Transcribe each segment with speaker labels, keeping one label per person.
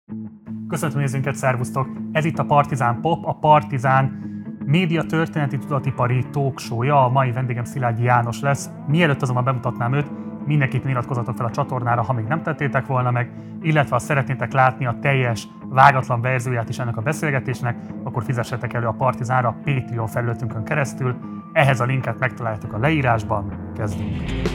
Speaker 1: Köszöntöm nézőinket, szervusztok! Ez itt a Partizán Pop, a Partizán média történeti tudatipari talk show-ja. A mai vendégem Szilágyi János lesz. Mielőtt azonban bemutatnám őt, mindenképpen iratkozzatok fel a csatornára, ha még nem tettétek volna meg, illetve ha szeretnétek látni a teljes, vágatlan verzióját is ennek a beszélgetésnek, akkor fizessetek elő a Partizánra Patreon felületünkön keresztül. Ehhez a linket megtaláljátok a leírásban. Kezdjünk!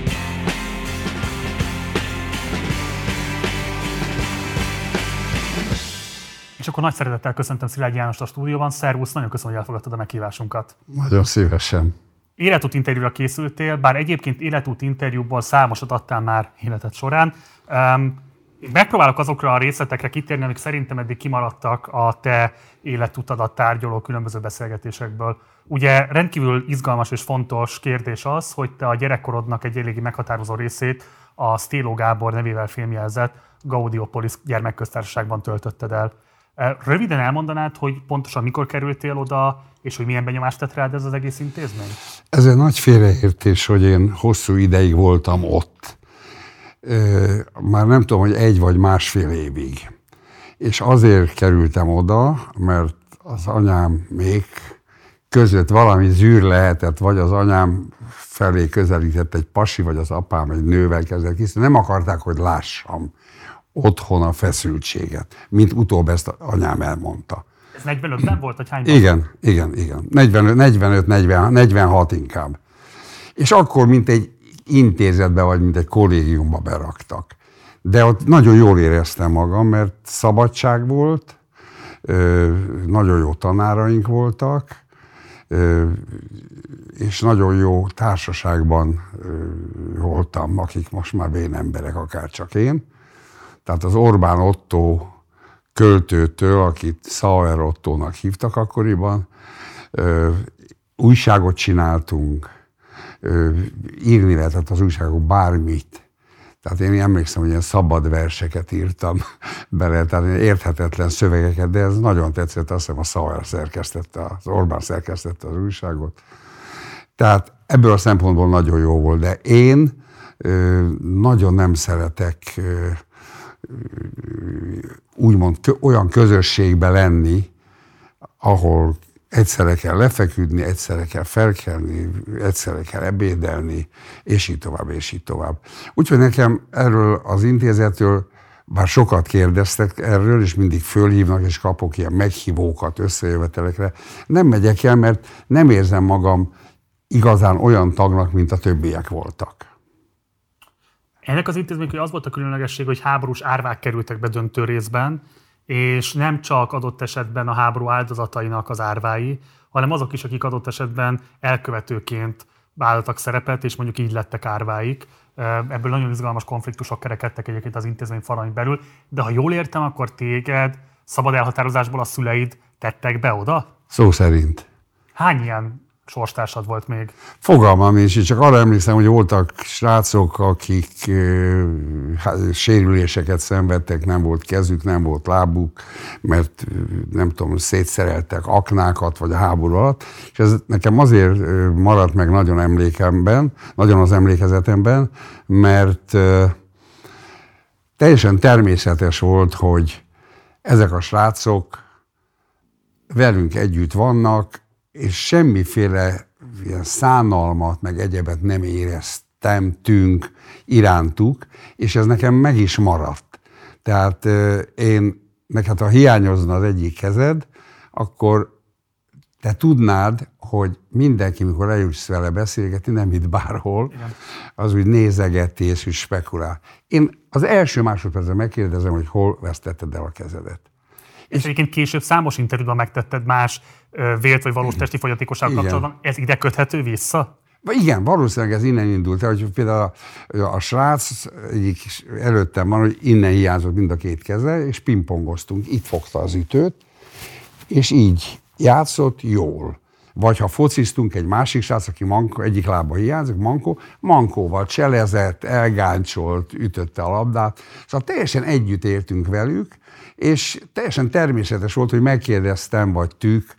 Speaker 1: És akkor nagy szeretettel köszöntöm Szilágyi Jánost a stúdióban. Szervusz, nagyon köszönöm, hogy elfogadtad a meghívásunkat.
Speaker 2: Nagyon szívesen.
Speaker 1: Életút interjúra készültél, bár egyébként életút interjúból számosat adtál már életed során. Megpróbálok azokra a részletekre kitérni, amik szerintem eddig kimaradtak a te életutadat tárgyaló különböző beszélgetésekből. Ugye rendkívül izgalmas és fontos kérdés az, hogy te a gyerekkorodnak egy eléggé meghatározó részét a Sztéló Gábor nevével filmjelzett Gaudiopolis gyermekköztársaságban töltötted el. Röviden elmondanád, hogy pontosan mikor kerültél oda, és hogy milyen benyomást tett rád ez az egész intézmény?
Speaker 2: Ez egy nagy félreértés, hogy én hosszú ideig voltam ott. Már nem tudom, hogy 1 vagy másfél évig. És azért kerültem oda, mert az anyám még között valami zűr lehetett, vagy az anyám felé közelített egy pasi, vagy az apám egy nővel kezdett ki. Nem akarták, hogy lássam otthon a feszültséget, mint utóbb ezt anyám elmondta.
Speaker 1: Ez 45-ben volt, vagy hány?
Speaker 2: Igen. 45-46 inkább. És akkor mint egy intézetbe, vagy mint egy kollégiumba beraktak. De ott nagyon jól éreztem magam, mert szabadság volt, nagyon jó tanáraink voltak, és nagyon jó társaságban voltam, akik most már vén emberek, akár csak én. Tehát az Orbán Ottó költőtől, akit Sauer Ottónak hívtak akkoriban, újságot csináltunk, írni lehetett az újságok bármit. Tehát én emlékszem, hogy ilyen szabad verseket írtam bele, tehát érthetetlen szövegeket, de ez nagyon tetszett, azt hiszem a Sauer szerkesztette, az Orbán szerkesztette az újságot. Tehát ebből a szempontból nagyon jó volt, de én nagyon nem szeretek úgymond olyan közösségbe lenni, ahol egyszerre kell lefeküdni, egyszerre kell felkelni, egyszerre kell ebédelni, és így tovább, és így tovább. Úgyhogy nekem erről az intézetről, bár sokat kérdeztek erről, és mindig fölhívnak, és kapok ilyen meghívókat összejövetelekre, nem megyek el, mert nem érzem magam igazán olyan tagnak, mint a többiek voltak.
Speaker 1: Ennek az intézménynek az volt a különlegesség, hogy háborús árvák kerültek be döntő részben, és nem csak adott esetben a háború áldozatainak az árvái, hanem azok is, akik adott esetben elkövetőként vállaltak szerepet, és mondjuk így lettek árváik. Ebből nagyon izgalmas konfliktusok kerekedtek egyébként az intézmény falain belül, de ha jól értem, akkor téged szabad elhatározásból a szüleid tettek be oda?
Speaker 2: Szó szerint.
Speaker 1: Hány ilyen sorstársad volt még?
Speaker 2: Fogalmam is, csak arra emlékszem, hogy voltak srácok, akik sérüléseket szenvedtek, nem volt kezük, nem volt lábuk, mert nem tudom, szétszereltek aknákat, vagy a háború alatt, és ez nekem azért maradt meg nagyon emlékemben, nagyon az emlékezetemben, mert teljesen természetes volt, hogy ezek a srácok velünk együtt vannak, és semmiféle ilyen szánalmat, meg egyebet nem éreztemtünk irántuk, és ez nekem meg is maradt. Tehát neked ha hiányozna az egyik kezed, akkor te tudnád, hogy mindenki, mikor eljutsz vele beszélgetni, nem itt bárhol, igen, az úgy nézegeti és úgy spekulál. Én az első másodpercben megkérdezem, hogy hol vesztetted el a kezedet.
Speaker 1: És egyébként később számos interjúban megtetted más vélt vagy valós testi fogyatékossággal kapcsolatban. Ez ide köthető vissza?
Speaker 2: Igen, valószínűleg ez innen indult. Hogy például a srác egyik előttem van, hogy innen hiányzott mind a két keze, és pingpongoztunk. Itt fogta az ütőt, és így játszott jól. Vagy ha fociztunk, egy másik srác, aki egyik lába hiányzik, mankóval cselezett, elgáncsolt, ütötte a labdát. Szóval teljesen együtt értünk velük, és teljesen természetes volt, hogy megkérdeztem, vagy tük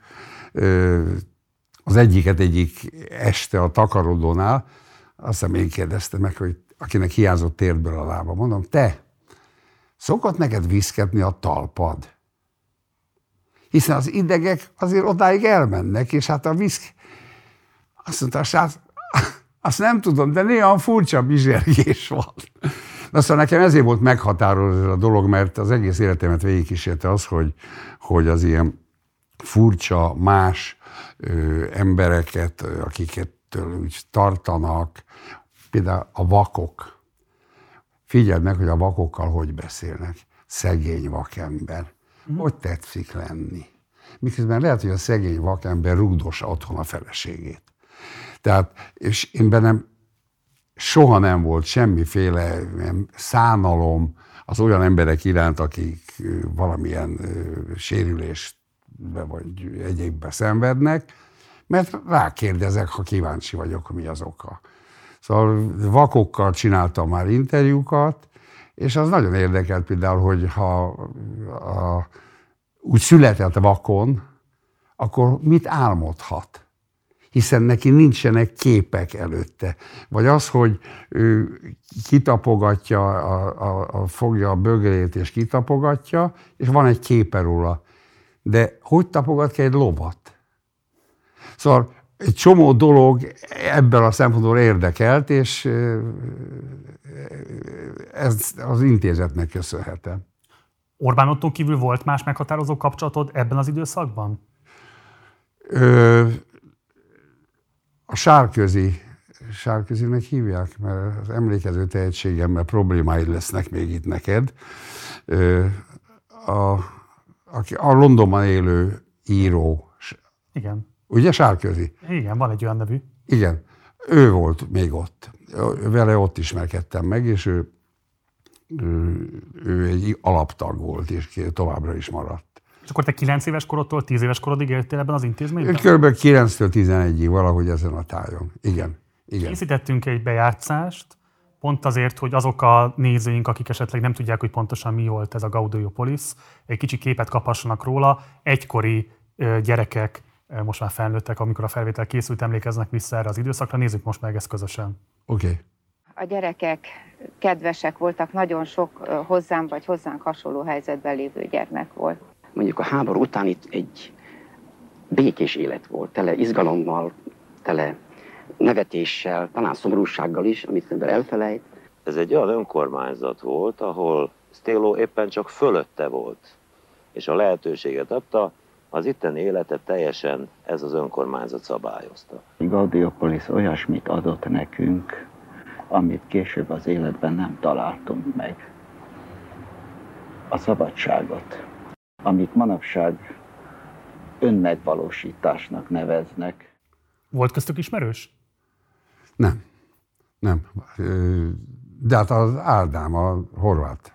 Speaker 2: az egyik este a takarodónál, azt hiszem én kérdeztem meg, hogy akinek hiányzott térdből a lába. Mondom, te, szokott neked viszketni a talpad? Hiszen az idegek azért odáig elmennek, és hát a azt mondta a srác, azt nem tudom, de néha furcsa bizsergés van. De aztán nekem ezért volt meghatározó a dolog, mert az egész életemet végigkísérte az, hogy az ilyen furcsa, más embereket, akiket úgy tartanak, például a vakok. Figyeld meg, hogy a vakokkal hogy beszélnek. Szegény vakember. Hogy tetszik lenni? Miközben lehet, hogy a szegény vakember rugdossa otthon a feleségét. Tehát, és én bennem soha nem volt semmiféle szánalom az olyan emberek iránt, akik valamilyen sérülésbe vagy egyébbe szenvednek, mert rákérdezek, ha kíváncsi vagyok, mi az oka. Szóval vakokkal csináltam már interjúkat, és az nagyon érdekelt például, hogy ha úgy született vakon, akkor mit álmodhat? Hiszen neki nincsenek képek előtte. Vagy az, hogy ő kitapogatja, fogja a bögrét és kitapogatja, és van egy képe róla. De hogy tapogat ki egy lovat? Szóval egy csomó dolog ebből a szempontból érdekelt, és ez az intézetnek köszönhetem.
Speaker 1: Orbán Otton kívül volt más meghatározó kapcsolatod ebben az időszakban?
Speaker 2: A Sárközinek hívják, mert az emlékező tehetségemmel problémáid lesznek még itt neked. A Londonban élő író.
Speaker 1: Igen.
Speaker 2: Ugye Sárközi?
Speaker 1: Igen, van egy olyan nevű.
Speaker 2: Igen. Ő volt még ott. Vele ott ismerkedtem meg, és ő egy alaptag volt, és továbbra is maradt.
Speaker 1: És akkor te 9 éves korodtól 10 éves korodig éltél ebben az intézményben?
Speaker 2: Kb. 9-től 11-ig valahogy ezen a tájon. Igen.
Speaker 1: Készítettünk egy bejátszást, pont azért, hogy azok a nézőink, akik esetleg nem tudják, hogy pontosan mi volt ez a Gaudiopolis, egy kicsi képet kaphassanak róla. Egykori gyerekek, most már felnőttek, amikor a felvétel készült, emlékeznek vissza erre az időszakra. Nézzük most meg ezt közösen.
Speaker 2: Oké.
Speaker 3: A gyerekek kedvesek voltak, nagyon sok hozzám vagy hozzánk hasonló helyzetben lévő gyermek volt.
Speaker 4: Mondjuk a háború után itt egy békés élet volt, tele izgalommal, tele nevetéssel, talán szomorúsággal is, amit ember elfelejt.
Speaker 5: Ez egy olyan önkormányzat volt, ahol Stélo éppen csak fölötte volt, és a lehetőséget adta, az itteni életet teljesen ez az önkormányzat szabályozta.
Speaker 6: Gaudiopolis olyasmit adott nekünk, amit később az életben nem találtunk meg. A szabadságot, amit manapság önmegvalósításnak neveznek.
Speaker 1: Volt köztük ismerős?
Speaker 2: Nem. De hát az Ádám, a horvát.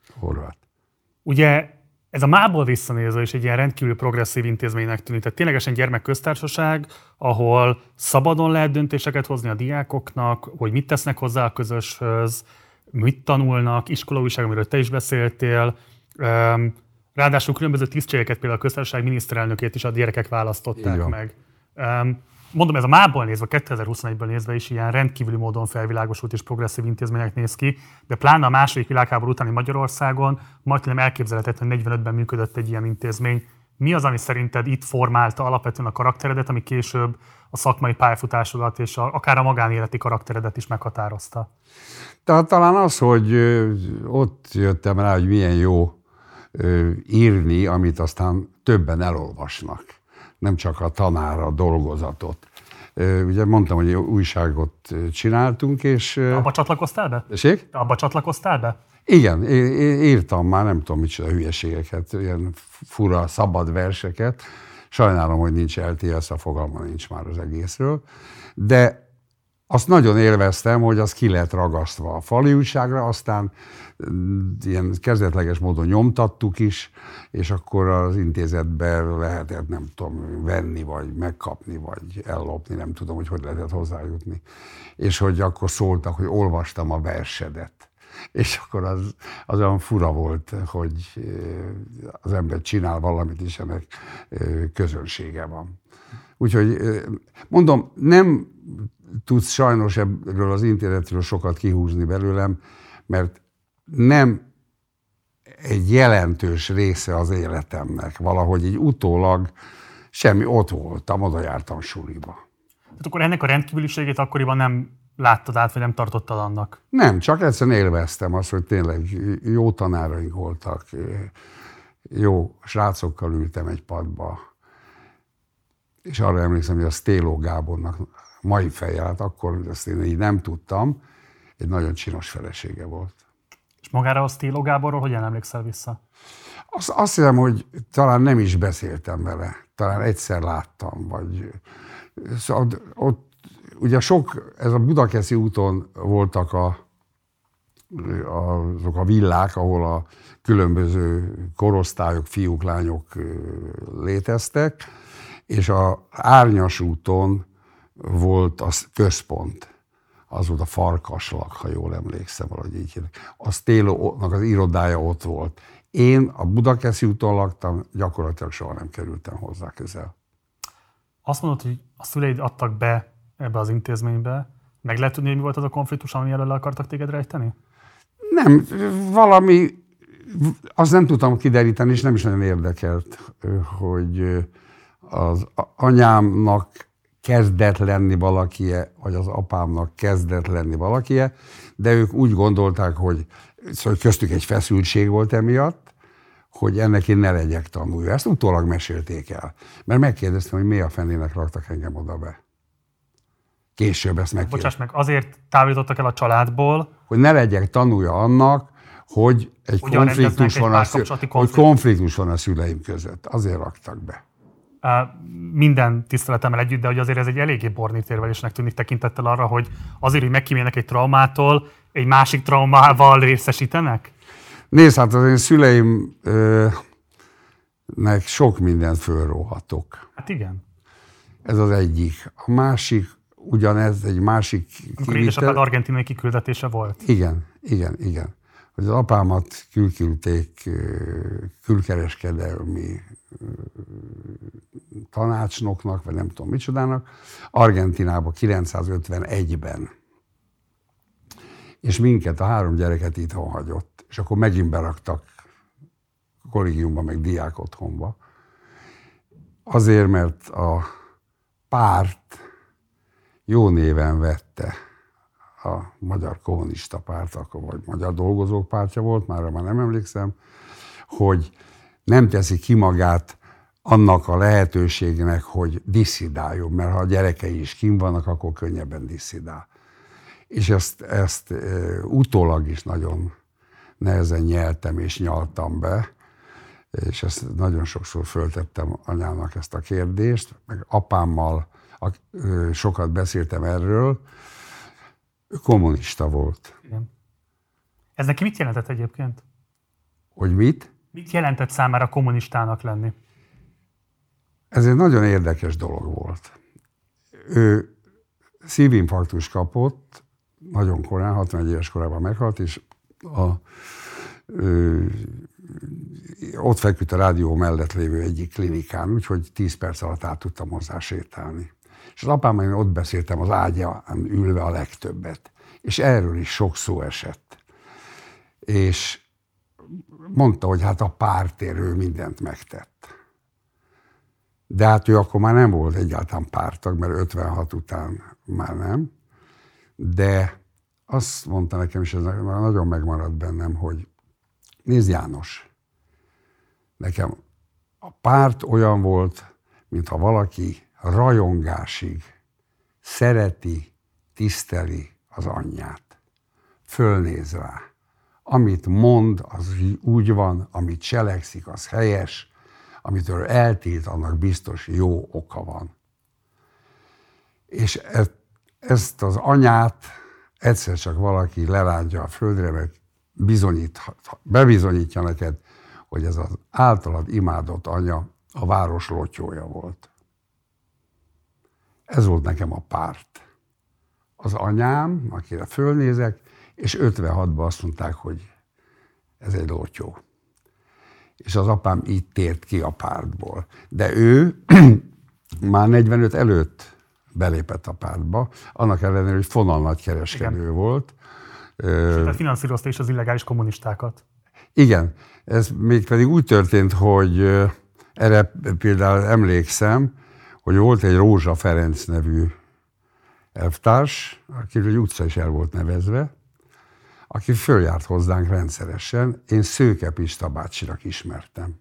Speaker 1: Ugye ez a mából visszanézve is egy ilyen rendkívül progresszív intézménynek tűnik. Tehát ténylegesen gyermekköztársaság, ahol szabadon lehet döntéseket hozni a diákoknak, hogy mit tesznek hozzá a közöshöz, mit tanulnak, iskolaújság, amiről te is beszéltél. Ráadásul különböző tisztségeket, például a köztársaság miniszterelnökét is a gyerekek választották meg. Mondom, ez a mából nézve, 2021-ből nézve is ilyen rendkívüli módon felvilágosult és progresszív intézmények néz ki, de pláne a második világháború utáni Magyarországon majdnem elképzelhetetlen, hogy 45-ben működött egy ilyen intézmény. Mi az, ami szerinted itt formálta alapvetően a karakteredet, ami később a szakmai pályafutásodat és akár a magánéleti karakteredet is meghatározta?
Speaker 2: Tehát talán az, hogy ott jöttem rá, hogy milyen jó írni, amit aztán többen elolvasnak. Nem csak a tanár a dolgozatot. Ugye mondtam, hogy újságot csináltunk, és...
Speaker 1: Te abba csatlakoztál be?
Speaker 2: Tessék?
Speaker 1: Te abba csatlakoztál be?
Speaker 2: Igen, írtam már nem tudom micsoda hülyeségeket, ilyen fura, szabad verseket. Sajnálom, hogy nincs LTS, a fogalma nincs már az egészről. De azt nagyon élveztem, hogy az ki lett ragasztva a fali újságra, aztán ilyen kezdetleges módon nyomtattuk is, és akkor az intézetben lehetett, nem tudom, venni, vagy megkapni, vagy ellopni, nem tudom, hogy lehetett hozzájutni. És hogy akkor szóltak, hogy olvastam a versedet. És akkor az olyan fura volt, hogy az ember csinál valamit, és ennek közönsége van. Úgyhogy mondom, nem tudsz sajnos ebből az intézetről sokat kihúzni belőlem, mert nem egy jelentős része az életemnek. Valahogy így utólag semmi, ott voltam, oda jártam suliba.
Speaker 1: Tehát akkor ennek a rendkívüliségét akkoriban nem láttad át, vagy nem tartottad annak?
Speaker 2: Nem, csak egyszerűen élveztem azt, hogy tényleg jó tanáraink voltak, jó srácokkal ültem egy padba, és arra emlékszem, hogy a Stéló Gábornak mai fejjel, hát akkor ezt én így nem tudtam, egy nagyon csinos felesége volt.
Speaker 1: És magára a Stéló Gáborról hogyan emlékszel vissza?
Speaker 2: Azt hiszem, hogy talán nem is beszéltem vele, talán egyszer láttam, vagy szóval ott ugye ez a Budakeszi úton voltak azok a villák, ahol a különböző korosztályok, fiúk, lányok léteztek, és az Árnyas úton volt a központ. Az volt a Farkaslak, ha jól emlékszem, valahogy így hívják. A Stélónak az irodája ott volt. Én a Budakeszi úton laktam, gyakorlatilag soha nem kerültem hozzá közel.
Speaker 1: Azt mondod, hogy a szüleid adtak be ebbe az intézménybe. Meg lehet tudni, hogy mi volt az a konfliktus, ami elől akartak téged rejteni?
Speaker 2: Nem, valami, azt nem tudtam kideríteni, és nem is nagyon érdekelt, hogy az anyámnak kezdett lenni valakie, vagy az apámnak kezdett lenni valakie, de ők úgy gondolták, hogy szóval köztük egy feszültség volt emiatt, hogy ennek én ne legyek tanulja. Ezt utólag mesélték el. Mert megkérdeztem, hogy mi a fenének raktak engem oda be. Később ezt megkérdeztem.
Speaker 1: Bocsáss meg, azért távolítottak el a családból,
Speaker 2: hogy ne legyek tanulja annak, hogy egy konfliktus van a szüleim között. Azért raktak be.
Speaker 1: Minden tiszteletemmel együtt, de hogy azért ez egy eléggé bornítérvelésnek tűnik tekintettel arra, hogy azért, hogy megkímélnek egy traumától, egy másik traumával részesítenek?
Speaker 2: Nézd, hát az én szüleimnek sok mindent fölróhatok.
Speaker 1: Hát igen.
Speaker 2: Ez az egyik. A másik, ugyanez egy másik...
Speaker 1: Amikor édesapád argentinai kiküldetése volt.
Speaker 2: Igen. Hogy az apámat külküldték külkereskedelmi tanácsnoknak, vagy nem tudom micsodának, Argentinába 951-ben. És minket, a 3 gyereket itthon hagyott. És akkor megint beraktak kollégiumba, meg diák otthonba. Azért, mert a párt jó néven vette a Magyar Kommunista Párt, vagy Magyar Dolgozók Pártja volt, már nem emlékszem, hogy nem teszi ki magát annak a lehetőségnek, hogy disszidáljon, mert ha a gyerekei is kint vannak, akkor könnyebben disszidál. És ezt utólag is nagyon nehezen nyeltem és nyaltam be, és ezt nagyon sokszor föltettem anyámnak ezt a kérdést, meg apámmal sokat beszéltem erről, ő kommunista volt.
Speaker 1: Igen. Ez neki mit jelentett egyébként?
Speaker 2: Hogy mit?
Speaker 1: Mit jelentett számára kommunistának lenni?
Speaker 2: Ez egy nagyon érdekes dolog volt. Ő szívinfarktus kapott, nagyon korán, 61 éves korában meghalt, és ott feküdt a rádió mellett lévő egyik klinikán, úgyhogy 10 perc alatt át tudtam hozzá sétálni. És az apámmal én ott beszéltem az ágyán ülve a legtöbbet. És erről is sok szó esett. És mondta, hogy hát a pártért ő mindent megtett. De hát ő akkor már nem volt egyáltalán párttag, mert 56 után már nem. De azt mondta nekem, és ez nagyon megmaradt bennem, hogy nézd János, nekem a párt olyan volt, mintha valaki rajongásig szereti, tiszteli az anyját. Fölnéz rá. Amit mond, az úgy van, amit cselekszik, az helyes, amitől eltilt, annak biztos jó oka van. És ezt az anyát egyszer csak valaki lerántja a földre, meg bebizonyítja neked, hogy ez az általad imádott anya a város lotyója volt. Ez volt nekem a párt. Az anyám, akire fölnézek, és 56-ban azt mondták, hogy ez egy lotyó. És az apám így tért ki a pártból. De ő már 45 előtt belépett a pártba, annak ellenére, hogy fonalnagy kereskedő volt.
Speaker 1: Tehát finanszírozta is az illegális kommunistákat.
Speaker 2: Igen, ez még pedig úgy történt, hogy erre például emlékszem, hogy volt egy Rózsa Ferenc nevű elvtárs, akiről egy utca is el volt nevezve, aki följárt hozzánk rendszeresen. Én Szőke Pista bácsinak ismertem.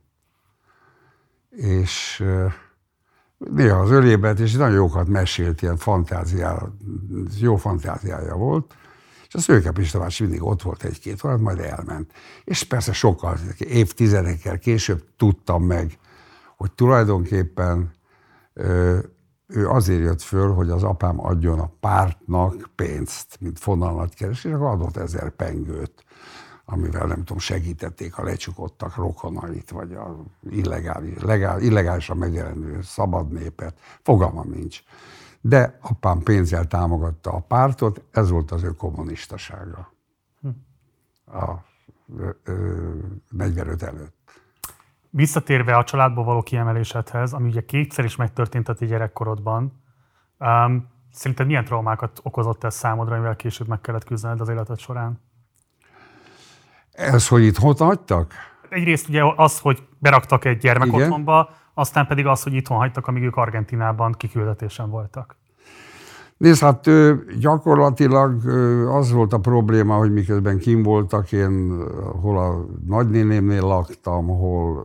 Speaker 2: És néha az ölébet, és nagyon jókat mesélt, ilyen jó fantáziája volt, és a Szőke Pista bácsi mindig ott volt egy-két órát, majd elment. És persze sokkal, évtizedekkel később tudtam meg, hogy tulajdonképpen ő azért jött föl, hogy az apám adjon a pártnak pénzt, mint fonalat keres, és akkor adott 1000 pengőt, amivel nem tudom, segítették a lecsukottak rokonait, vagy a illegálisan megjelenő szabad népet. Fogalmam nincs. De apám pénzzel támogatta a pártot, ez volt az ő kommunistasága. A 45 előtt.
Speaker 1: Visszatérve a családból való kiemelésedhez, ami ugye 2-szer is megtörtént a ti gyerekkorodban, szerinted milyen traumákat okozott ez számodra, amivel később meg kellett küzdened az életed során?
Speaker 2: Ez, hogy itt hol hagytak?
Speaker 1: Egyrészt ugye az, hogy beraktak egy gyermekotthonba, aztán pedig az, hogy itthon hagytak, amíg ők Argentínában kiküldetésen voltak.
Speaker 2: Nézd, hát gyakorlatilag az volt a probléma, hogy miközben kim voltak, én hol a nagynénémnél laktam, hol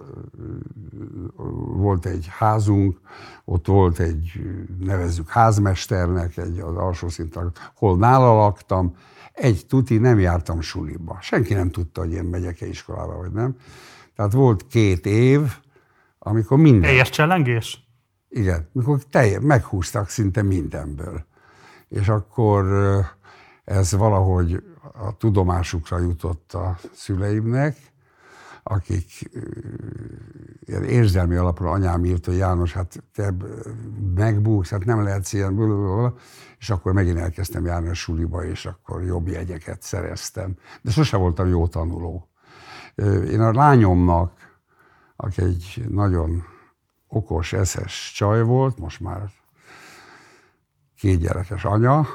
Speaker 2: volt egy házunk, ott volt egy, nevezzük házmesternek, az alsó szinten, hol nála laktam, egy tuti nem jártam suliba. Senki nem tudta, hogy én megyek-e iskolába, vagy nem. Tehát volt 2 év, amikor minden...
Speaker 1: Teljes csellengés?
Speaker 2: Igen, mikor meghúztak szinte mindenből. És akkor ez valahogy a tudomásukra jutott a szüleimnek, akik ilyen érzelmi alapra anyám írt, hogy János, hát te megbúgsz, hát nem lehetsz ilyen, blablabla. És akkor megint elkezdtem járni a suliba, és akkor jobb jegyeket szereztem. De sose voltam jó tanuló. Én a lányomnak, aki egy nagyon okos, eszes csaj volt, most már 2 gyerekes anya,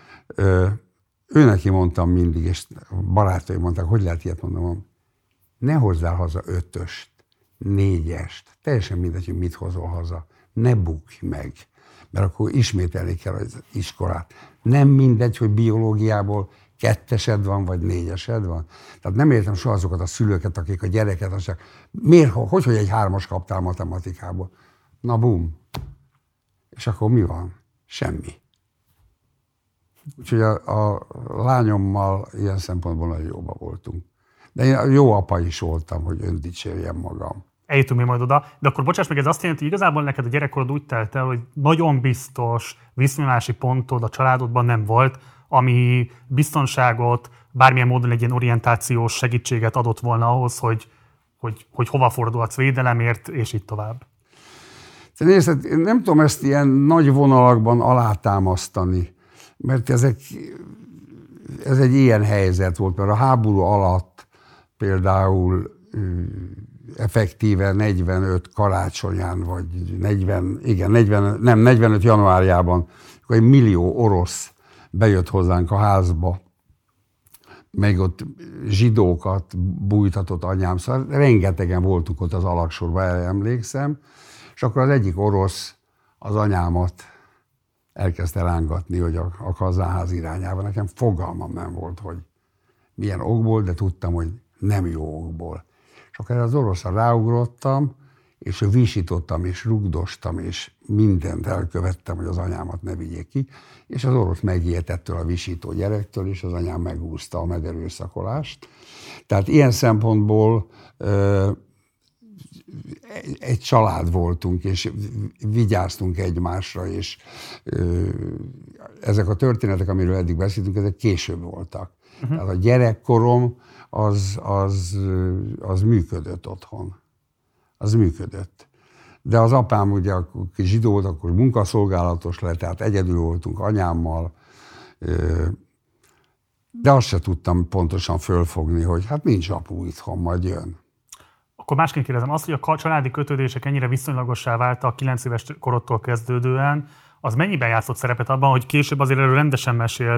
Speaker 2: őneki mondtam mindig, és barátaim mondták, hogy lehet ilyet mondom, ne hozzál haza 5-öst, 4-est, teljesen mindegy, hogy mit hozol haza, ne bukj meg, mert akkor ismételni kell az iskolát. Nem mindegy, hogy biológiából 2-esed van, vagy 4-esed van. Tehát nem értem soha azokat a szülőket, akik a gyereket azt mondják, miért, hogy egy 3-as kaptál matematikából? Na bum. És akkor mi van? Semmi. Úgyhogy a lányommal ilyen szempontból nagyon jóba voltunk. De én jó apa is voltam, hogy öndicsérjem magam.
Speaker 1: Eljutunk mi majd oda, de akkor bocsáss meg, ez azt jelenti, hogy igazából neked a gyerekkorod úgy telt el, hogy nagyon biztos viszonyulási pontod a családodban nem volt, ami biztonságot, bármilyen módon egy ilyen orientációs segítséget adott volna ahhoz, hogy hova fordulhatsz védelemért, és így tovább.
Speaker 2: Nézd, én nem tudom ezt ilyen nagy vonalakban alátámasztani, mert ez egy ilyen helyzet volt, mert a háború alatt például effektíve 45 karácsonyán, vagy 45 januárjában, akkor 1 millió orosz bejött hozzánk a házba, meg ott zsidókat bújtatott anyám, szóval rengetegen voltunk ott az alagsorban, erre emlékszem, és akkor az egyik orosz az anyámat elkezdte rángatni, hogy a Kazánház irányába. Nekem fogalmam nem volt, hogy milyen okból, de tudtam, hogy nem jó okból. És akkor az oroszra ráugrottam, és visítottam, és rugdostam, és mindent elkövettem, hogy az anyámat ne vigyék ki, és az orosz megijedt ettől a visító gyerektől, és az anyám megúszta a megerőszakolást. Tehát ilyen szempontból egy család voltunk, és vigyáztunk egymásra, és ezek a történetek, amiről eddig beszéltünk, ezek később voltak. Tehát a gyerekkorom az működött otthon. Az működött. De az apám ugye, aki zsidó volt, akkor munkaszolgálatos lett, tehát egyedül voltunk anyámmal, de azt se tudtam pontosan fölfogni, hogy hát nincs apu itthon, majd jön.
Speaker 1: Akkor másként kérdezem, az, hogy a családi kötődések ennyire viszonylagossá váltak 9 éves korodtól kezdődően, az mennyiben játszott szerepet abban, hogy később azért erről rendesen mesélsz,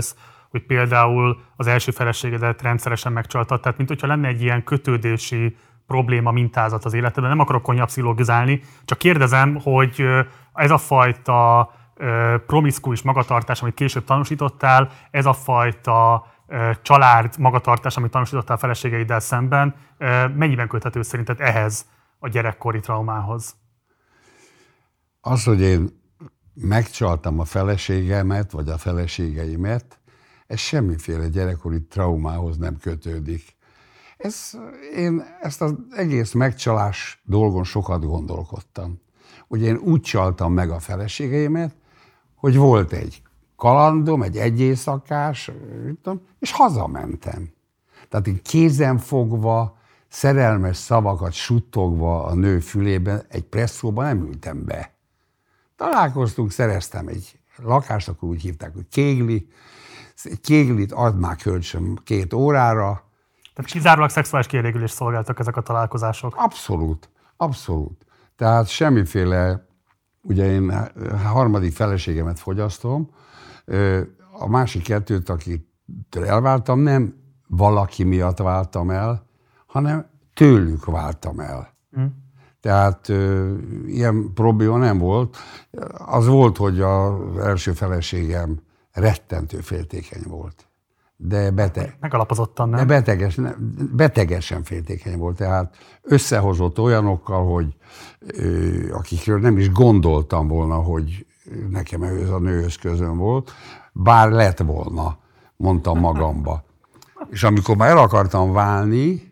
Speaker 1: hogy például az első feleségedet rendszeresen megcsaltad, tehát mint hogyha lenne egy ilyen kötődési probléma mintázat az életedben. Nem akarok konjapszilogizálni, csak kérdezem, hogy ez a fajta promiszkuis magatartás, amit később tanúsítottál, ez a fajta család magatartás, amit tanúsítottál a feleségeiddel szemben, mennyiben köthető szerinted ehhez a gyerekkori traumához?
Speaker 2: Az, hogy én megcsaltam a feleségemet, vagy a feleségeimet, ez semmiféle gyerekkori traumához nem kötődik. Én ezt az egész megcsalás dolgon sokat gondolkodtam. Ugye én úgy csaltam meg a feleségeimet, hogy volt egy kalandom, egy éjszakás, és hazamentem. Tehát én kézenfogva, szerelmes szavakat suttogva a nő fülében egy presszóban nem ültem be. Találkoztunk, szereztem egy lakást, akkor úgy hívták, hogy kégli. Egy kéglit add már kölcsön 2 órára.
Speaker 1: Tehát kizárólag szexuális kielégülést szolgáltak ezek a találkozások?
Speaker 2: Abszolút, abszolút. Tehát semmiféle, ugye én a harmadik feleségemet fogyasztom, a másik 2, akitől elváltam, nem valaki miatt váltam el, hanem tőlük váltam el. Tehát ilyen probléma nem volt. Az volt, hogy az első feleségem rettentő féltékeny volt. De
Speaker 1: megalapozottan, nem?
Speaker 2: De betegesen féltékeny volt. Tehát összehozott olyanokkal, hogy akikről nem is gondoltam volna, hogy nekem ez a nőhöz közön volt, bár lett volna, mondtam magamba. És amikor már el akartam válni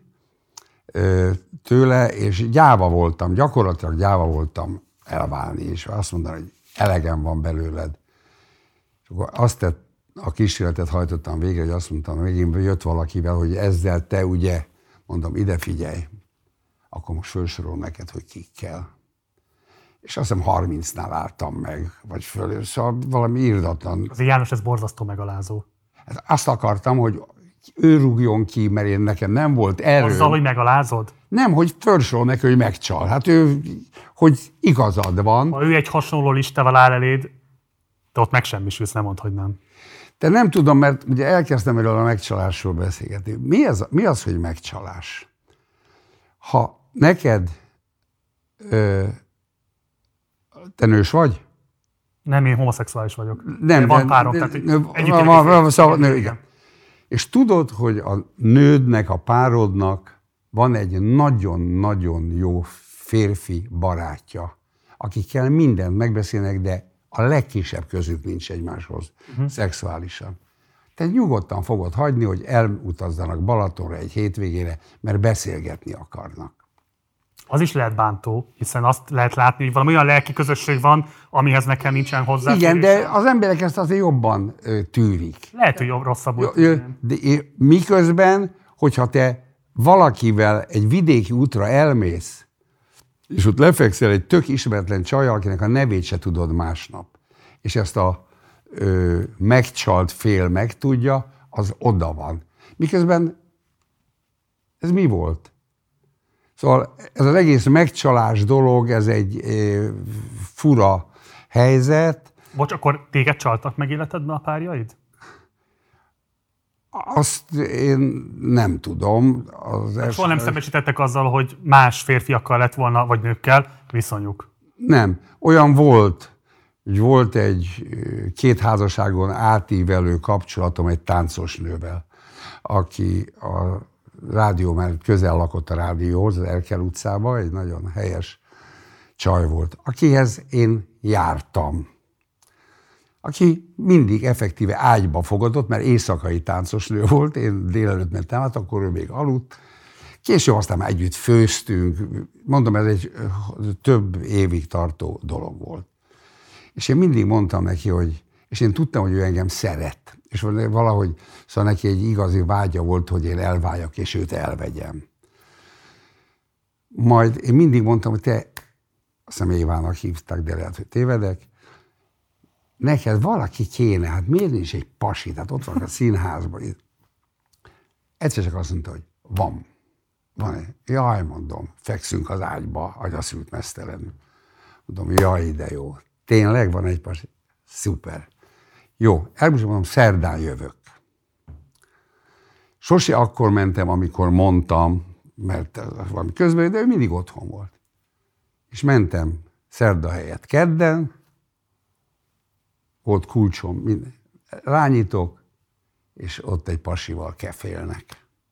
Speaker 2: tőle, és gyakorlatilag gyáva voltam elválni, és azt mondani, hogy elegem van belőled. És akkor azt a kísérletet hajtottam végre, hogy azt mondtam, megint jött valakivel, hogy ezzel te ugye, mondom, ide figyelj, akkor most felsorolom neked, hogy kikkel. És azt hiszem 30-nál álltam meg, vagy föl, szóval valami irdatlan.
Speaker 1: Azért János, ez borzasztó megalázó.
Speaker 2: Hát azt akartam, hogy ő rúgjon ki, mert én nekem nem volt erőm.
Speaker 1: Azzal, hogy megalázod?
Speaker 2: Nem, hogy felsorol neki, hogy megcsal. Hát ő, hogy igazad van.
Speaker 1: Ha ő egy hasonló listával áll eléd, te ott megsemmisülsz, nem mondd, hogy nem.
Speaker 2: De nem tudom, mert ugye elkezdtem erről a megcsalásról beszélgetni. Mi az, hogy megcsalás? Ha neked te nős vagy?
Speaker 1: Nem, én homoszexuális vagyok.
Speaker 2: Nem,
Speaker 1: van párom, tehát
Speaker 2: igen. És tudod, hogy a nődnek, a párodnak van egy nagyon-nagyon jó férfi barátja, akikkel mindent megbeszélnek, de a legkisebb közük nincs egymáshoz szexuálisan. Te nyugodtan fogod hagyni, hogy elutazzanak Balatonra egy hétvégére, mert beszélgetni akarnak.
Speaker 1: Az is lehet bántó, hiszen azt lehet látni, hogy valami olyan lelki közösség van, amihez nekem nincsen hozzáférés.
Speaker 2: Igen, de az emberek ezt azért jobban tűrik.
Speaker 1: Lehet, hogy rosszabbul.
Speaker 2: De miközben, hogyha te valakivel egy vidéki útra elmész, és ott lefekszel egy tök ismeretlen csajjal, akinek a nevét se tudod másnap, és ezt a megcsalt fél megtudja, az oda van. Miközben ez mi volt? Szóval ez az egész megcsalás dolog, ez egy fura helyzet.
Speaker 1: Bocs, akkor téged csaltak meg életedben a párjaid?
Speaker 2: Azt én nem tudom.
Speaker 1: Soha nem szembesítettek azzal, hogy más férfiakkal lett volna, vagy nőkkel viszonyuk?
Speaker 2: Nem. Olyan volt, hogy volt egy 2 házasságon átívelő kapcsolatom egy táncos nővel, aki a rádió mellett közel lakott a rádióhoz, az Erkel utcában, egy nagyon helyes csaj volt, akihez én jártam. Aki mindig effektíve ágyba fogadott, mert éjszakai táncos nő volt, én délelőtt mentem át, akkor ő még aludt. Később aztán már együtt főztünk, mondom, ez egy több évig tartó dolog volt. És én mindig mondtam neki, hogy, és én tudtam, hogy ő engem szeret. És valahogy szóval neki egy igazi vágya volt, hogy én elváljak, és őt elvegyem. Majd én mindig mondtam, hogy te, azt hiszem Évának hívták, de lehet, hogy tévedek, neked valaki kéne, hát miért nincs egy pasi, tehát ott van a színházban. Egyszer csak azt mondta, hogy van. Jaj, mondom, fekszünk az ágyba, agyaszült mesztelenül. Mondom, jaj, de jó. Tényleg van egy pasi? Szuper. Jó, elmondom, szerdán jövök. Sose akkor mentem, amikor mondtam, mert valami közben, de ő mindig otthon volt. És mentem szerda helyett kedden, volt kulcsom, minden. Rányitok, és ott egy pasival kefélnek.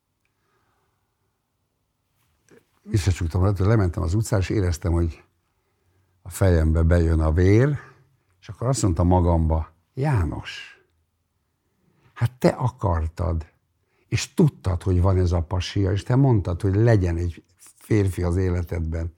Speaker 2: Visszacsuktam, lementem az utcára, és éreztem, hogy a fejembe bejön a vér, és akkor azt mondtam magamba, János, hát te akartad, és tudtad, hogy van ez a pasia, és te mondtad, hogy legyen egy férfi az életedben.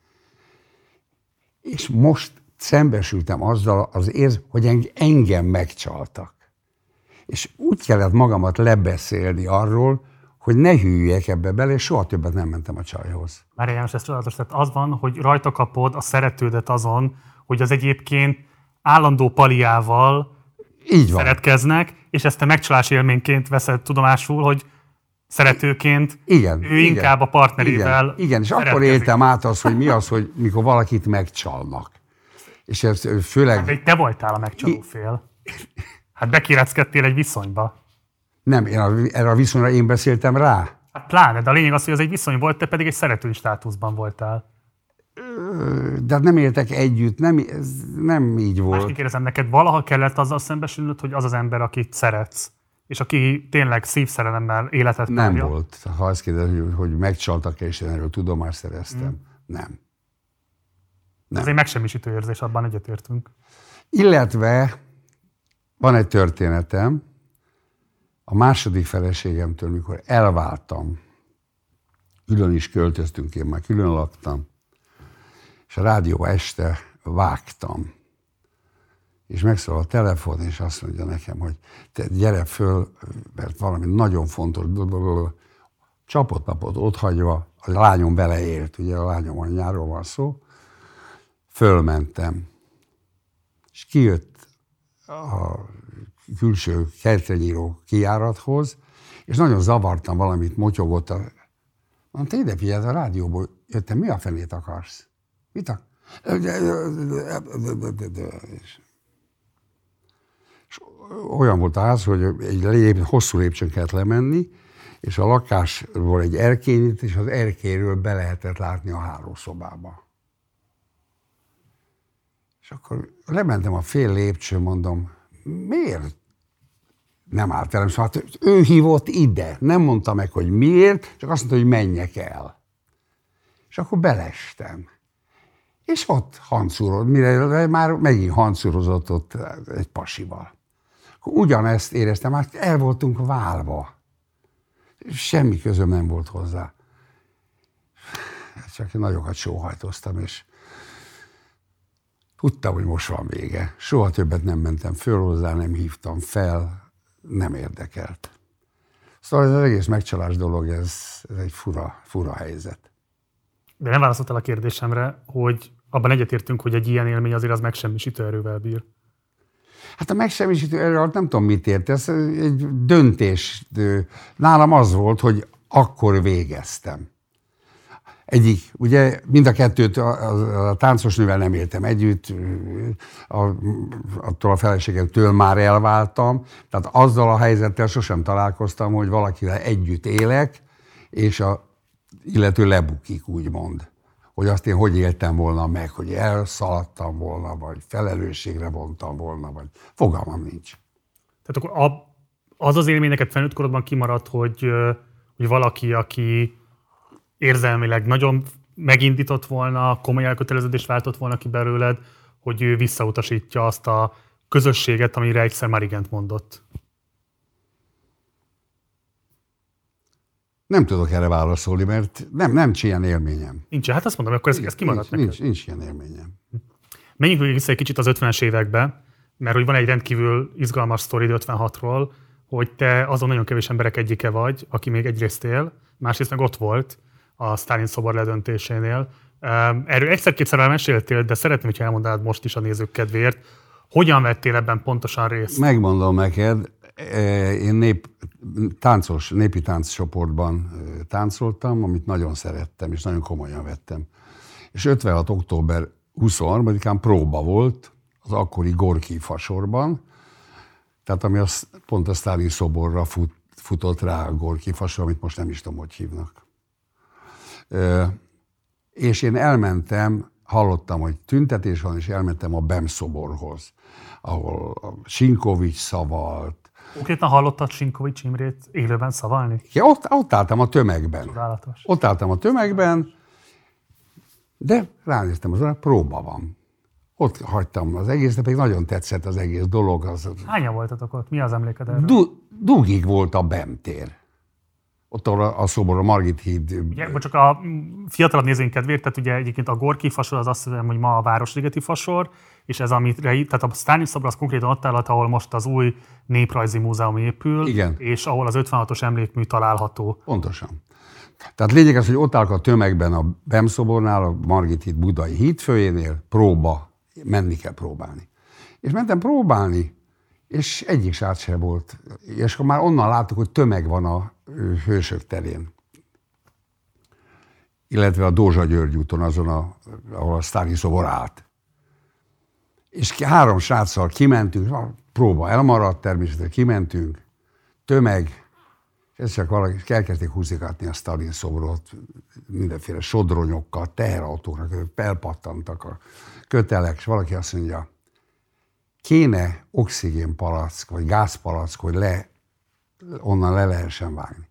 Speaker 2: És most szembesültem azzal hogy engem megcsaltak. És úgy kellett magamat lebeszélni arról, hogy ne hűljek ebbe bele, és soha többet nem mentem a csajhoz.
Speaker 1: Mária János, ez csodálatos. Tehát az van, hogy rajta kapod a szeretődet azon, hogy az egyébként állandó paliával szeretkeznek, és ezt te megcsalás élményként veszed tudomásul, hogy szeretőként inkább a partnerével
Speaker 2: Igen, és akkor éltem át azt, hogy mi az, hogy mikor valakit megcsalnak. És ez főleg...
Speaker 1: Hát, te voltál a megcsaló fél. Hát bekéreckedtél egy viszonyba.
Speaker 2: Nem, erre a viszonyra én beszéltem rá.
Speaker 1: Hát pláne, de a lényeg az, hogy ez egy viszony volt, te pedig egy szeretői státuszban voltál.
Speaker 2: De nem éltek együtt, ez nem így volt.
Speaker 1: Másként kérdezem, neked valaha kellett azzal szembesülnöd, hogy az az ember, akit szeretsz, és aki tényleg szívszerelemmel életet
Speaker 2: nem
Speaker 1: tárja?
Speaker 2: volt. Ha azt kérdez, hogy megcsaltak, és én erről tudomást szereztem. Nem.
Speaker 1: Ez egy megsemmisítő érzés, abban egyetértünk.
Speaker 2: Illetve van egy történetem, a második feleségemtől, mikor elváltam, külön is költöztünk, én már külön laktam, és a rádió este vágtam, és megszólal a telefon, és azt mondja nekem, hogy te gyere föl, mert valami nagyon fontos, csapott napot otthagyva, a lányom vele élt, ugye a lányom anyjáról van szó, fölmentem, és kijött a külső kertre nyíró kijárathoz, és nagyon zavartam valamit, motyogott. Mondta, ide figyelj, a rádióból jöttem, mi a fenét akarsz? Mit és olyan volt a ház, hogy egy hosszú lépcsőn kellett lemenni, és a lakásból egy erkélyt, és az erkélyről be lehetett látni a hálószobába. És akkor lementem a fél lépcsőn, mondom, miért nem állt velem? Szóval ő hívott ide, nem mondta meg, hogy miért, csak azt mondta, hogy menjek el. És akkor belestem. És ott hancúrozott, mire már megint hancúrozott ott egy pasival. Akkor ugyanezt éreztem, már el voltunk válva. Semmi közöm nem volt hozzá. Csak nagyokat sóhajtoztam, és tudtam, hogy most van vége. Soha többet nem mentem föl hozzá, nem hívtam fel, nem érdekelt. Szóval ez az egész megcsalás dolog, ez egy fura helyzet.
Speaker 1: De nem válaszoltál a kérdésemre, hogy abban egyetértünk, hogy egy ilyen élmény azért az megsemmisítő erővel bír.
Speaker 2: Hát a megsemmisítő erő alatt nem tudom, mit ért. Ez egy döntés. Nálam az volt, hogy akkor végeztem. Ugye mind a kettőt a táncosnővel nem éltem együtt, attól a feleségemtől már elváltam, tehát azzal a helyzettel sosem találkoztam, hogy valakivel együtt élek, és a illető lebukik, úgymond. Hogy azt én hogy éltem volna meg, hogy elszaladtam volna, vagy felelősségre vontam volna, vagy fogalmam nincs.
Speaker 1: Tehát akkor az az élmény neked felnőtt korodban kimaradt, hogy valaki, aki érzelmileg nagyon megindított volna, komoly elköteleződést váltott volna ki belőled, hogy ő visszautasítja azt a közösséget, amire egyszer már igent mondott.
Speaker 2: Nem tudok erre válaszolni, mert nem ilyen élményem.
Speaker 1: Nincs, hát azt mondom, akkor ez kimaradt neked.
Speaker 2: Nincs ilyen élményem.
Speaker 1: Menjünk vissza egy kicsit az 50-es évekbe, mert hogy van egy rendkívül izgalmas sztori 56-ról, hogy te azon nagyon kevés emberek egyike vagy, aki még egyrészt él, másrészt meg ott volt a Sztálin szobor ledöntésénél. Erről egyszer-kétszer meséltél, de szeretném, hogy elmondanád most is a nézők kedvéért. Hogyan vettél ebben pontosan részt?
Speaker 2: Megmondom neked, én népi tánccsoportban táncoltam, amit nagyon szerettem, és nagyon komolyan vettem. És 56. október 23-án próba volt az akkori Gorki fasorban, tehát ami pont a Sztálin szoborra futott rá a Gorki fasra, amit most nem is tudom, hogy hívnak. És én elmentem, hallottam, hogy tüntetés van, és elmentem a BEM szoborhoz, ahol a Sinkovics szavalt.
Speaker 1: Konkrétan hallottad Sinkovics Imrét élőben szavalni?
Speaker 2: Ja, ott álltam a tömegben.
Speaker 1: Csodálatos.
Speaker 2: Ott álltam a tömegben, de ránéztem, az próba van. Ott hagytam az egész, de pedig nagyon tetszett az egész dolog.
Speaker 1: Hányan voltatok ott? Mi az emléked erről?
Speaker 2: Dugig volt a BEM tér. Ott a szobor, a Margit híd.
Speaker 1: Ugye, csak a fiatalabb nézőink kedvéért, tehát ugye egyébként a Gorki fasor az azt hiszem, hogy ma a Városligeti fasor, és ez tehát a Sztálin szobor az konkrétan ott állhat, ahol most az új néprajzi múzeum épül,
Speaker 2: igen.
Speaker 1: És ahol az 56-os emlékmű található.
Speaker 2: Pontosan. Tehát lényeg az, hogy ott állok a tömegben a BEM szobornál, a Margit híd budai hídfőjénél, menni kell próbálni. És mentem próbálni, és egyik srác sem volt. És akkor már onnan láttuk, hogy tömeg van a Hősök terén. Illetve a Dózsa György úton, azon, ahol a Sztálin szobor állt. És 3 sráccal kimentünk, a próba elmaradt, természetesen kimentünk, tömeg, és ez csak valaki, elkezdték húzikátni a Sztálin szobrot, mindenféle sodronyokkal, teherautóknak, elpattantak a kötelek, és valaki azt mondja, kéne oxigénpalack, vagy gázpalack, hogy onnan le lehessen vágni.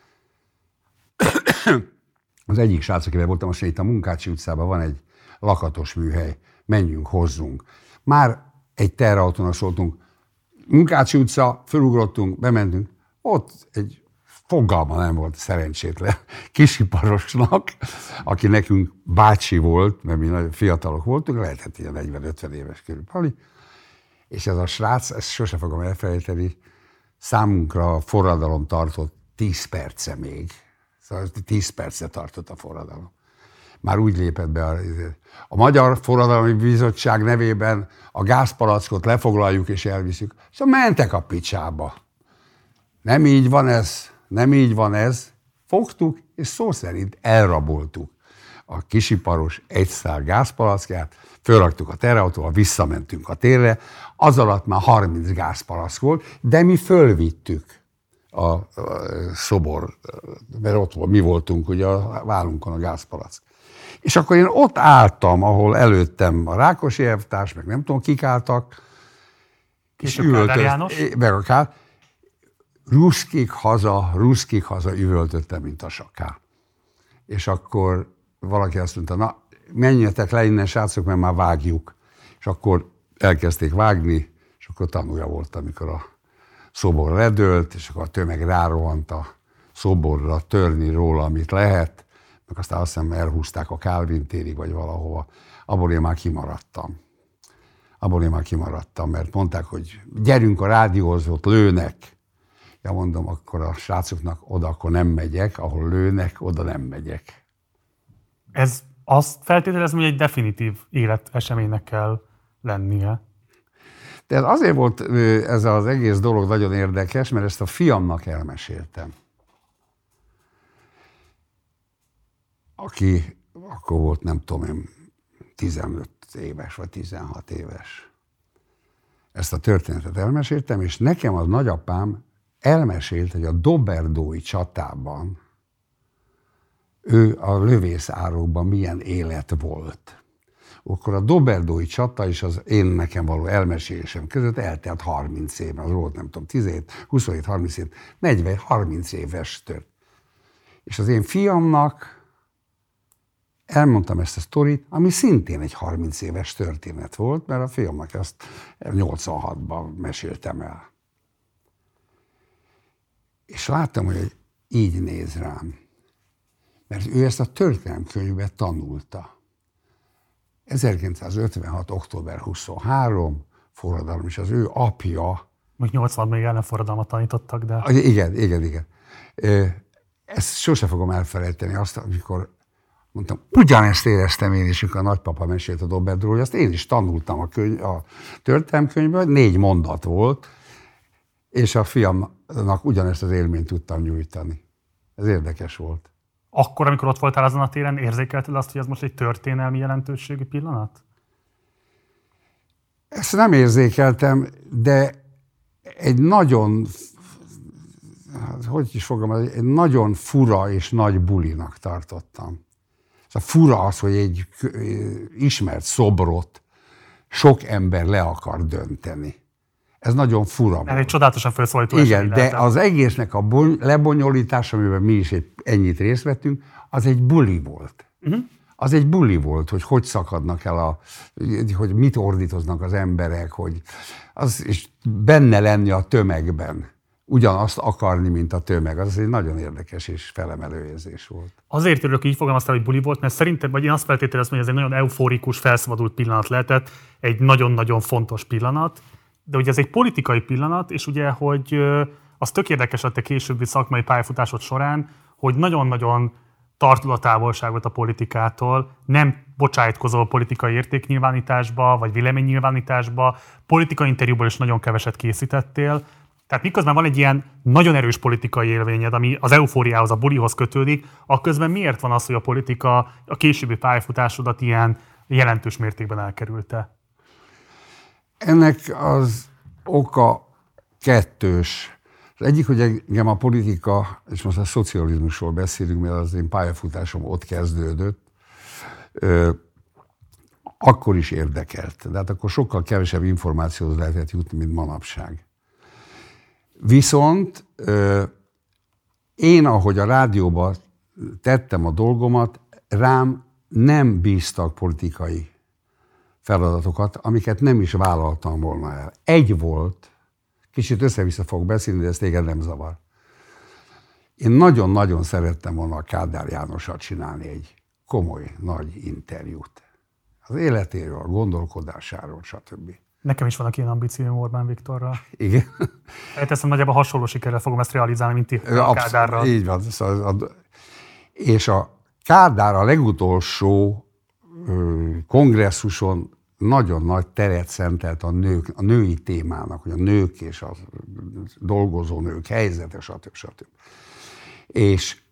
Speaker 2: Az egyik srác, akivel voltam, azt mondja, itt a Munkácsi utcában van egy lakatos műhely, menjünk, hozzunk. Már egy teherautónak szóltunk, Munkácsi utca, fölugrottunk, bementünk, ott egy fogalma nem volt szerencsétlen kisiparosnak, aki nekünk bácsi volt, mert mi nagyon fiatalok voltunk, lehetett ilyen 40-50 éves körül. És ez a srác, ezt sose fogom elfelejteni, számunkra a forradalom tartott 10 perce még. Szóval 10 perce tartott a forradalom. Már úgy lépett be a Magyar Forradalmi Bizottság nevében a gázpalackot lefoglaljuk és elviszük. Szóval mentek a picsába. Nem így van ez, nem így van ez. Fogtuk, és szó szerint elraboltuk a kisiparos 1 szál gázpalackját, fölraktuk a teherautóval, visszamentünk a térre, az alatt már 30 gázpalack volt, de mi fölvittük a szobor, mert ott volt, mi voltunk ugye a vállunkon a gázpalack. És akkor én ott álltam, ahol előttem a Rákosi elvtárs, meg nem tudom, kik álltak, és üvöltött, meg akár, ruszkik haza üvöltöttem, mint a sakál. És akkor valaki azt mondta, na, menjetek le innen, srácok, mert már vágjuk. És akkor elkezdték vágni, és akkor tanulja volt, amikor a szobor ledőlt, és akkor a tömeg rárohant a szoborra törni róla, amit lehet, meg aztán azt hiszem elhúzták a Kálvin térig, vagy valahova. Abból én már kimaradtam, mert mondták, hogy gyerünk a rádióhoz, ott lőnek. Ja, mondom, akkor a srácoknak oda akkor nem megyek, ahol lőnek, oda nem megyek.
Speaker 1: Ez azt feltételezem, hogy egy definitív életeseménynek kell lennie.
Speaker 2: De azért volt ez az egész dolog nagyon érdekes, mert ezt a fiamnak elmeséltem. Aki akkor volt, nem tudom én, 15 éves vagy 16 éves. Ezt a történetet elmeséltem, és nekem az nagyapám elmesélt, hogy a Doberdói csatában ő a lövészárokban milyen élet volt. Akkor a Doberdói csata és az én nekem való elmesélésem között eltelt 30 év, az volt nem tudom, 27-30 év, 40-30 éves tört. És az én fiamnak elmondtam ezt a sztorit, ami szintén egy 30 éves történet volt, mert a fiamnak ezt 86-ban meséltem el. És láttam, hogy így néz rám. Mert ő ezt a történelemkönyvben tanulta. 1956. október 23, forradalom, és az ő apja...
Speaker 1: Még 80 még ellenforradalmat tanítottak, de...
Speaker 2: Igen. Ezt sose fogom elfelejteni, azt, amikor mondtam, ugyanezt éreztem én is, amikor a nagypapa mesélt a Doberdról, hogy azt én is tanultam a történelemkönyvben, 4 mondat volt, és a fiamnak ugyanezt az élményt tudtam nyújtani. Ez érdekes volt.
Speaker 1: Akkor, amikor ott voltál azon a téren, érzékelted azt, hogy ez most egy történelmi jelentőségű pillanat?
Speaker 2: Ezt nem érzékeltem, de egy nagyon hogy is fogom, egy nagyon fura és nagy bulinak tartottam. Szóval fura az, hogy egy ismert szobrot sok ember le akar dönteni. Ez nagyon fura volt.
Speaker 1: Egy csodálatosan felszólító.
Speaker 2: Igen, de az egésznek a lebonyolítása, amiben mi is ennyit részt vettünk, az egy buli volt. Az egy buli volt, hogy szakadnak el, hogy mit ordítoznak az emberek, hogy az is benne lenni a tömegben. Ugyanazt akarni, mint a tömeg. Az egy nagyon érdekes és felemelő érzés volt.
Speaker 1: Azért örülök, így fogalmaztál, hogy buli volt, mert szerintem, vagy én azt feltételezem, hogy ez egy nagyon euforikus, felszabadult pillanat lehetett, egy nagyon-nagyon fontos pillanat, de ugye ez egy politikai pillanat, és ugye, hogy az tök érdekes a te későbbi szakmai pályafutásod során, hogy nagyon-nagyon tartod a távolságot a politikától, nem bocsájtkozol politikai értéknyilvánításba, vagy véleménynyilvánításba, politikai interjúból is nagyon keveset készítettél. Tehát miközben van egy ilyen nagyon erős politikai élményed, ami az eufóriához, a bulihoz kötődik, akközben miért van az, hogy a politika a későbbi pályafutásodat ilyen jelentős mértékben elkerülte?
Speaker 2: Ennek az oka kettős. Az egyik, hogy engem a politika, és most a szocializmusról beszélünk, mert az én pályafutásom ott kezdődött, akkor is érdekelt. De hát akkor sokkal kevesebb információhoz lehetett jutni, mint manapság. Viszont én, ahogy a rádióban tettem a dolgomat, rám nem bíztak politikai feladatokat, amiket nem is vállaltam volna el. Egy volt, kicsit össze-vissza fogok beszélni, de ez téged nem zavar. Én nagyon-nagyon szerettem volna a Kádár Jánossal csinálni egy komoly, nagy interjút. Az életéről, a gondolkodásáról, stb.
Speaker 1: Nekem is vannak ilyen ambícióim Orbán Viktorral.
Speaker 2: Igen.
Speaker 1: Elteszem, nagyjából hasonló sikerrel fogom ezt realizálni, mint ti a Kádárral.
Speaker 2: Így van. És a Kádár a legutolsó kongresszuson nagyon nagy teret szentelt a női témának, hogy a nők és a dolgozó nők helyzete, stb. És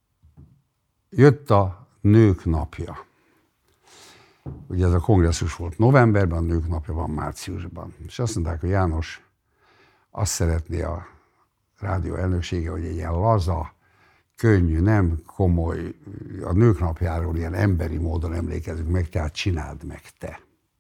Speaker 2: jött a Nők Napja. Ugye ez a kongresszus volt novemberben, a Nők Napja van márciusban. És azt mondták, hogy János azt szeretné a rádió elnöksége, hogy egy ilyen laza, könnyű, nem komoly, a Nők Napjáról ilyen emberi módon emlékezünk meg, tehát csináld meg te.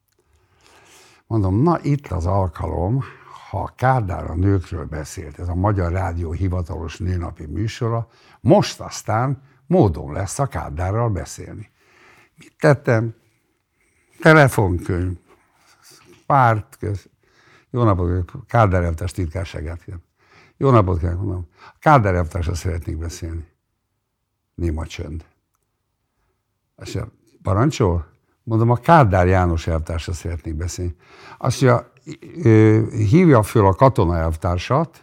Speaker 2: Mondom, na itt az alkalom, ha a Kádár a nőkről beszélt, ez a Magyar Rádió hivatalos nőnapi műsora, most aztán módon lesz a Kádárral beszélni. Mit tettem? Telefonkönyv, pártköz. Jó napot, Kádár elvtárs titkárságát. Jó napot kell mondom. A Kádár elvtársra szeretnék beszélni. Néma csönd. Azt mondja, parancsol? Mondom, a Kádár János elvtársra szeretnék beszélni. Azt mondja, hívja föl a Katona elvtársat.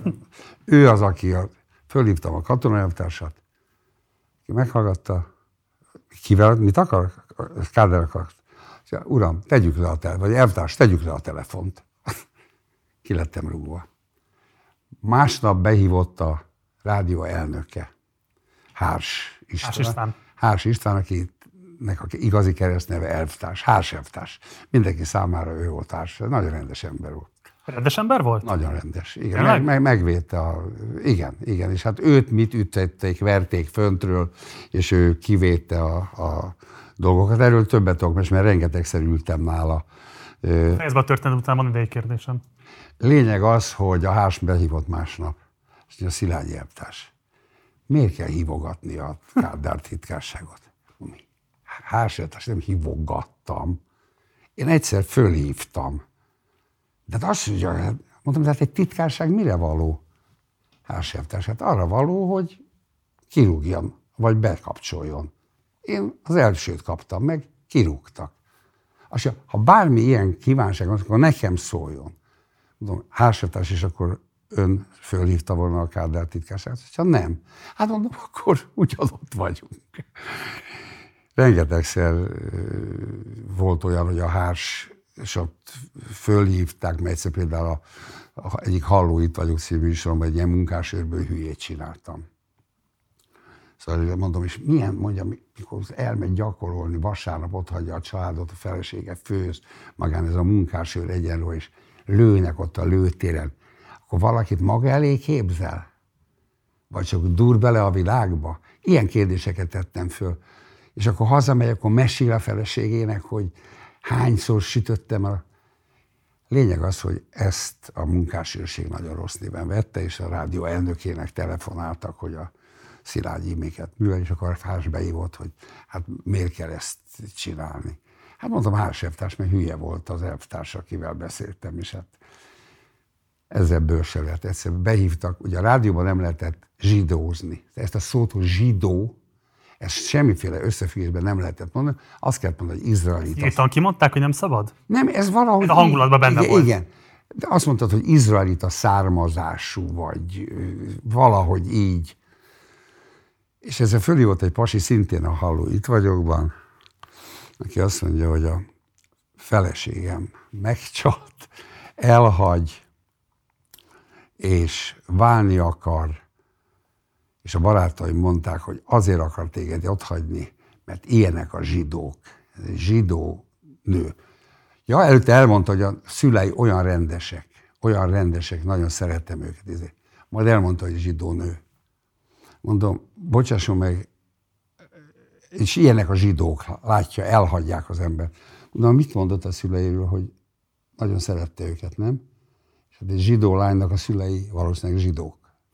Speaker 2: Ő az, aki fölhívtam a Katona elvtársat. Ki meghallgatta. Kivel, mit akar? Kádár akar. Uram, tegyük le a telefont, vagy elvtárs, tegyük le a telefont. Ki lettem rúgva. Másnap behívott a rádió elnöke, Hárs István. Hárs István, akinek igazi keresztneve elvtárs, Hárs elvtárs. Mindenki számára ő volt társ. Nagyon rendes ember volt.
Speaker 1: Rendes ember volt?
Speaker 2: Nagyon rendes. Igen, megvédte igen. És hát őt mit ütették, verték föntről, és ő kivédte a dolgokat. Erről többet tudok, mert rengetegszer ültem nála.
Speaker 1: Ez a történet után van idei kérdésem.
Speaker 2: Lényeg az, hogy a Hárs behívott másnap. Azt mondja, a Szilágyi elvtárs, miért kell hívogatni a Kádár titkárságot? Hárs elvtárs, nem hívogattam. Én egyszer fölhívtam. De azt mondja, mondtam, tehát egy titkárság mire való? Hárs elvtárs, hát arra való, hogy kirúgjon, vagy bekapcsoljon. Én az elsőt kaptam meg, kirúgtak. Azt mondja, ha bármi ilyen kívánság van, akkor nekem szóljon. Mondom, Hárs elvtárs, és akkor ön fölhívta volna a Kádár titkárságot? Ha nem. Hát mondom, akkor ugyanott vagyunk. Rengetegszer volt olyan, hogy a Hárs, és ott fölhívták, mert egyszer például egyik Halló itt vagyok című műsoromban egy ilyen munkásőrből hülyét csináltam. Szóval mondom, és milyen, mondja, mikor elmegy gyakorolni, vasárnap ott hagyja a családot, a felesége főz, magán ez a munkásőr egyenlő, és lőnek ott a lőtéren, akkor valakit maga elé képzel? Vagy csak dur bele a világba? Ilyen kérdéseket tettem föl. És akkor hazamegy, akkor mesél a feleségének, hogy hányszor sütöttem a... Lényeg az, hogy ezt a munkásőrség nagyon rossz néven vette, és a rádió elnökének telefonáltak, hogy a Szilágyi Iméket művel, és akkor Hárs beívott, hogy hát miért kell ezt csinálni. Hát mondtam, Hárs elvtárs, mert hülye volt az elvtárs, akivel beszéltem, és hát ezzel bőr se lett. Egyszer behívtak, ugye a rádióban nem lehetett zsidózni. Ezt a szót, hogy zsidó, ezt semmiféle összefüggésben nem lehetett mondani. Azt kellett mondani, hogy izraelita.
Speaker 1: Írtan kimondták, hogy nem szabad?
Speaker 2: Nem, ez valahogy...
Speaker 1: A hangulatban benne
Speaker 2: igen,
Speaker 1: volt.
Speaker 2: Igen. De azt mondtad, hogy izraelita származású, vagy valahogy így. És ezzel fölhívott egy pasi, szintén a Halló itt vagyokban, aki azt mondja, hogy a feleségem megcsalt, elhagy, és válni akar, és a barátaim mondták, hogy azért akar téged otthagyni, mert ilyenek a zsidók. Ez egy zsidó nő. Ja, előtte elmondta, hogy a szülei olyan rendesek, nagyon szerettem őket. Majd elmondta, hogy zsidó nő. Mondom, bocsásson meg, és ilyenek a zsidók, látja, elhagyják az embert. Mondom, mit mondott a szüleiről, hogy nagyon szerette őket, nem? És hát egy zsidó lánynak a szülei valószínűleg zsidók.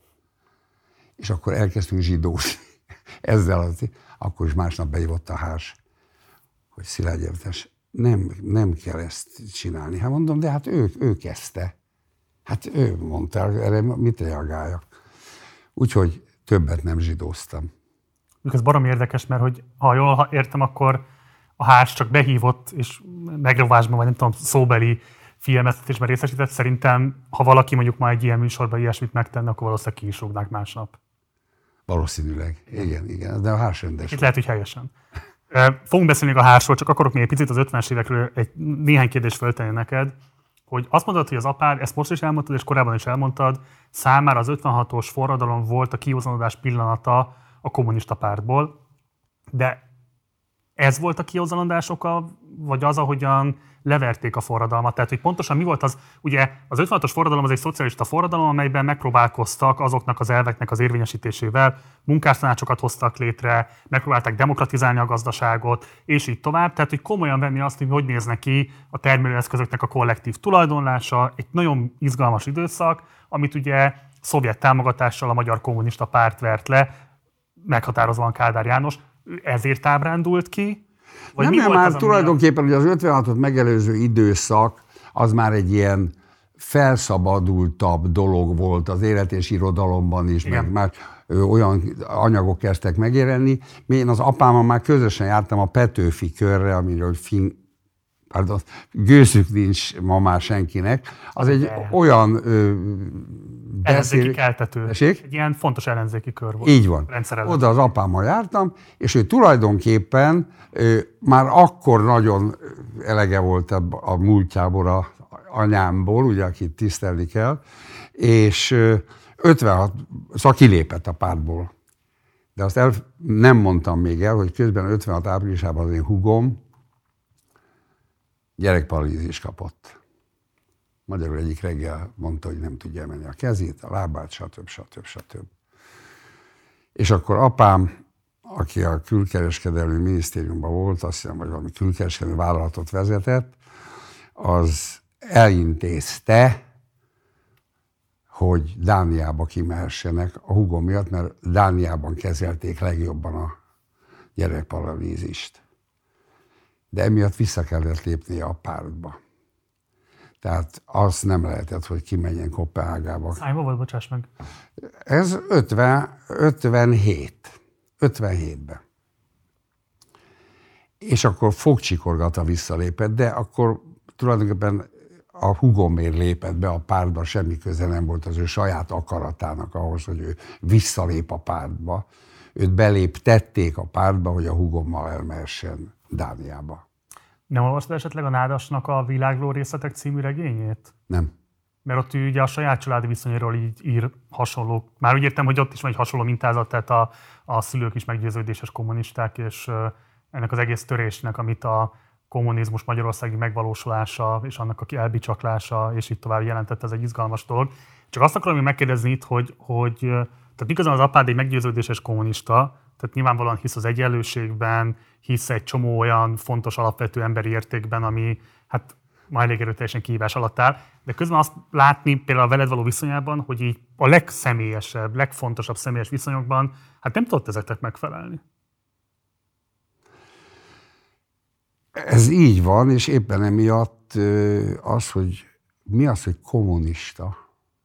Speaker 2: És akkor elkezdtünk zsidózni. Ezzel akkor is másnap beívott a Hárs, hogy Szilágyi elvtárs, nem kell ezt csinálni. Hát mondom, de hát ő kezdte. Hát ő mondta, erre mit reagáljak. Úgyhogy többet nem zsidóztam.
Speaker 1: Ez baromi érdekes, mert hogy, ha jól értem, akkor a Hárs csak behívott, és megrovásban, vagy nem tudom, szóbeli figyelmeztetésben részesített. Szerintem, ha valaki mondjuk már egy ilyen műsorban ilyesmit megtenne, akkor valószínűleg ki is rúgnák másnap.
Speaker 2: Valószínűleg. Igen. De a Hárs rendes.
Speaker 1: Itt lehet, hogy helyesen. Fogunk beszélni a Hársról, csak akarok még egy picit az 50-es évekről néhány kérdést föltenni neked, hogy azt mondod, hogy az apád, ezt most is elmondtad, és korábban is elmondtad, számára az 56-os forradalom volt a kihozanodás pillanata a kommunista pártból, de ez volt a kihozanodás oka, vagy az, ahogyan leverték a forradalmat? Tehát, hogy pontosan mi volt az, ugye az 56-os forradalom az egy szocialista forradalom, amelyben megpróbálkoztak azoknak az elveknek az érvényesítésével, munkástanácsokat hoztak létre, megpróbálták demokratizálni a gazdaságot, és így tovább. Tehát, hogy komolyan venni azt, hogy néznek ki a termelőeszközöknek a kollektív tulajdonlása, egy nagyon izgalmas időszak, amit ugye szovjet támogatással a Magyar Kommunista Párt vert le, meghatározóan Kádár János. Ezért ábrándult ki? Vagy
Speaker 2: nem, már tulajdonképpen ugye az 56-ot megelőző időszak az már egy ilyen felszabadultabb dolog volt az élet és irodalomban is, meg már olyan anyagok kezdtek megjelenni. Én az apámmal már közösen jártam a Petőfi körre, amiről gőzük nincs ma már senkinek. Az egy olyan
Speaker 1: ellenzéki keltető. Egy ilyen fontos ellenzéki kör volt.
Speaker 2: Így van. Oda az apámmal jártam, és ő tulajdonképpen már akkor nagyon elege volt a múltjából, a anyámból, ugye, akit tisztelni kell, és 56, szóval kilépett a pártból. De azt nem mondtam még el, hogy közben 56 áprilisában az én húgom gyerekparalízist kapott. Magyarul egyik reggel mondta, hogy nem tudja emelni a kezét, a lábát, stb. És akkor apám, aki a külkereskedelmi minisztériumban volt, azt hiszem, vagy valami külkereskedelmi vállalatot vezetett, az elintézte, hogy Dániába kimehessenek a húgom miatt, mert Dániában kezelték legjobban a gyerekparalízist. De emiatt vissza kellett lépnie a pártba. Tehát az nem lehetett, hogy kimenjen Koppenhágába.
Speaker 1: Hányban volt, bocsáss meg?
Speaker 2: Ez 57-ben. És akkor fogcsikorgata visszalépett, de akkor tulajdonképpen a húgomért lépett be a pártba, semmi köze nem volt az ő saját akaratának ahhoz, hogy ő visszalép a pártba. Őt beléptették a pártba, hogy a húgommal elmehessen Dániába.
Speaker 1: Nem olvastad esetleg a Nádasnak a Világló részletek című regényét?
Speaker 2: Nem.
Speaker 1: Mert ott ő ugye a saját családi viszonyáról így ír hasonló. Már úgy értem, hogy ott is van egy hasonló mintázat, tehát a szülők is meggyőződéses kommunisták, és ennek az egész törésnek, amit a kommunizmus magyarországi megvalósulása és annak a elbicsaklása, és így tovább jelentett, ez egy izgalmas dolog. Csak azt akarom még megkérdezni itt, hogy Tehát miközben az apád egy meggyőződéses kommunista, tehát nyilvánvalóan hisz az egyenlőségben, hisz egy csomó olyan fontos alapvető emberi értékben, ami hát ma elég erőteljesen kihívás alatt áll, de közben azt látni például a veled való viszonyában, hogy így a legszemélyesebb, legfontosabb személyes viszonyokban, hát nem tudott ezeknek megfelelni.
Speaker 2: Ez így van, és éppen emiatt az, hogy mi az, hogy kommunista,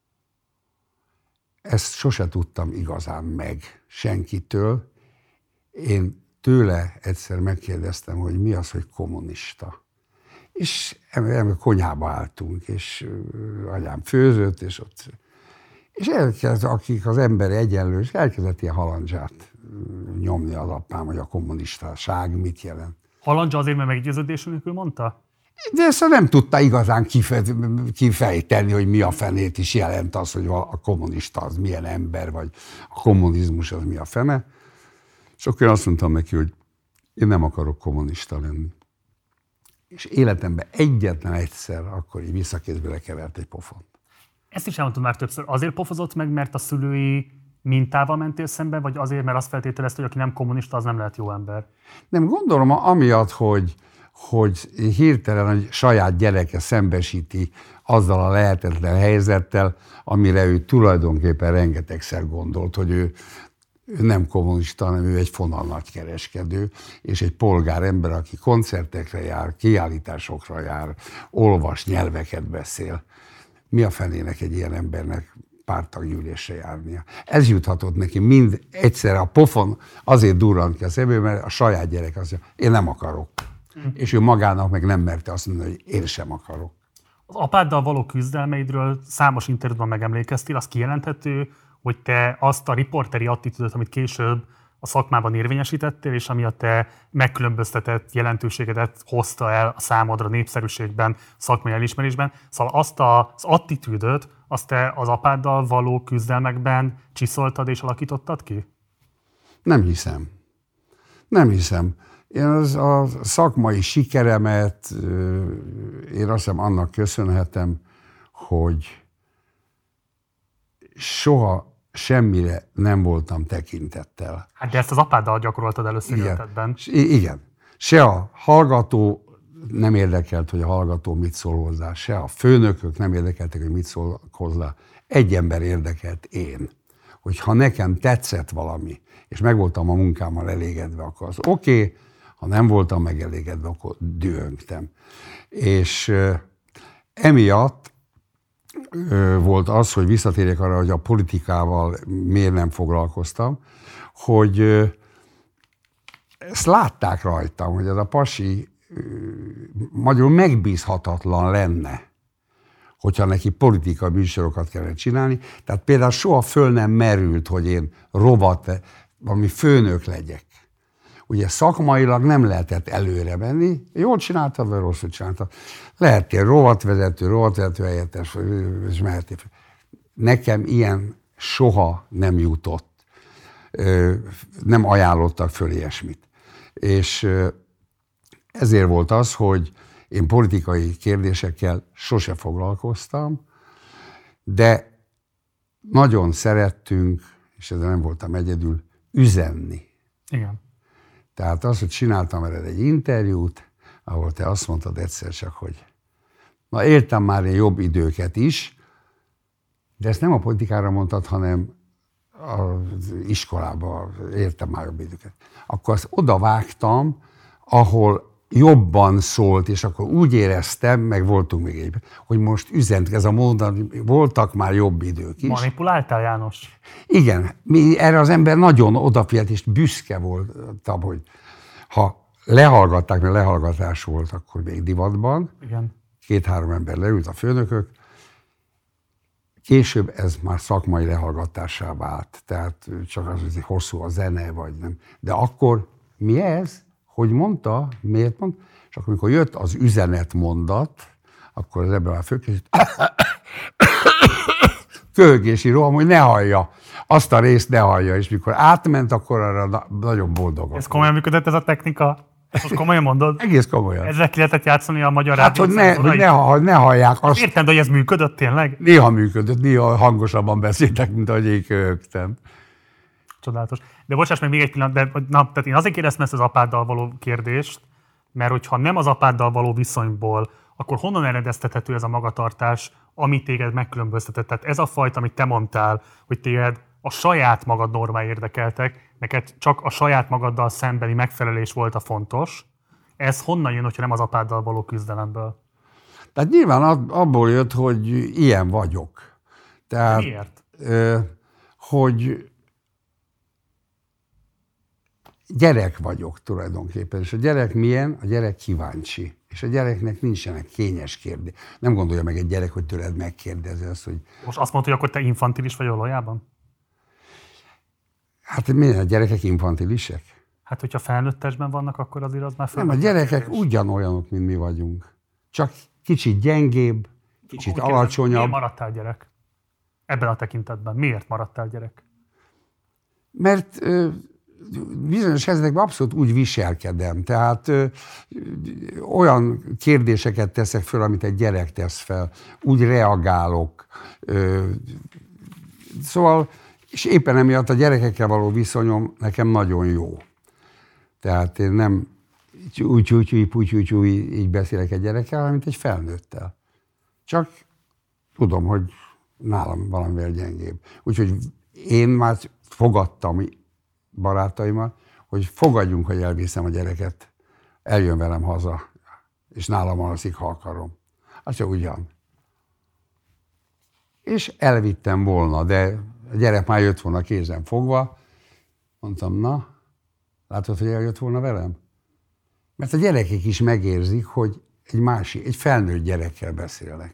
Speaker 2: ezt sose tudtam igazán meg senkitől. Én tőle egyszer megkérdeztem, hogy mi az, hogy kommunista. És konyhába álltunk, és anyám főzött, és ott... És akik az ember egyenlő, és elkezdett ilyen halandzsát nyomni az apám, hogy a kommunistaság mit jelent.
Speaker 1: Halandzsa azért, mert meggyőződés nélkül mondta?
Speaker 2: De ezt nem tudta igazán kifejteni, hogy mi a fenét is jelent az, hogy a kommunista az milyen ember, vagy a kommunizmus az mi a fene. És akkor én azt mondtam neki, hogy én nem akarok kommunista lenni. És életemben egyetlen egyszer akkor így visszakézbe lekevert egy pofont.
Speaker 1: Ezt is elmondtam már többször. Azért pofozott meg, mert a szülői mintával mentél szembe, vagy azért, mert azt feltételezte, hogy aki nem kommunista, az nem lehet jó ember?
Speaker 2: Nem, gondolom amiatt, hogy hirtelen a saját gyereke szembesíti azzal a lehetetlen helyzettel, amire ő tulajdonképpen rengetegszer gondolt, hogy ő nem kommunista, hanem ő egy fonalnagykereskedő, és egy polgárember, aki koncertekre jár, kiállításokra jár, olvas, nyelveket beszél. Mi a fenének egy ilyen embernek párttaggyűlésre járnia? Ez juthatott neki mind egyszerre, a pofon azért durrant ki a szemébe, mert a saját gyerek azt mondja, én nem akarok. És ő magának meg nem merte azt mondani, hogy én sem akarok.
Speaker 1: Az apáddal való küzdelmeidről számos interjúban megemlékeztél, az kijelenthető, hogy te azt a riporteri attitűdöt, amit később a szakmában érvényesítettél, és ami a te megkülönböztetett jelentőségedet hozta el a számodra népszerűségben, szakmai elismerésben. Szóval azt az attitűdöt, azt te az apáddal való küzdelmekben csiszoltad és alakítottad ki?
Speaker 2: Nem hiszem. Nem hiszem. Én a szakmai sikeremet, én azt hiszem annak köszönhetem, hogy soha semmire nem voltam tekintettel.
Speaker 1: Hát de ezt az apáddal gyakoroltad először életedben.
Speaker 2: Igen. Se a hallgató nem érdekelt, hogy a hallgató mit szól hozzá, se a főnökök nem érdekeltek, hogy mit szól hozzá. Egy ember érdekelt, én. Hogy ha nekem tetszett valami, és meg voltam a munkámmal elégedve, akkor az oké, ha nem voltam megelégedve, akkor dühöngtem. És emiatt volt az, hogy visszatérjek arra, hogy a politikával miért nem foglalkoztam, hogy ezt látták rajtam, hogy ez a pasi magyarul megbízhatatlan lenne, hogyha neki politikai műsorokat kellene csinálni. Tehát például soha föl nem merült, hogy én valami főnök legyek. Ugye szakmailag nem lehetett előre menni, jól csináltad, vagy rosszul csináltad. Lehettél rovatvezető helyettes, és mehetél. Nekem ilyen soha nem jutott. Nem ajánlottak föl ilyesmit. És ezért volt az, hogy én politikai kérdésekkel sose foglalkoztam, de nagyon szerettünk, és ezzel nem voltam egyedül, üzenni.
Speaker 1: Igen.
Speaker 2: Tehát az, hogy csináltam veled egy interjút, ahol te azt mondtad egyszer csak, hogy na éltem már én jobb időket is, de ezt nem a politikára mondtad, hanem az iskolába éltem már jobb időket. Akkor azt oda vágtam, ahol jobban szólt, és akkor úgy éreztem, meg voltunk még egy, hogy most üzent ez a módon, voltak már jobb idők is.
Speaker 1: Manipuláltál, János?
Speaker 2: Igen, erre az ember nagyon odafigyelt, és büszke voltam, hogy ha lehallgatták, mert lehallgatás volt akkor még divatban,
Speaker 1: igen.
Speaker 2: 2-3 ember leült, a főnökök, később ez már szakmai lehallgatássá vált, tehát csak az, hogy hosszú a zene, vagy nem. De akkor mi ez? Hogy mondta? Miért mondta? És akkor, amikor jött az üzenetmondat, akkor az ebben már fölkészült, köhögési roham, hogy ne hallja. Azt a részt ne hallja, és mikor átment, akkor arra nagyon boldog.
Speaker 1: Ez komolyan működött ez a technika? Ezt most komolyan mondod?
Speaker 2: Egész komolyan.
Speaker 1: Ezzel ki lehetett játszani a magyar
Speaker 2: rádió? Hát, hogy ne hallják azt.
Speaker 1: Értem, de hogy ez működött tényleg?
Speaker 2: Néha működött, néha hangosabban beszéltek, mint ahogy én köhögtem.
Speaker 1: Csodálatos. De bocsáss meg még egy pillanat, tehát én azért kérdeztem ezt az apáddal való kérdést, mert hogyha nem az apáddal való viszonyból, akkor honnan eredeztethető ez a magatartás, ami téged megkülönböztetett? Tehát ez a fajta, amit te mondtál, hogy téged a saját magad normái érdekeltek, neked csak a saját magaddal szembeni megfelelés volt a fontos. Ez honnan jön, hogyha nem az apáddal való küzdelemből?
Speaker 2: Tehát nyilván abból jött, hogy ilyen vagyok. Tehát,
Speaker 1: miért?
Speaker 2: Hogy gyerek vagyok tulajdonképpen. És a gyerek milyen? A gyerek kíváncsi. És a gyereknek nincsenek kényes kérdés. Nem gondolja meg egy gyerek, hogy tőled megkérdezi azt, hogy...
Speaker 1: Most azt mondta, hogy akkor te infantilis vagy valójában?
Speaker 2: Hát miért a gyerekek infantilisek?
Speaker 1: Hát, hogyha felnőtt testben vannak, akkor azért az már
Speaker 2: fel. Nem, a gyerekek ugyanolyanok, mint mi vagyunk. Csak kicsit gyengébb, kicsit alacsonyabb.
Speaker 1: Miért maradtál gyerek? Ebben a tekintetben. Miért maradtál gyerek?
Speaker 2: Mert bizonyos helyzetekben abszolút úgy viselkedem. Tehát olyan kérdéseket teszek föl, amit egy gyerek tesz fel. Úgy reagálok. Szóval, és éppen emiatt a gyerekekkel való viszonyom nekem nagyon jó. Tehát én nem úgy így beszélek egy gyerekkel, hanem mint egy felnőttel. Csak tudom, hogy nálam valamivel gyengébb. Úgyhogy én már fogadtam barátaimmal, hogy fogadjunk, hogy elviszem a gyereket, eljön velem haza, és nálam alszik, ha akarom. Az csak ugyan. És elvittem volna, de a gyerek már jött volna kézen fogva. Mondtam, na, látod, hogy eljött volna velem? Mert a gyerekek is megérzik, hogy egy felnőtt gyerekkel beszélnek.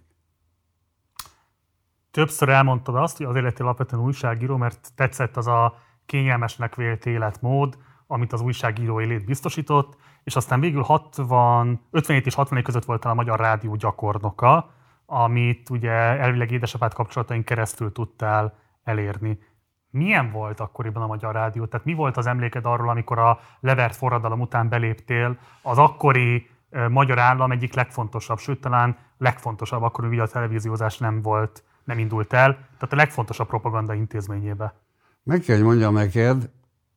Speaker 1: Többször elmondtad azt, hogy azért lettél alapvetően újságíró, mert tetszett az a kényelmesnek vélt életmód, amit az újságíró élét biztosított, és aztán végül 57 és 61 között voltál a Magyar Rádió gyakornoka, amit ugye elvileg édesapád kapcsolatain keresztül tudtál elérni. Milyen volt akkoriban a Magyar Rádió? Tehát mi volt az emléked arról, amikor a levert forradalom után beléptél az akkori magyar állam egyik legfontosabb, sőt talán legfontosabb, akkor ugye a televíziózás nem indult el, tehát a legfontosabb propaganda intézményébe.
Speaker 2: Meg kell, hogy mondjam neked,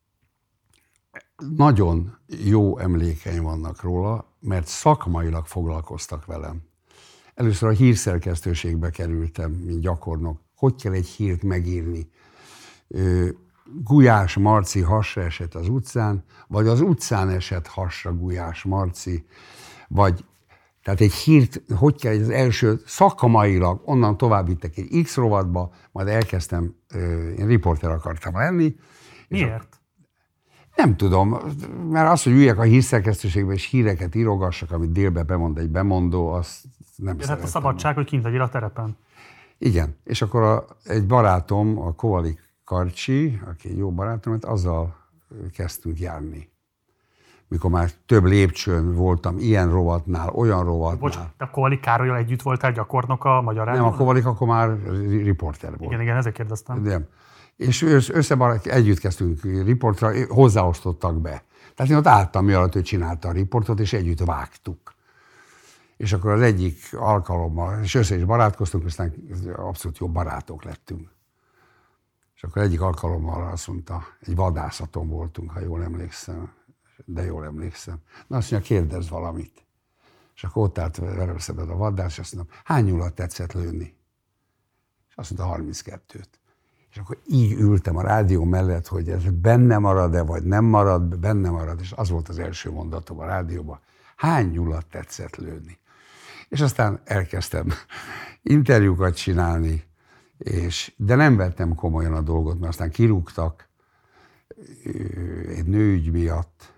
Speaker 2: nagyon jó emlékeim vannak róla, mert szakmailag foglalkoztak velem. Először a hírszerkesztőségbe kerültem, mint gyakornok. Hogy kell egy hírt megírni? Gulyás Marci hasra esett az utcán, vagy az utcán esett hasra Gulyás Marci, vagy tehát egy hírt, hogy kell az első szakmailag, onnan tovább vittek egy X rovatba, majd elkezdtem, én riporter akartam lenni.
Speaker 1: Miért?
Speaker 2: Nem tudom, mert az, hogy üljek a hírszerkesztőségbe és híreket írogassak, amit délbe bemond egy bemondó, azt nem szeretem.
Speaker 1: Hát a szabadság, hogy kint legyél a terepen.
Speaker 2: Igen, és akkor egy barátom, a Kovalik Karcsi, aki egy jó barátom, azzal kezdtünk járni. Mikor már több lépcsőn voltam, ilyen rovatnál, olyan rovatnál.
Speaker 1: Bocs, te a Kovalik Károlyal együtt voltál gyakornok a Magyar Rádióban?
Speaker 2: Nem, a Kovalik akkor már riporter volt.
Speaker 1: Igen, ezért kérdeztem.
Speaker 2: Nem. És együtt kezdtünk riportra, hozzáosztottak be. Tehát én ott álltam, mi alatt ő csinálta a riportot, és együtt vágtuk. És akkor az egyik alkalommal, és össze is barátkoztunk, aztán abszolút jó barátok lettünk. És akkor egyik alkalommal azt mondta, egy vadászaton voltunk, ha jól emlékszem, de jól emlékszem. Na azt mondja, kérdezz valamit. És akkor ott állt velem szemben a vadász, és azt mondom, hány nyulat tetszett lőni? És azt mondta, 32-t. És akkor így ültem a rádió mellett, hogy ez benne marad-e, vagy nem marad, benne marad, és az volt az első mondatom a rádióban. Hány nyulat tetszett lőni? És aztán elkezdtem interjúkat csinálni, de nem vettem komolyan a dolgot, mert aztán kirúgtak egy nőügy miatt,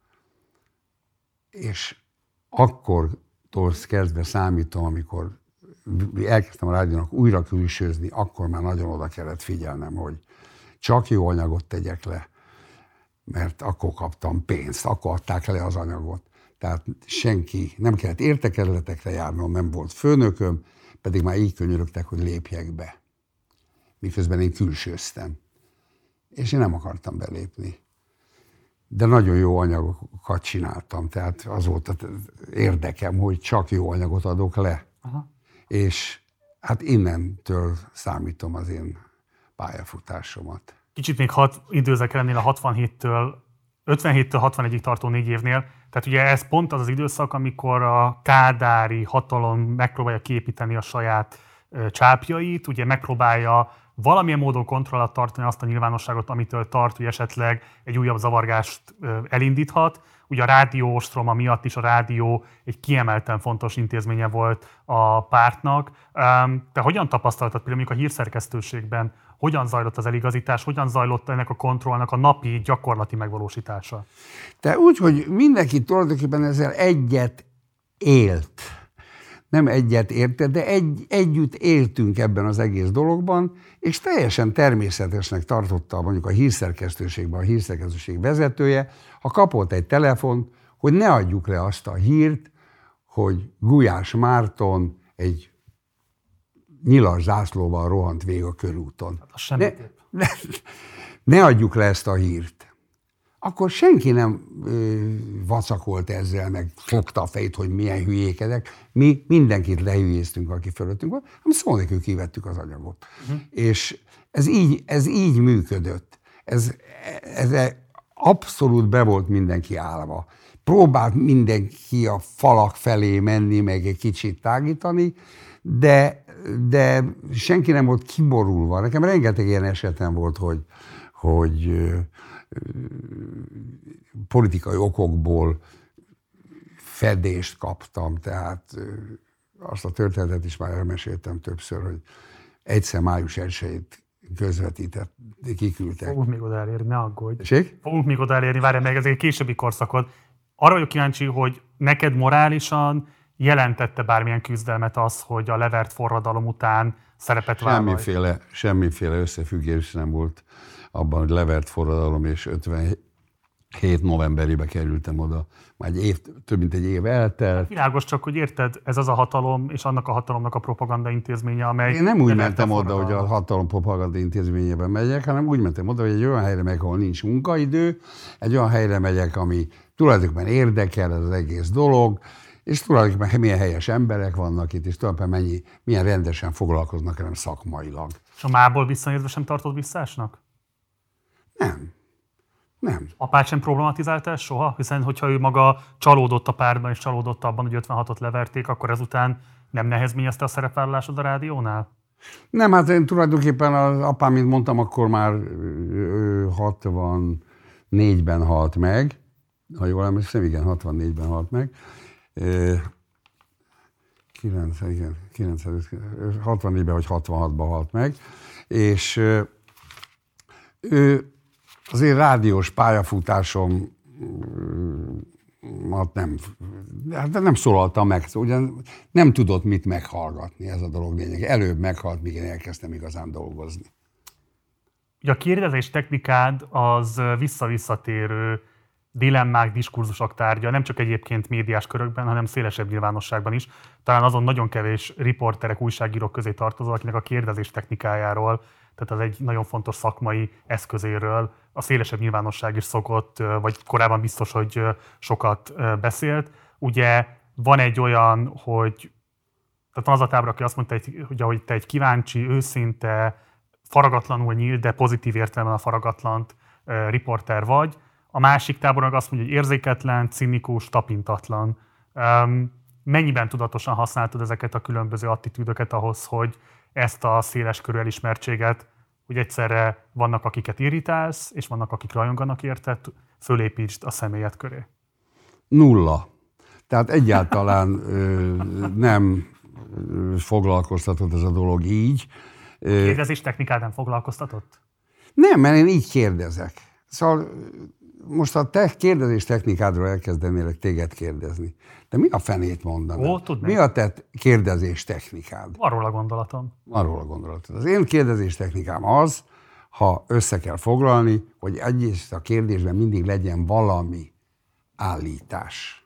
Speaker 2: és akkor kezdve számítom, amikor elkezdtem a rádiónak újra külsőzni, akkor már nagyon oda kellett figyelnem, hogy csak jó anyagot tegyek le, mert akkor kaptam pénzt, akkor adták le az anyagot. Tehát senki, nem kellett értekezletekre járnom, nem volt főnököm, pedig már így könyörögtek, hogy lépjek be. Miközben én külsőztem. És én nem akartam belépni. De nagyon jó anyagokat csináltam, tehát az volt az érdekem, hogy csak jó anyagot adok le. Aha. És hát innentől számítom az én pályafutásomat.
Speaker 1: Kicsit még időzek ennél a 57-től 61-ig tartó 4 évnél. Tehát ugye ez pont az az időszak, amikor a kádári hatalom megpróbálja kiépíteni a saját csápjait, ugye megpróbálja valamilyen módon kontroll alatt tartani azt a nyilvánosságot, amitől tart, hogy esetleg egy újabb zavargást elindíthat. Ugye a rádió ostroma miatt is a rádió egy kiemelten fontos intézménye volt a pártnak. Te hogyan tapasztaltad például mondjuk a hírszerkesztőségben, hogyan zajlott az eligazítás, hogyan zajlott ennek a kontrollnak a napi gyakorlati megvalósítása?
Speaker 2: De úgy, hogy mindenki tulajdonképpen ezzel egyet élt. Nem egyet érte, de együtt éltünk ebben az egész dologban, és teljesen természetesnek tartotta mondjuk a hírszerkesztőségben a hírszerkesztőség vezetője, ha kapott egy telefont, hogy ne adjuk le azt a hírt, hogy Gulyás Márton egy nyilas zászlóval rohant végig a körúton. Ne adjuk le ezt a hírt. Akkor senki nem vacakolt ezzel, meg fogta a fejét, hogy milyen hülyékedek. Mi mindenkit lehülyéztünk, aki fölöttünk volt, hanem szó nélkül kivettük az anyagot. És ez így működött. Ez abszolút be volt mindenki állva. Próbált mindenki a falak felé menni, meg egy kicsit tágítani, de senki nem volt kiborulva. Nekem rengeteg ilyen esetem volt, hogy politikai okokból fedést kaptam, tehát azt a történetet is már elmeséltem többször, hogy egyszer május 1-ét kiküldtek.
Speaker 1: Fogunk még oda elérni, ne aggódj.
Speaker 2: Ség?
Speaker 1: Fogunk még oda elérni, várj meg, ez egy későbbi korszakod. Arra vagyok kíváncsi, hogy neked morálisan jelentette bármilyen küzdelmet az, hogy a levert forradalom után szerepet vállalj?
Speaker 2: Semmiféle összefüggés nem volt abban, hogy levert forradalom, és 57 novemberébe kerültem oda. Már több mint egy év eltelt.
Speaker 1: Világos, csak hogy érted, ez az a hatalom, és annak a hatalomnak a propaganda intézménye, amely...
Speaker 2: Én nem úgy mentem oda, hogy a hatalom propaganda intézményében megyek, hanem úgy mentem oda, hogy egy olyan helyre megyek, ahol nincs munkaidő, egy olyan helyre megyek, ami tulajdonképpen érdekel ez az egész dolog, és tulajdonképpen milyen helyes emberek vannak itt, és tulajdonképpen milyen rendesen foglalkoznak velem szakmailag.
Speaker 1: És a mából visszanézve sem tartod visszásnak?
Speaker 2: Nem.
Speaker 1: Apád sem problematizálta ezt soha? Hiszen, hogyha ő maga csalódott a pártban, és csalódott abban, hogy 56-ot leverték, akkor ezután nem nehezményezte a szerepvállalásod a rádiónál?
Speaker 2: Nem, hát én tulajdonképpen az apám, mint mondtam, akkor már 64-ben halt meg. Ha jól emlékszem, igen, 64-ben halt meg. 64-ben vagy 66-ban halt meg. És ő az én rádiós pályafutásomat nem szólalta meg, ugyan nem tudott mit meghallgatni, ez a dolog lényeg. Előbb meghalt, míg én elkezdtem igazán dolgozni.
Speaker 1: Ugye a kérdezés technikád az visszavisszatérő dilemmák, diskurzusok tárgya, nem csak egyébként médiás körökben, hanem szélesebb nyilvánosságban is. Talán azon nagyon kevés riporterek, újságírók közé tartozol, akinek a kérdezés technikájáról, tehát az egy nagyon fontos szakmai eszközéről a szélesebb nyilvánosság is szokott, vagy korábban biztos, hogy sokat beszélt. Ugye van egy olyan, hogy tehát van az a tábor, aki azt mondta, hogy te egy kíváncsi, őszinte, faragatlanul nyílt, de pozitív értelemben a faragatlant riporter vagy. A másik tábornak azt mondja, hogy érzéketlen, cinikus, tapintatlan. Mennyiben tudatosan használtad ezeket a különböző attitűdöket ahhoz, hogy ezt a széleskörű elismertséget, hogy egyszerre vannak, akiket irritálsz, és vannak, akik rajonganak érted, fölépítsd a személyed köré?
Speaker 2: 0. Tehát egyáltalán nem foglalkoztatott ez a dolog így.
Speaker 1: Kérdezés technikád nem foglalkoztatott?
Speaker 2: Nem, mert én így kérdezek. Szóval most a te kérdezés technikádról elkezdenélek téged kérdezni. De mi a fenét mondanád? Mi a te kérdezés technikád?
Speaker 1: Arról a gondolatom.
Speaker 2: Arról a gondolatod. Az én kérdezés technikám az, ha össze kell foglalni, hogy egyrészt a kérdésben mindig legyen valami állítás.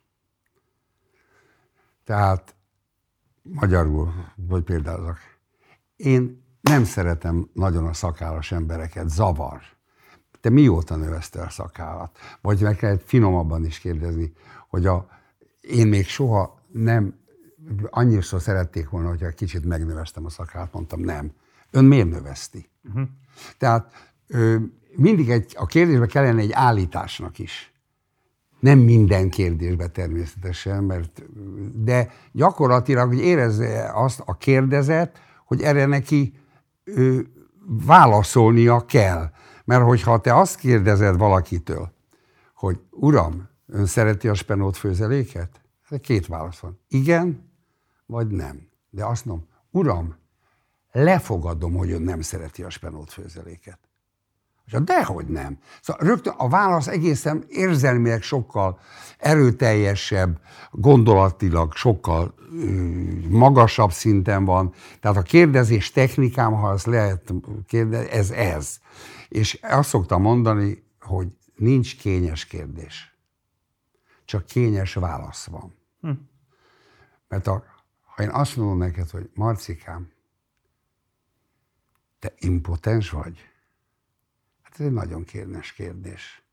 Speaker 2: Tehát magyarul, vagy például én nem szeretem nagyon a szakállas embereket, zavar. Te mióta növesztél a szakállat? Vagy meg kell finomabban is kérdezni, hogy én még soha nem, annyiszor szerették volna, hogyha kicsit megnöveztem a szakállat, mondtam nem. Ön miért növeszti? Tehát mindig a kérdésbe kellene egy állításnak is. Nem minden kérdésbe természetesen, de gyakorlatilag, hogy érezze azt a kérdezet, hogy erre neki válaszolnia kell. Mert hogyha te azt kérdezed valakitől, hogy uram, ön szereti a spenót főzeléket? Két válasz van. Igen, vagy nem. De azt mondom, uram, lefogadom, hogy ön nem szereti a spenót főzeléket. Dehogy nem. Szóval rögtön a válasz egészen érzelmileg sokkal erőteljesebb, gondolatilag sokkal magasabb szinten van. Tehát a kérdezés technikám, ha azt lehet kérdezni, ez. És azt szoktam mondani, hogy nincs kényes kérdés. Csak kényes válasz van. Mert ha én azt mondom neked, hogy Marcikám, te impotens vagy? Hát ez egy nagyon kényes kérdés.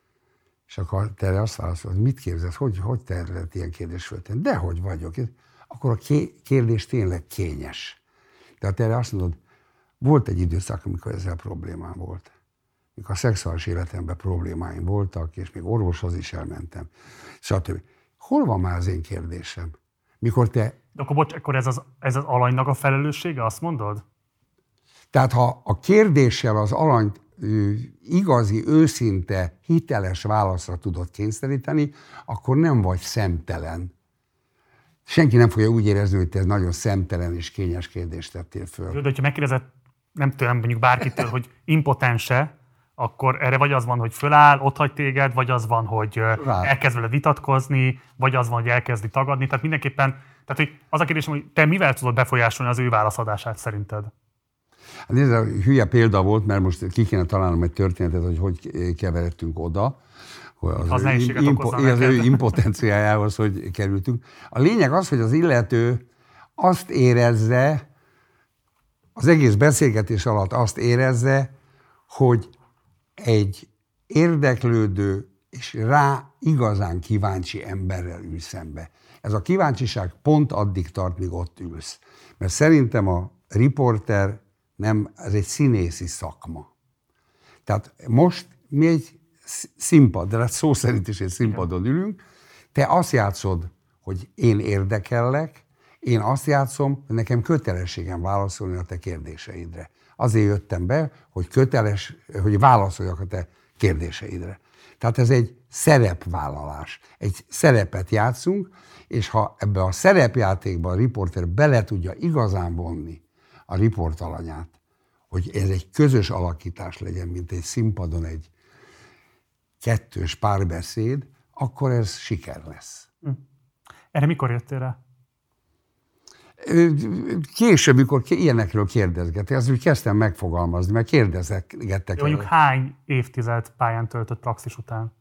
Speaker 2: És akkor te erre azt válaszolod, hogy mit képzelsz, hogy te lehet ilyen kérdést föltenni? Dehogy vagyok. Akkor a kérdés tényleg kényes. Tehát erre azt mondod, volt egy időszak, amikor ezzel problémám volt. Mikor a szexuális életemben problémáim voltak, és még orvoshoz is elmentem, stb. Hol van már az én kérdésem? Mikor te...
Speaker 1: De akkor ez az alanynak a felelőssége, azt mondod?
Speaker 2: Tehát ha a kérdéssel az alanyt igazi, őszinte, hiteles válaszra tudod kényszeríteni, akkor nem vagy szemtelen. Senki nem fogja úgy érezni, hogy te ez nagyon szemtelen és kényes kérdést tettél föl.
Speaker 1: De hogyha megkérdezed, nem tudom, mondjuk bárkitől, hogy impotense, akkor erre vagy az van, hogy föláll, otthagy téged, vagy az van, hogy elkezd vele vitatkozni, vagy az van, hogy elkezdi tagadni. Tehát mindenképpen, tehát hogy az a kérdésem, hogy te mivel tudod befolyásolni az ő válaszadását szerinted?
Speaker 2: Hát ez a hülye példa volt, mert most ki kéne találnom egy történetet, hogy keveredtünk oda, az ő impotenciájához, hogy kerültünk. A lényeg az, hogy az illető azt érezze, az egész beszélgetés alatt azt érezze, hogy egy érdeklődő és rá igazán kíváncsi emberrel ül szembe. Ez a kíváncsiság pont addig tart, míg ott ülsz. Mert szerintem a riporter ez egy színészi szakma. Tehát most mi egy színpad, de szó szerint is egy színpadon ülünk, te azt játszod, hogy én érdekellek, én azt játszom, hogy nekem kötelességem válaszolni a te kérdéseidre. Azért jöttem be, hogy válaszoljak a te kérdéseidre. Tehát ez egy szerepvállalás. Egy szerepet játszunk, és ha ebbe a szerepjátékba a riporter bele tudja igazán vonni a riportalanyát, hogy ez egy közös alakítás legyen, mint egy színpadon egy kettős párbeszéd, akkor ez siker lesz.
Speaker 1: Erre mikor jöttél rá?
Speaker 2: Később, mikor ilyenekről kérdezgettek, azt úgy kezdtem megfogalmazni, mert kérdezgettek.
Speaker 1: Mondjuk hány évtized pályán töltött praxis után?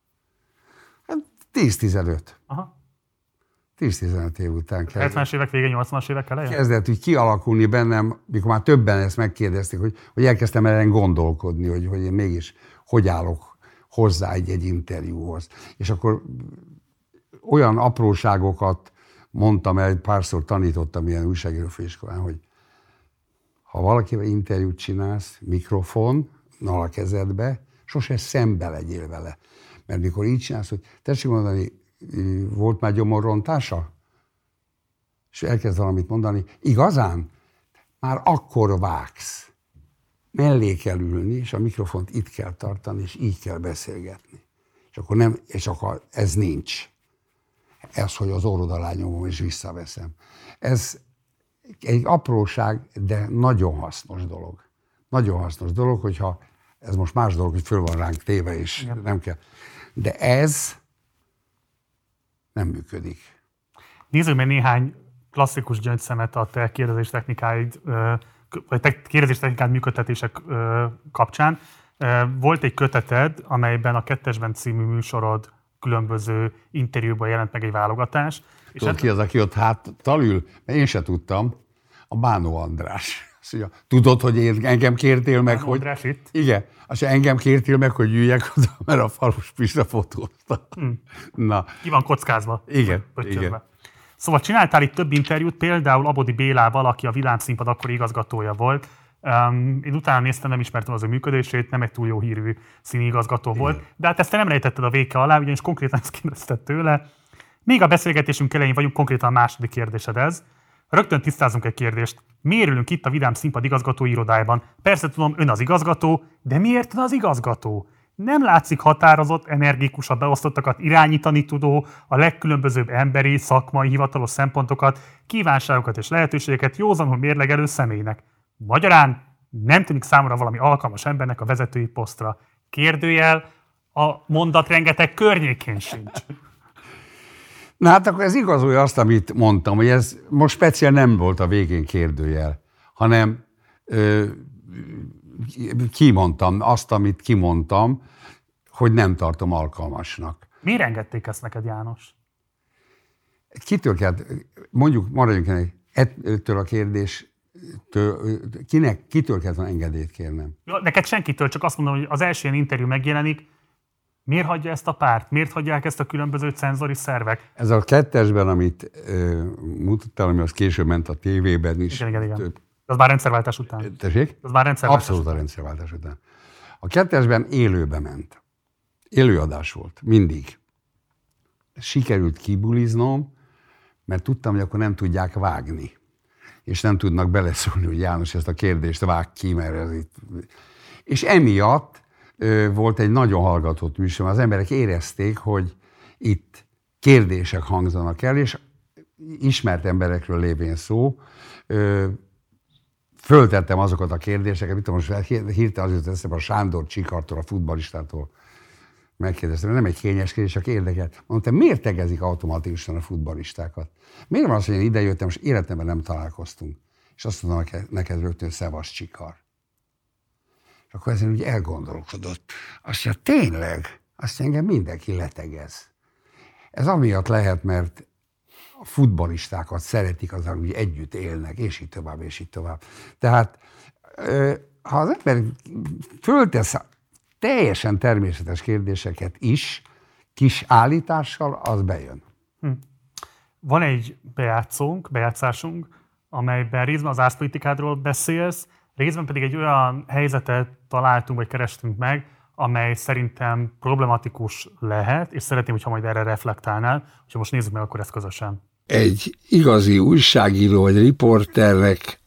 Speaker 2: 10-15.
Speaker 1: Aha.
Speaker 2: 10-15 év után kezdett.
Speaker 1: 70-es évek vége, 80-as évek elején?
Speaker 2: Kezdett úgy kialakulni bennem, mikor már többen ezt megkérdezték, hogy elkezdtem ezen gondolkodni, hogy én mégis hogy állok hozzá egy interjúhoz. És akkor olyan apróságokat mondtam el, párszor tanítottam ilyen újságírófőiskolán, hogy ha valakivel interjút csinálsz, mikrofonnal a kezedbe, sose szembe legyél vele. Mert mikor így csinálsz, hogy tessék mondani, volt már gyomorrontása? És elkezd valamit mondani, igazán? Már akkor vágsz. Mellé kell ülni, és a mikrofont itt kell tartani, és így kell beszélgetni. És akkor ez nincs. Ez, hogy az orrod alá nyomom, és visszaveszem. Ez egy apróság, de nagyon hasznos dolog. Nagyon hasznos dolog, hogyha ez most más dolog, hogy föl van ránk téve, és igen, nem kell. De ez nem működik.
Speaker 1: Nézzük meg néhány klasszikus gyöngyszemet a te kérdezés technikáid, vagy te kérdezés technikád működtetések kapcsán. Volt egy köteted, amelyben a Kettesben című műsorod különböző interjúban jelent meg egy válogatás.
Speaker 2: Tudod, ki az, aki ott háttal ül? Mert én se tudtam. A Bánó András. Azt mondja, tudod, hogy engem kértél meg,
Speaker 1: Bánó András itt?
Speaker 2: Igen. Azt engem kértél meg, hogy üljek oda, mert a Falus Pista fotózta.
Speaker 1: Na. Ki van kockázva.
Speaker 2: Igen. Igen.
Speaker 1: Szóval csináltál itt több interjút, például Abodi Bélával, aki a Világszínpad akkori igazgatója volt. Én utána néztem, nem ismertem az ő működését, nem egy túl jó hírű színigazgató volt, de hát ezt te nem rejtetted a véke alá, ugyanis konkrétan ezt kérdezted tőle. Még a beszélgetésünk elején vagyunk, konkrétan a második kérdésed ez. Rögtön tisztázunk egy kérdést. Miért ülünk itt a Vidám Színpad igazgatói irodájában? Persze tudom, ön az igazgató, de miért ön az igazgató? Nem látszik határozott, energikus, a beosztottakat irányítani tudó, a legkülönbözőbb emberi, szakmai, hivatalos szempontokat, kívánságokat és lehetőségeket józanul mérlegelő személynek. Magyarán nem tűnik számomra valami alkalmas embernek a vezetői posztra. Kérdőjel a mondat rengeteg környékén sincs.
Speaker 2: Na hát akkor ez igazolja azt, amit mondtam, hogy ez most speciál nem volt a végén kérdőjel, hanem kimondtam azt, amit kimondtam, hogy nem tartom alkalmasnak.
Speaker 1: Miért engedték ezt neked, János?
Speaker 2: Kitől kell, mondjuk maradjunk ennek, ettől a kérdéstől, kitől kellett volna engedélyt kérnem?
Speaker 1: Ja, neked senkitől, csak azt mondom, hogy az első ilyen interjú megjelenik, miért hagyja ezt a párt? Miért hagyják ezt a különböző cenzori szervek?
Speaker 2: Ez a 2-esben, amit mutattál, ami az később ment a tévében is.
Speaker 1: Igen. Az már rendszerváltás után.
Speaker 2: Tessék?
Speaker 1: Az már rendszerváltás
Speaker 2: Abszolút a rendszerváltás után. A 2-esben élőbe ment. Élőadás volt, mindig. Sikerült kibuliznom, mert tudtam, hogy akkor nem tudják vágni. És nem tudnak beleszólni, hogy János ezt a kérdést vág ki, mert ez itt... És emiatt volt egy nagyon hallgatott műsor, az emberek érezték, hogy itt kérdések hangzanak el, és ismert emberekről lévén szó, föltettem azokat a kérdéseket, mit tudom, most hirtelen az jutott eszembe a Sándor Csikartól, a futballistától megkérdeztem, nem egy kényes kérdés, csak érdekelt. Mondtam, miért tegezik automatikusan a futballistákat? Miért van az, hogy én idejöttem, és életemben nem találkoztunk? És azt mondom neked rögtön Szevasz Csikar. És akkor ezen úgy elgondolkodott. Azt mondja, tényleg? Azt engem mindenki letegez. Ez amiatt lehet, mert a futballistákat szeretik, azon úgy együtt élnek, és így tovább, és így tovább. Tehát, ha az ember föltesz teljesen természetes kérdéseket is, kis állítással, az bejön.
Speaker 1: Van egy bejátszásunk, amelyben részben az árszpolitikádról beszélsz, részben pedig egy olyan helyzetet találtunk, vagy kerestünk meg, amely szerintem problematikus lehet, és szeretném, hogyha majd erre reflektálnál, hogyha most nézzük meg akkor ezt közösen.
Speaker 2: Egy igazi újságíró vagy riporternek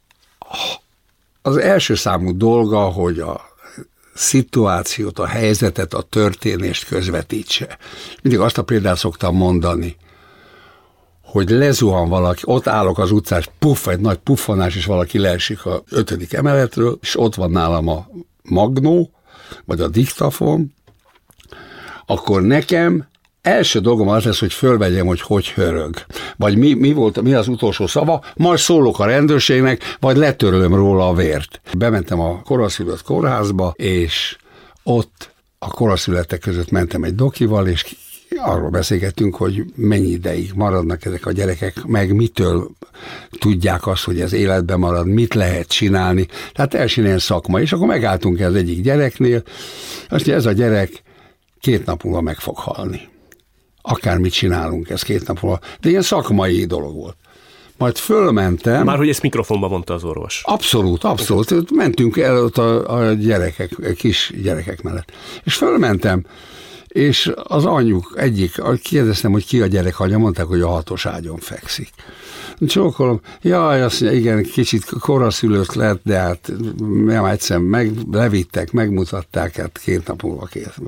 Speaker 2: az első számú dolga, hogy a szituációt, a helyzetet, a történést közvetítse. Mindig azt a példát szoktam mondani, hogy lezuhan valaki, ott állok az utcán, puff, egy nagy puffanás, és valaki leesik a 5. emeletről, és ott van nálam a magnó, vagy a diktafon, akkor nekem első dolgom az lesz, hogy fölvegyem, hogy hörög. Vagy mi az utolsó szava, majd szólok a rendőrségnek, vagy letörlöm róla a vért. Bementem a koraszülött kórházba, és ott a koraszülöttek között mentem egy dokival, és arról beszélgettünk, hogy mennyi ideig maradnak ezek a gyerekek, meg mitől tudják azt, hogy ez életben marad, mit lehet csinálni. Tehát teljesen ilyen szakma. És akkor megálltunk az egyik gyereknél, azt mondja, ez a gyerek 2 nap múlva meg fog halni. Akármit csinálunk, ez 2 nap múlva. De ilyen szakmai dolog volt. Majd fölmentem...
Speaker 7: Már hogy ezt mikrofonba mondta az orvos.
Speaker 2: Abszolút. Mentünk el ott a gyerekek, kis gyerekek mellett. És fölmentem, és az anyjuk kérdeztem, hogy ki a gyerek anyja, mondták, hogy a 6-os ágyon fekszik. Csókolom, jaj, azt mondja, igen, kicsit koraszülött lett, de hát nem egyszer levittek, megmutatták, hát 2 nap múlva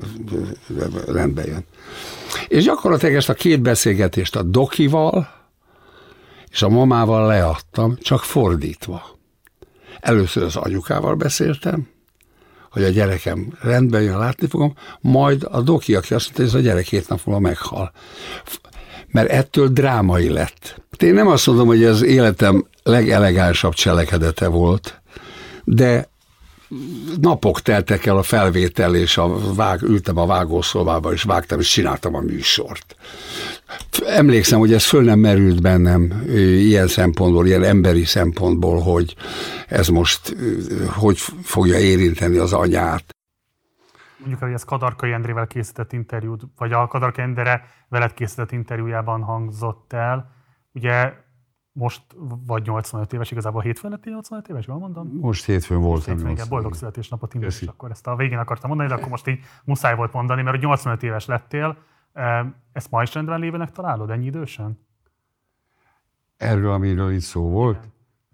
Speaker 2: rendbe jön. És gyakorlatilag ezt a 2 beszélgetést a dokival és a mamával leadtam, csak fordítva. Először az anyukával beszéltem, hogy a gyerekem rendben jön, látni fogom, majd a doki, aki azt mondta, hogy ez a gyerek 2 nap múlva meghal. Mert ettől drámai lett. Én nem azt mondom, hogy ez életem legelegánsabb cselekedete volt, de napok teltek el a felvétel, és ültem a vágószobába, és vágtam, és csináltam a műsort. Emlékszem, hogy ez föl nem merült bennem ilyen szempontból, ilyen emberi szempontból, hogy ez most hogy fogja érinteni az anyát.
Speaker 1: Mondjuk, hogy ez Kadarkai Endrével készített interjút, vagy a Kadarkai Endre veled készített interjújában hangzott el. Ugye most vagy 85 éves, igazából hétfőn lettél 85 éves, jól mondom?
Speaker 2: Most hétfőn voltam.
Speaker 1: Igen, boldog születésnapot innen, és akkor ezt a végén akartam mondani, de akkor most így muszáj volt mondani, mert hogy 85 éves lettél, ezt ma is rendben lévőnek találod, ennyi idősen?
Speaker 2: Erről, amiről itt szó volt?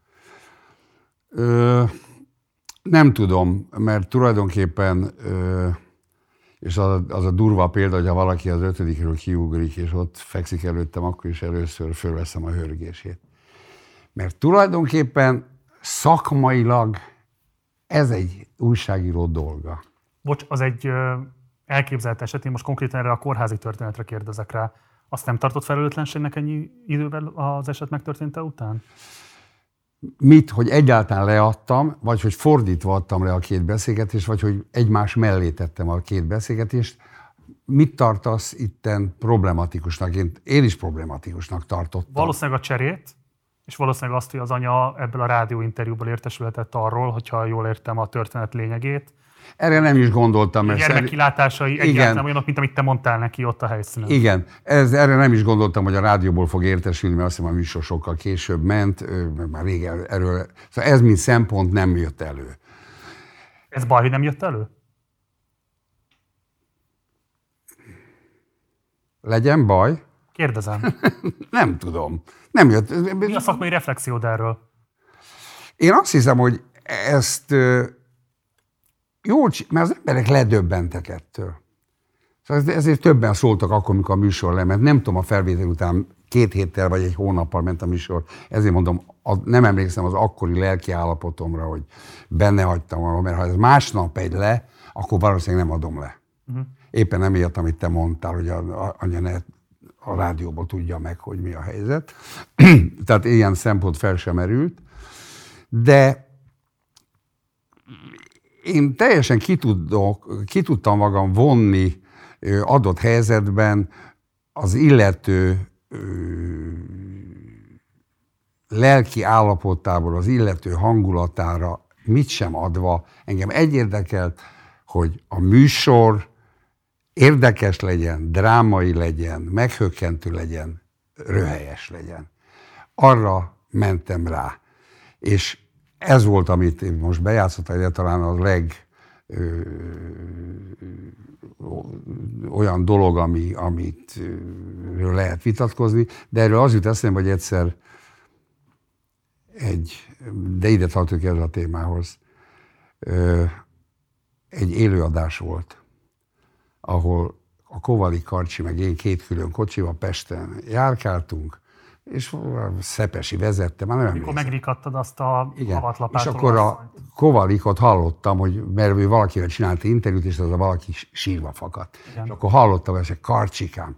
Speaker 2: Nem tudom, mert tulajdonképpen, és az a durva példa, hogyha valaki az 5-ről kiugrik, és ott fekszik előttem, akkor is először fölveszem a hörgését. Mert tulajdonképpen szakmailag ez egy újságíró dolga.
Speaker 1: Bocs, az egy elképzelt eset, én most konkrétan erre a kórházi történetre kérdezek rá. Azt nem tartott felelőtlenségnek ennyi idővel az eset megtörténte után?
Speaker 2: Mit, hogy egyáltalán leadtam, vagy hogy fordítva adtam le a két beszélgetést, vagy hogy egymás mellé tettem a két beszélgetést. Mit tartasz itten problematikusnak? Én is problematikusnak tartottam.
Speaker 1: Valószínűleg a cserét, és valószínűleg azt, hogy az anya ebből a rádióinterjúból értesülhetett arról, hogyha jól értem a történet lényegét.
Speaker 2: Erre nem is gondoltam.
Speaker 1: A gyermekkilátásai egyáltalán olyanok, mint amit te mondtál neki ott a helyszínen.
Speaker 2: Igen, erre nem is gondoltam, hogy a rádióból fog értesülni, mert azt hiszem a műsor sokkal később ment, már rég erről. Szóval ez mint szempont nem jött elő.
Speaker 1: Ez baj, hogy nem jött elő?
Speaker 2: Legyen baj?
Speaker 1: Kérdezem.
Speaker 2: Nem tudom. Nem jött.
Speaker 1: Mi a szakmai reflexiód erről?
Speaker 2: Én azt hiszem, hogy ezt jó, mert az emberek ledöbbentek ettől. Szóval ezért többen szóltak akkor, amikor a műsor lement. Nem tudom, a felvétel után 2 héttel vagy 1 hónappal ment a műsor. Ezért mondom, nem emlékszem az akkori lelki állapotomra, hogy benne hagytam, mert ha ez másnap egy le, akkor valószínűleg nem adom le. Éppen emiatt, amit te mondtál, hogy anya ne a rádióból tudja meg, hogy mi a helyzet. Tehát ilyen szempont fel sem merült. De én teljesen ki tudtam magam vonni adott helyzetben az illető lelki állapotából, az illető hangulatára mit sem adva. Engem egy érdekelt, hogy a műsor érdekes legyen, drámai legyen, meghökkentő legyen, röhelyes legyen. Arra mentem rá. És ez volt, amit én most bejátszottam, de talán a olyan dolog, amit lehet vitatkozni, de erről az jut eszembe, hogy egyszer de ide tartok ez a témához, egy élőadás volt, ahol a Kovali Karcsi meg én 2 külön kocsival Pesten járkáltunk, és Szepesi vezette, már nem emlékszem.
Speaker 1: Amikor megrikadtad azt a havatlapától.
Speaker 2: És akkor a Kovalikot hallottam, hogy mert ő valakivel csinálta interjút, és az a valaki sírva fakadt. Igen. És akkor hallottam, hogy ez Karcsikám,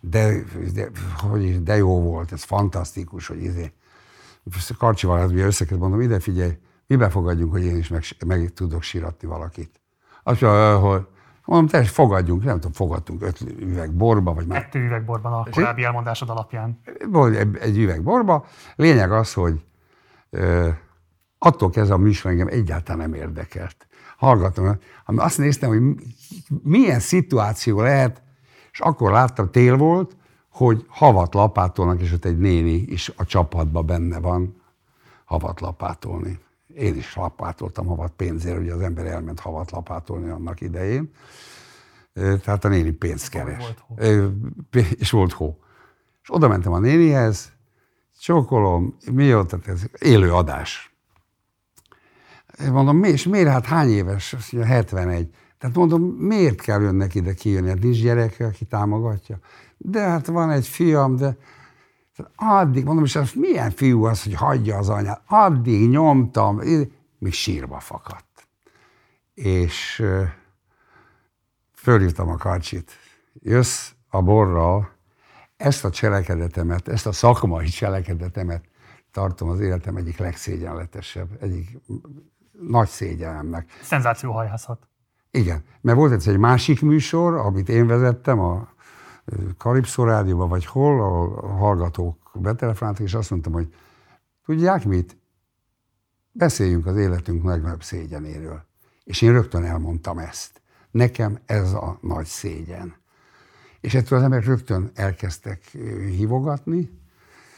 Speaker 2: de jó volt, ez fantasztikus, hogy Karcsival összekezd, mondom, ide figyelj, mibe fogadjunk, hogy én is meg tudok síratni valakit. Azt mondja, hogy mondom, tessék, fogadjunk, nem tudom, fogadtunk 5 üveg borba, vagy már...
Speaker 1: 2 üveg borban a korábbi elmondásod alapján.
Speaker 2: Egy üveg borba. Lényeg az, hogy attól kezdve a műsor engem egyáltalán nem érdekelt. Hallgatom, azt néztem, hogy milyen szituáció lehet, és akkor láttam, tél volt, hogy havat lapátolnak, és ott egy néni is a csapatban benne van havat lapátolni. Én is lapátoltam havat pénzért, ugye az ember elment havat lapátolni annak idején. Tehát a néni pénzt keres. És volt hó. És oda mentem a nénihez, csókolom, mióta ez élő adás. Mondom, és miért, hát hány éves? Azt mondja, 71. Tehát mondom, miért kell önnek ide kijönni? Hát nincs gyereke, aki támogatja. De hát van egy fiam, de addig, mondom, és az milyen fiú az, hogy hagyja az anyát? Addig nyomtam, még sírba fakadt. És fölhívtam a Karcsit. Jössz a borral, ezt a cselekedetemet, ezt a szakmai cselekedetemet tartom az életem egyik legszégyenletesebb, egyik nagy szégyenemnek.
Speaker 1: Szenzációhajhászat.
Speaker 2: Igen, mert volt egy másik műsor, amit én vezettem a Kalipszó rádióban, vagy hol, a hallgatók betelefonáltak, és azt mondtam, hogy tudják mit? Beszéljünk az életünk legnagyobb szégyenéről. És én rögtön elmondtam ezt. Nekem ez a nagy szégyen. És ettől az emberek rögtön elkezdtek hívogatni,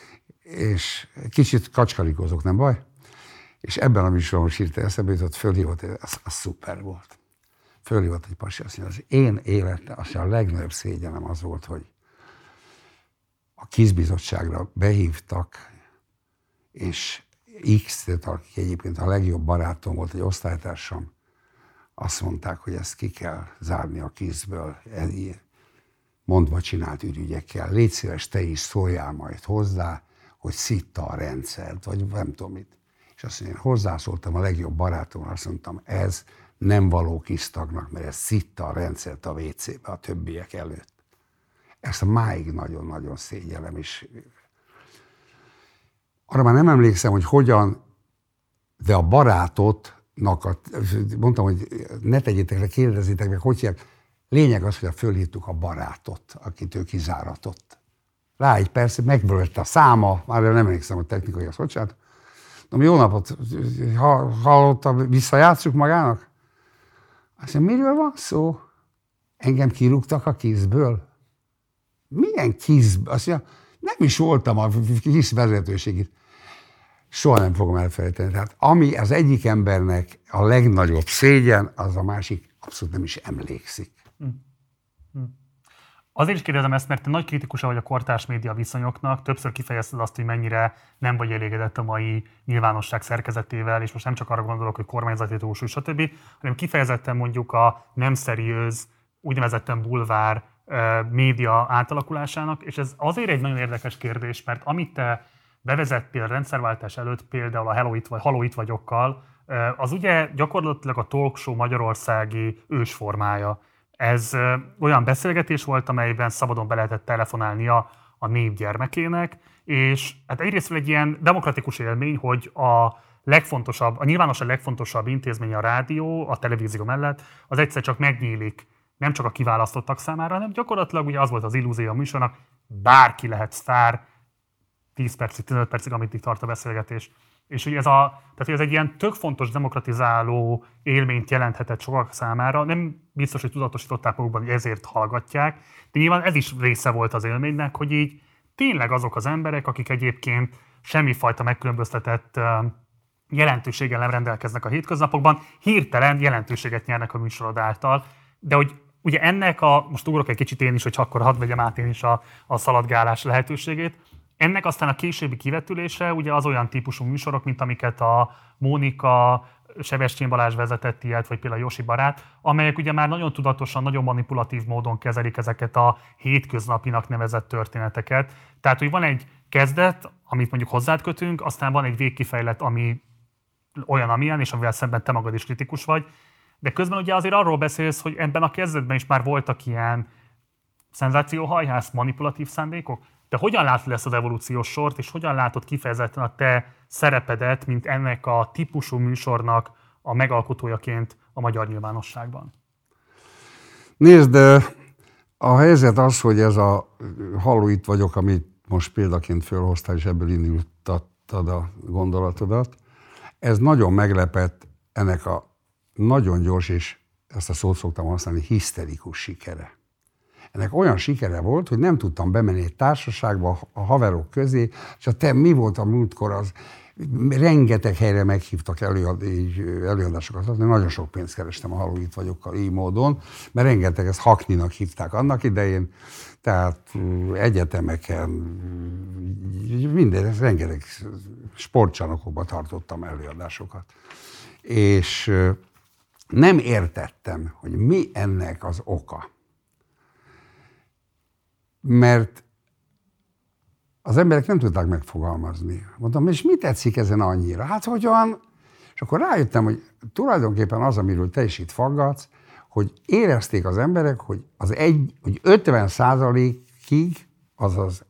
Speaker 2: és kicsit kacskarikozok, nem baj? És ebben a műsorban most hirtelen eszembe jutott, fölhívott, az szuper volt. Fölhívott egy pasi, azt mondja, az én életem, az a legnagyobb szégyenem az volt, hogy a KISZ-bizottságra behívtak, és X-t, aki egyébként a legjobb barátom volt, egy osztálytársam, azt mondták, hogy ezt ki kell zárni a KISZ-ből, mondva csinált ürügyekkel. Légy szíves, te is szóljál majd hozzá, hogy szitta a rendszert, vagy nem tudom mit. És azt mondja, én hozzászóltam a legjobb barátomra, azt mondtam, ez nem való KISZ-tagnak, mert ez szitta a rendszert a WC-be a többiek előtt. Ezt máig nagyon-nagyon szégyellem, és arra már nem emlékszem, hogy hogyan, de a barátotnak, mondtam, hogy ne tegyétek le, kérdezzétek meg, hogy hívják. Lényeg az, hogy fölhívtuk a barátot, akit ő kizáratott. Rá egy perc, megbölött a száma, már nem emlékszem, hogy technikai az hogy csinált. Jó napot, hallottam, visszajátsszuk magának? Azt mondja, miről van szó? Engem kirúgtak a KISZ-ből? Milyen KISZ? Azt mondja, nem is voltam a KISZ vezetőségét. Soha nem fogom elfelejteni. Tehát ami az egyik embernek a legnagyobb szégyen, az a másik abszolút nem is emlékszik.
Speaker 1: Azért is kérdezem ezt, mert te nagy kritikusa vagy a kortárs média viszonyoknak, többször kifejezted azt, hogy mennyire nem vagy elégedett a mai nyilvánosság szerkezetével, és most nem csak arra gondolok, hogy kormányzati túlsúly, stb., hanem kifejezetten mondjuk a nem szeriőz, úgynevezetten bulvár média átalakulásának, és ez azért egy nagyon érdekes kérdés, mert amit te bevezettél rendszerváltás előtt, például a Halló itt vagyokkal, az ugye gyakorlatilag a talk show magyarországi ősformája. Ez olyan beszélgetés volt, amelyben szabadon be lehetett telefonálnia a nép gyermekének, és hát egyrészt egy ilyen demokratikus élmény, hogy a nyilvánosan legfontosabb intézmény a rádió, a televízió mellett, az egyszer csak megnyílik, nem csak a kiválasztottak számára, hanem gyakorlatilag ugye az volt az illúzió a műsornak, bárki lehet sztár, 10 percig, 15 percig, amit tart a beszélgetés. És hogy ez egy ilyen tök fontos demokratizáló élményt jelenthetett sokak számára. Nem biztos, hogy tudatosították magukban, hogy ezért hallgatják, de nyilván ez is része volt az élménynek, hogy így tényleg azok az emberek, akik egyébként semmifajta megkülönböztetett jelentőséggel nem rendelkeznek a hétköznapokban, hirtelen jelentőséget nyernek a műsorod által. De hogy ugye ennek most ugrok egy kicsit én is, hogy akkor hadd vegyem át én is a szaladgálás lehetőségét. Ennek aztán a későbbi kivetülése ugye az olyan típusú műsorok, mint amiket a Mónika, Sebestyén Balázs vezetett ilyet, vagy például Josi barát, amelyek ugye már nagyon tudatosan, nagyon manipulatív módon kezelik ezeket a hétköznapinak nevezett történeteket. Tehát, hogy van egy kezdet, amit mondjuk hozzád kötünk, aztán van egy végkifejlet, ami olyan, amilyen, és amivel szemben te magad is kritikus vagy. De közben ugye azért arról beszélsz, hogy ebben a kezdetben is már voltak ilyen szenzációhajhász, manipulatív szándékok. Te hogyan látod ezt az evolúciós sort, és hogyan látod kifejezetten a te szerepedet, mint ennek a típusú műsornak a megalkotójaként a magyar nyilvánosságban?
Speaker 2: Nézd, a helyzet az, hogy ez a Halló itt vagyok, amit most példaként fölhoztál, és ebből indultattad a gondolatodat, ez nagyon meglepett ennek a nagyon gyors, és ezt a szót szoktam használni, hiszterikus sikere. Ennek olyan sikere volt, hogy nem tudtam bemenni egy társaságba a haverok közé, és te mi volt a múltkor, az rengeteg helyre meghívtak előadásokat adni, nagyon sok pénzt kerestem a Halló itt vagyokkal így módon, mert rengeteg, ezt Hakninak hívták annak idején, tehát egyetemeken, minden, rengeteg sportcsarnokokban tartottam előadásokat. És nem értettem, hogy mi ennek az oka. Mert az emberek nem tudták megfogalmazni. Mondtam, és mi tetszik ezen annyira? Hát hogyan? És akkor rájöttem, hogy tulajdonképpen az, amiről te is itt faggatsz, hogy érezték az emberek, hogy hogy 50%-ig az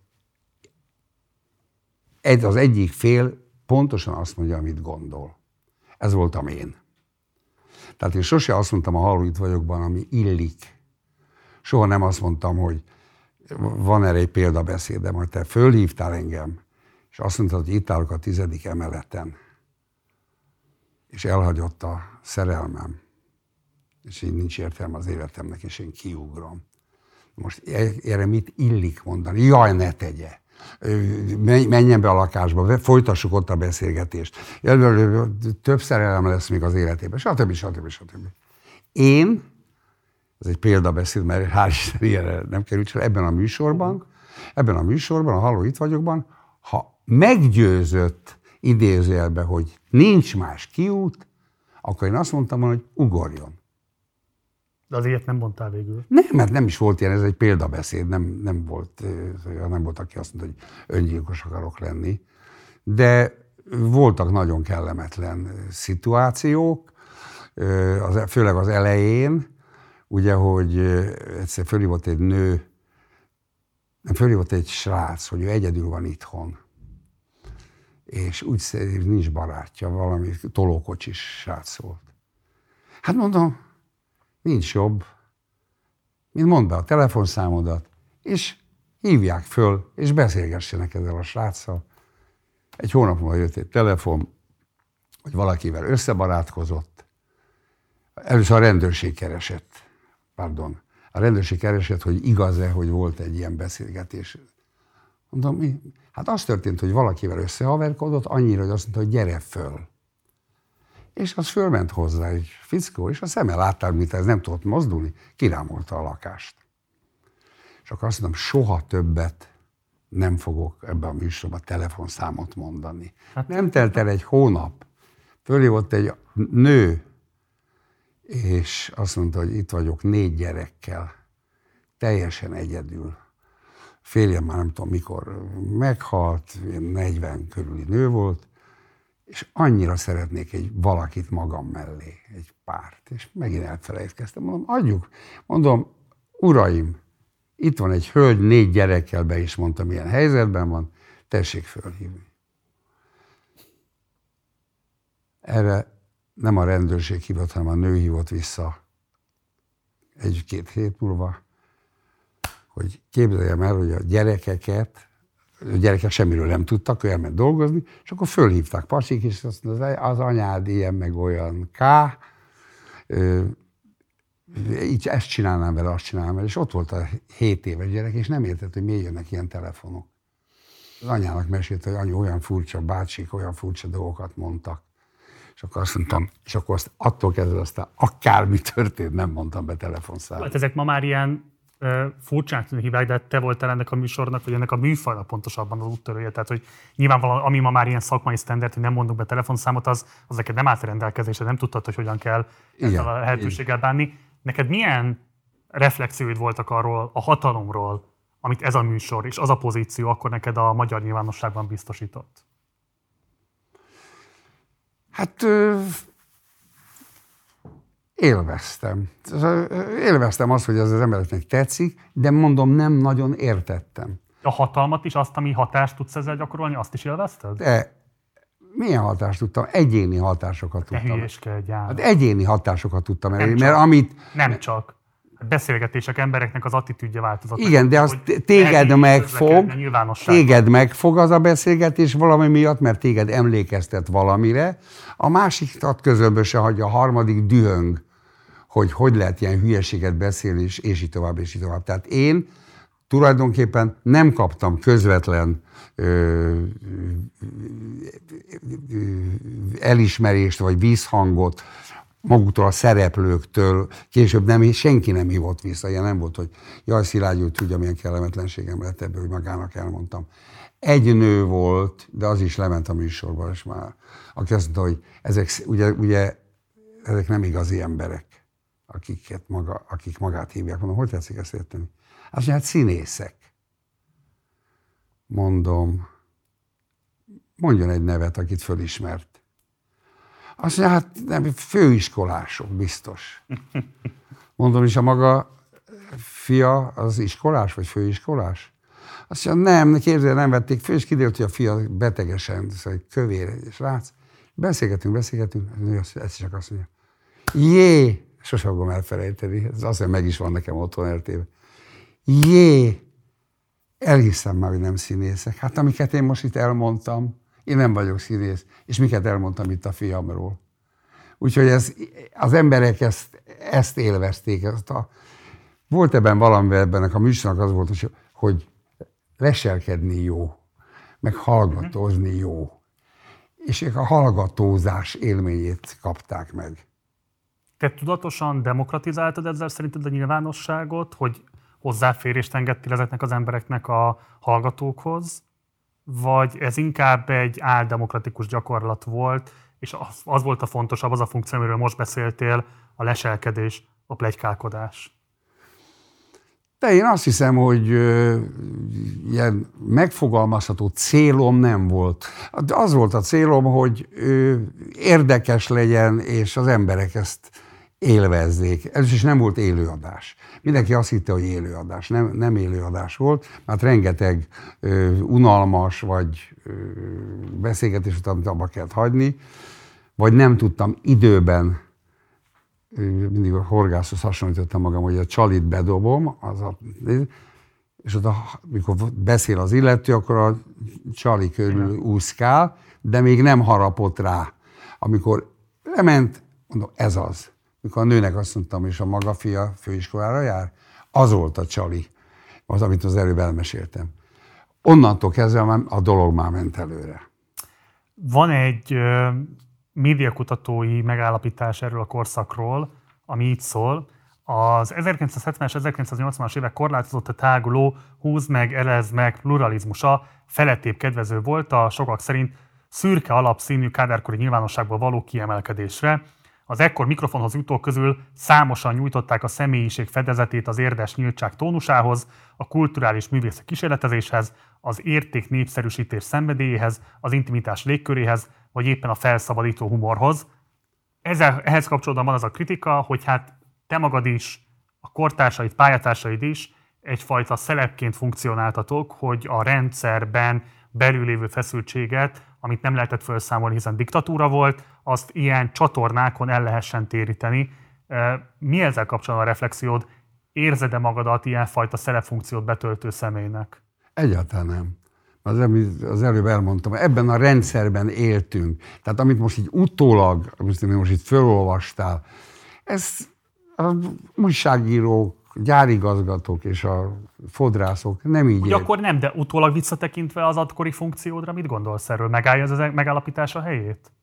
Speaker 2: egyik fél pontosan azt mondja, amit gondol. Ez voltam én. Tehát én sose azt mondtam a Halló itt vagyokban, ami illik. Soha nem azt mondtam, hogy van erre egy példabeszédem, hogy te fölhívtál engem, és azt mondtad, hogy itt állok a 10. emeleten, és elhagyott a szerelmem, és így nincs értelme az életemnek, és én kiugrom. Most erre mit illik mondani? Jaj, ne tegye! menjen be a lakásba, folytassuk ott a beszélgetést. Több szerelem lesz még az életében, stb. Én, ez egy példabeszéd, mert hál' Isten ilyenre nem került fel, ebben a műsorban, a Halló, itt vagyokban, ha meggyőzött idézőjelben, hogy nincs más kiút, akkor én azt mondtam, hogy ugorjon.
Speaker 1: De az ilyet nem mondtál végül.
Speaker 2: Nem, mert nem is volt ilyen, ez egy példabeszéd, nem volt, aki azt mondta, hogy öngyilkos akarok lenni. De voltak nagyon kellemetlen szituációk, főleg az elején, ugye, hogy egyszer fölhívott egy nő, fölhívott egy srác, hogy ő egyedül van itthon. És úgy szerint nincs barátja, valami tolókocsis srác volt. Hát mondom, nincs jobb, mint mondd be a telefonszámodat, és hívják föl, és beszélgessenek ezzel a sráccal. Egy hónap múlva jött egy telefon, hogy valakivel összebarátkozott. Először a rendőrség keresett, hogy igaz-e, hogy volt egy ilyen beszélgetés. Mondom, mi? Hát az történt, hogy valakivel összehaverkodott, annyira, hogy azt mondta, hogy gyere föl. És az fölment hozzá egy fickó, és a szeme láttál, mint ez nem tudott mozdulni, kirámolta a lakást. És akkor azt mondom, soha többet nem fogok ebben a műsorban telefonszámot mondani. Hát nem telt el egy hónap, fölhívott egy nő, és azt mondta, hogy itt vagyok 4 gyerekkel, teljesen egyedül. Férjem már nem tudom mikor meghalt, 40 körüli nő volt, és annyira szeretnék egy valakit magam mellé, egy párt. És megint elfelejtkeztem. Mondom, adjuk. Mondom, uraim, itt van egy hölgy, 4 gyerekkel, be is mondtam, milyen helyzetben van, tessék fölhívni. Erre nem a rendőrség hívott, hanem a nő hívott vissza 1-2 hét múlva, hogy képzeljem el, hogy a gyerekek semmiről nem tudtak, ő elment dolgozni, és akkor fölhívták pasik, és azt mondta, az anyád ilyen, meg olyan így ezt csinálnám vele, azt csinálnám vele, és ott volt a 7 éves gyerek, és nem értett, hogy miért jönnek ilyen telefonok. Az anyának mesélte, hogy anyu olyan furcsa, bácsik olyan furcsa dolgokat mondtak. És akkor azt mondtam, és akkor attól kezdve aztán akármi történt, nem mondtam be telefonszámot.
Speaker 1: Hát ezek ma már ilyen furcsán hívják, de te voltál ennek a műsornak, vagy ennek a műfajnak pontosabban az úttörője. Tehát, hogy nyilvánvalóan, ami ma már ilyen szakmai sztenderd, hogy nem mondunk be telefonszámot, az neked nem állt rendelkezésre, nem tudtad, hogy hogyan kell ezzel a lehetőséggel bánni. Neked milyen reflexióid voltak arról, a hatalomról, amit ez a műsor és az a pozíció akkor neked a magyar nyilvánosságban biztosított?
Speaker 2: Hát élveztem. Élveztem azt, hogy ez az embereknek tetszik, de mondom, nem nagyon értettem.
Speaker 1: A hatalmat is, azt, ami hatást tudsz ezzel gyakorolni, azt is élvezted?
Speaker 2: De milyen hatást tudtam? Egyéni hatásokat tudtam.
Speaker 1: Ne hülyeskedj ám.
Speaker 2: Hát egyéni hatásokat tudtam elérni,
Speaker 1: mert
Speaker 2: amit...
Speaker 1: Nem csak. Beszélgetések, embereknek az attitűdje változott.
Speaker 2: Igen, de az téged megfog az a beszélgetés valami miatt, mert téged emlékeztet valamire. A másikat közölből se hagyja, a harmadik dühöng, hogy lehet ilyen hülyeséget beszélni, és így tovább, és így tovább. Tehát én tulajdonképpen nem kaptam közvetlen elismerést vagy vízhangot maguktól a szereplőktől, később senki nem hívott vissza, ilyen nem volt, hogy jaj, Szilágyi, hogy tudja, milyen kellemetlenségem lett ebből, hogy magának elmondtam. Egy nő volt, de az is lement a műsorba, és már, aki azt mondta, hogy ezek nem igazi emberek, akik magát hívják. Mondom, hogy tetszik ezt érteni? Azt mondja, hát színészek. Mondom, mondjon egy nevet, akit fölismert. Azt mondja, hát nem, főiskolások, biztos. Mondom, és a maga fia az iskolás, vagy főiskolás? Azt mondja, nem, képzelj, nem vették föl, és kiderült, hogy a fia betegesen, szóval kövér, srác. Beszélgetünk, ez csak azt mondja, jé, sosem fogom elfelejteni, ez azt mondja, meg is van nekem otthon eltéve. Jé, elhiszem már, hogy nem színészek. Hát amiket én most itt elmondtam, én nem vagyok színész, és miket elmondtam itt a fiamról. Úgyhogy az emberek ezt élvezték. Volt ebben valami, ebben a műsornak az volt, hogy leselkedni jó, meg hallgatózni jó. És ők a hallgatózás élményét kapták meg.
Speaker 1: Te tudatosan demokratizáltad ezzel szerinted a nyilvánosságot, hogy hozzáférést engedtél ezeknek az embereknek a hallgatókhoz, vagy ez inkább egy áldemokratikus gyakorlat volt, és az volt a fontosabb, az a funkció, amiről most beszéltél, a leselkedés, a pletykálkodás?
Speaker 2: De én azt hiszem, hogy ilyen megfogalmazható célom nem volt. Az volt a célom, hogy érdekes legyen, és az emberek ezt élvezzék. Ez is nem volt élőadás. Mindenki azt hitte, hogy élőadás. Nem élőadás volt, mert rengeteg unalmas vagy beszélgetés után, amit abba kellett hagyni, vagy nem tudtam időben, mindig a horgászhoz hasonlítottam magam, hogy a csalit bedobom, és ott, amikor beszél az illető, akkor a csali körül úszkál, de még nem harapott rá. Amikor lement, mondom, ez az. Mikor a nőnek azt mondtam, és a maga fia főiskolára jár, az volt a csali, az, amit az előbb elmeséltem. Onnantól kezdve a dolog már ment előre.
Speaker 1: Van egy médiakutatói megállapítás erről a korszakról, ami így szól. Az 1970-es, 1980-as évek korlátozottan táguló húzd meg, elezd meg pluralizmusa felettébb kedvező volt a sokak szerint szürke alapszínű kádárkori nyilvánosságból való kiemelkedésre. Az ekkor mikrofonhoz jutók közül számosan nyújtották a személyiség fedezetét az érdes nyíltság tónusához, a kulturális művészet kísérletezéshez, az érték népszerűsítés szenvedélyéhez, az intimitás légköréhez, vagy éppen a felszabadító humorhoz. Ehhez kapcsolódóan van az a kritika, hogy hát te magad is, a kortársaid, pályatársaid is egyfajta szelepként funkcionáltatok, hogy a rendszerben belül lévő feszültséget, amit nem lehetett felszámolni, hiszen diktatúra volt, azt ilyen csatornákon el lehessen téríteni. Mi ezzel kapcsolatban a reflexiód? Érzed-e magadat ilyenfajta szelepfunkciót betöltő személynek?
Speaker 2: Egyáltalán nem. Az előbb elmondtam, ebben a rendszerben éltünk. Tehát amit most így utólag, amit most itt felolvastál, ez a újságírók, gyárigazgatók és a fodrászok nem így
Speaker 1: Ugye akkor nem, de utólag visszatekintve az akkori funkciódra mit gondolsz erről? Megállja ez a megállapítás a helyét?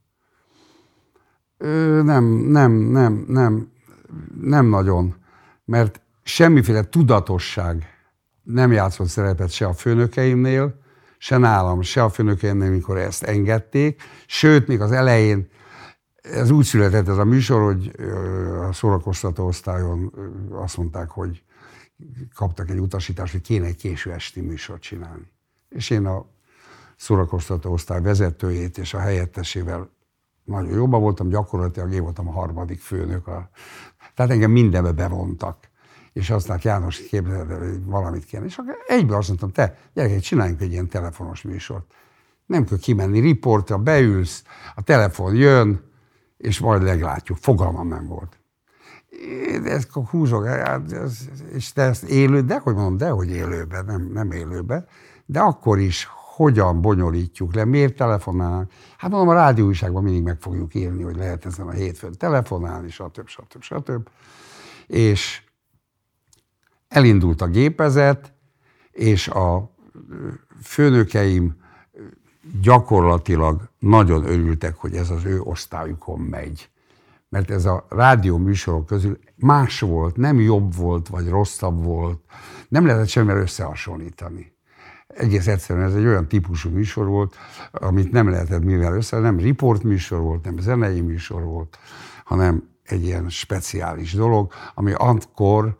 Speaker 2: Nem nagyon. Mert semmiféle tudatosság nem játszott szerepet se a főnökeimnél, se nálam, se a főnökeimnél, mikor ezt engedték. Sőt, még az elején ez úgy született ez a műsor, hogy a szórakoztató osztályon azt mondták, hogy kaptak egy utasítást, hogy kéne egy késő esti műsort csinálni. És én a szórakoztató osztály vezetőjét és a helyettesével nagyon jobban voltam, gyakorlatilag én voltam a harmadik főnök. Tehát engem mindenbe bevontak. És aztán János képzeld el, hogy valamit kéne. És akkor egyből azt mondtam, te, gyerekek, csináljunk egy ilyen telefonos műsort. Nem kell kimenni riportra, beülsz, a telefon jön, és majd meglátjuk. Fogalmam nem volt. Ezt húzok, és te ezt élő, dehogy mondom, dehogy élőben, nem élőben, de akkor is hogyan bonyolítjuk le, miért telefonálnak. Hát mondom, a rádióújságban mindig meg fogjuk írni, hogy lehet ezen a hétfőn telefonálni, stb. És elindult a gépezet, és a főnökeim gyakorlatilag nagyon örültek, hogy ez az ő osztályukon megy. Mert ez a rádió műsorok közül más volt, nem jobb volt, vagy rosszabb volt. Nem lehetett semmivel összehasonlítani. Egész egyszerűen ez egy olyan típusú műsor volt, amit nem lehetett mivel nem riportműsor volt, nem zenei műsor volt, hanem egy ilyen speciális dolog, ami akkor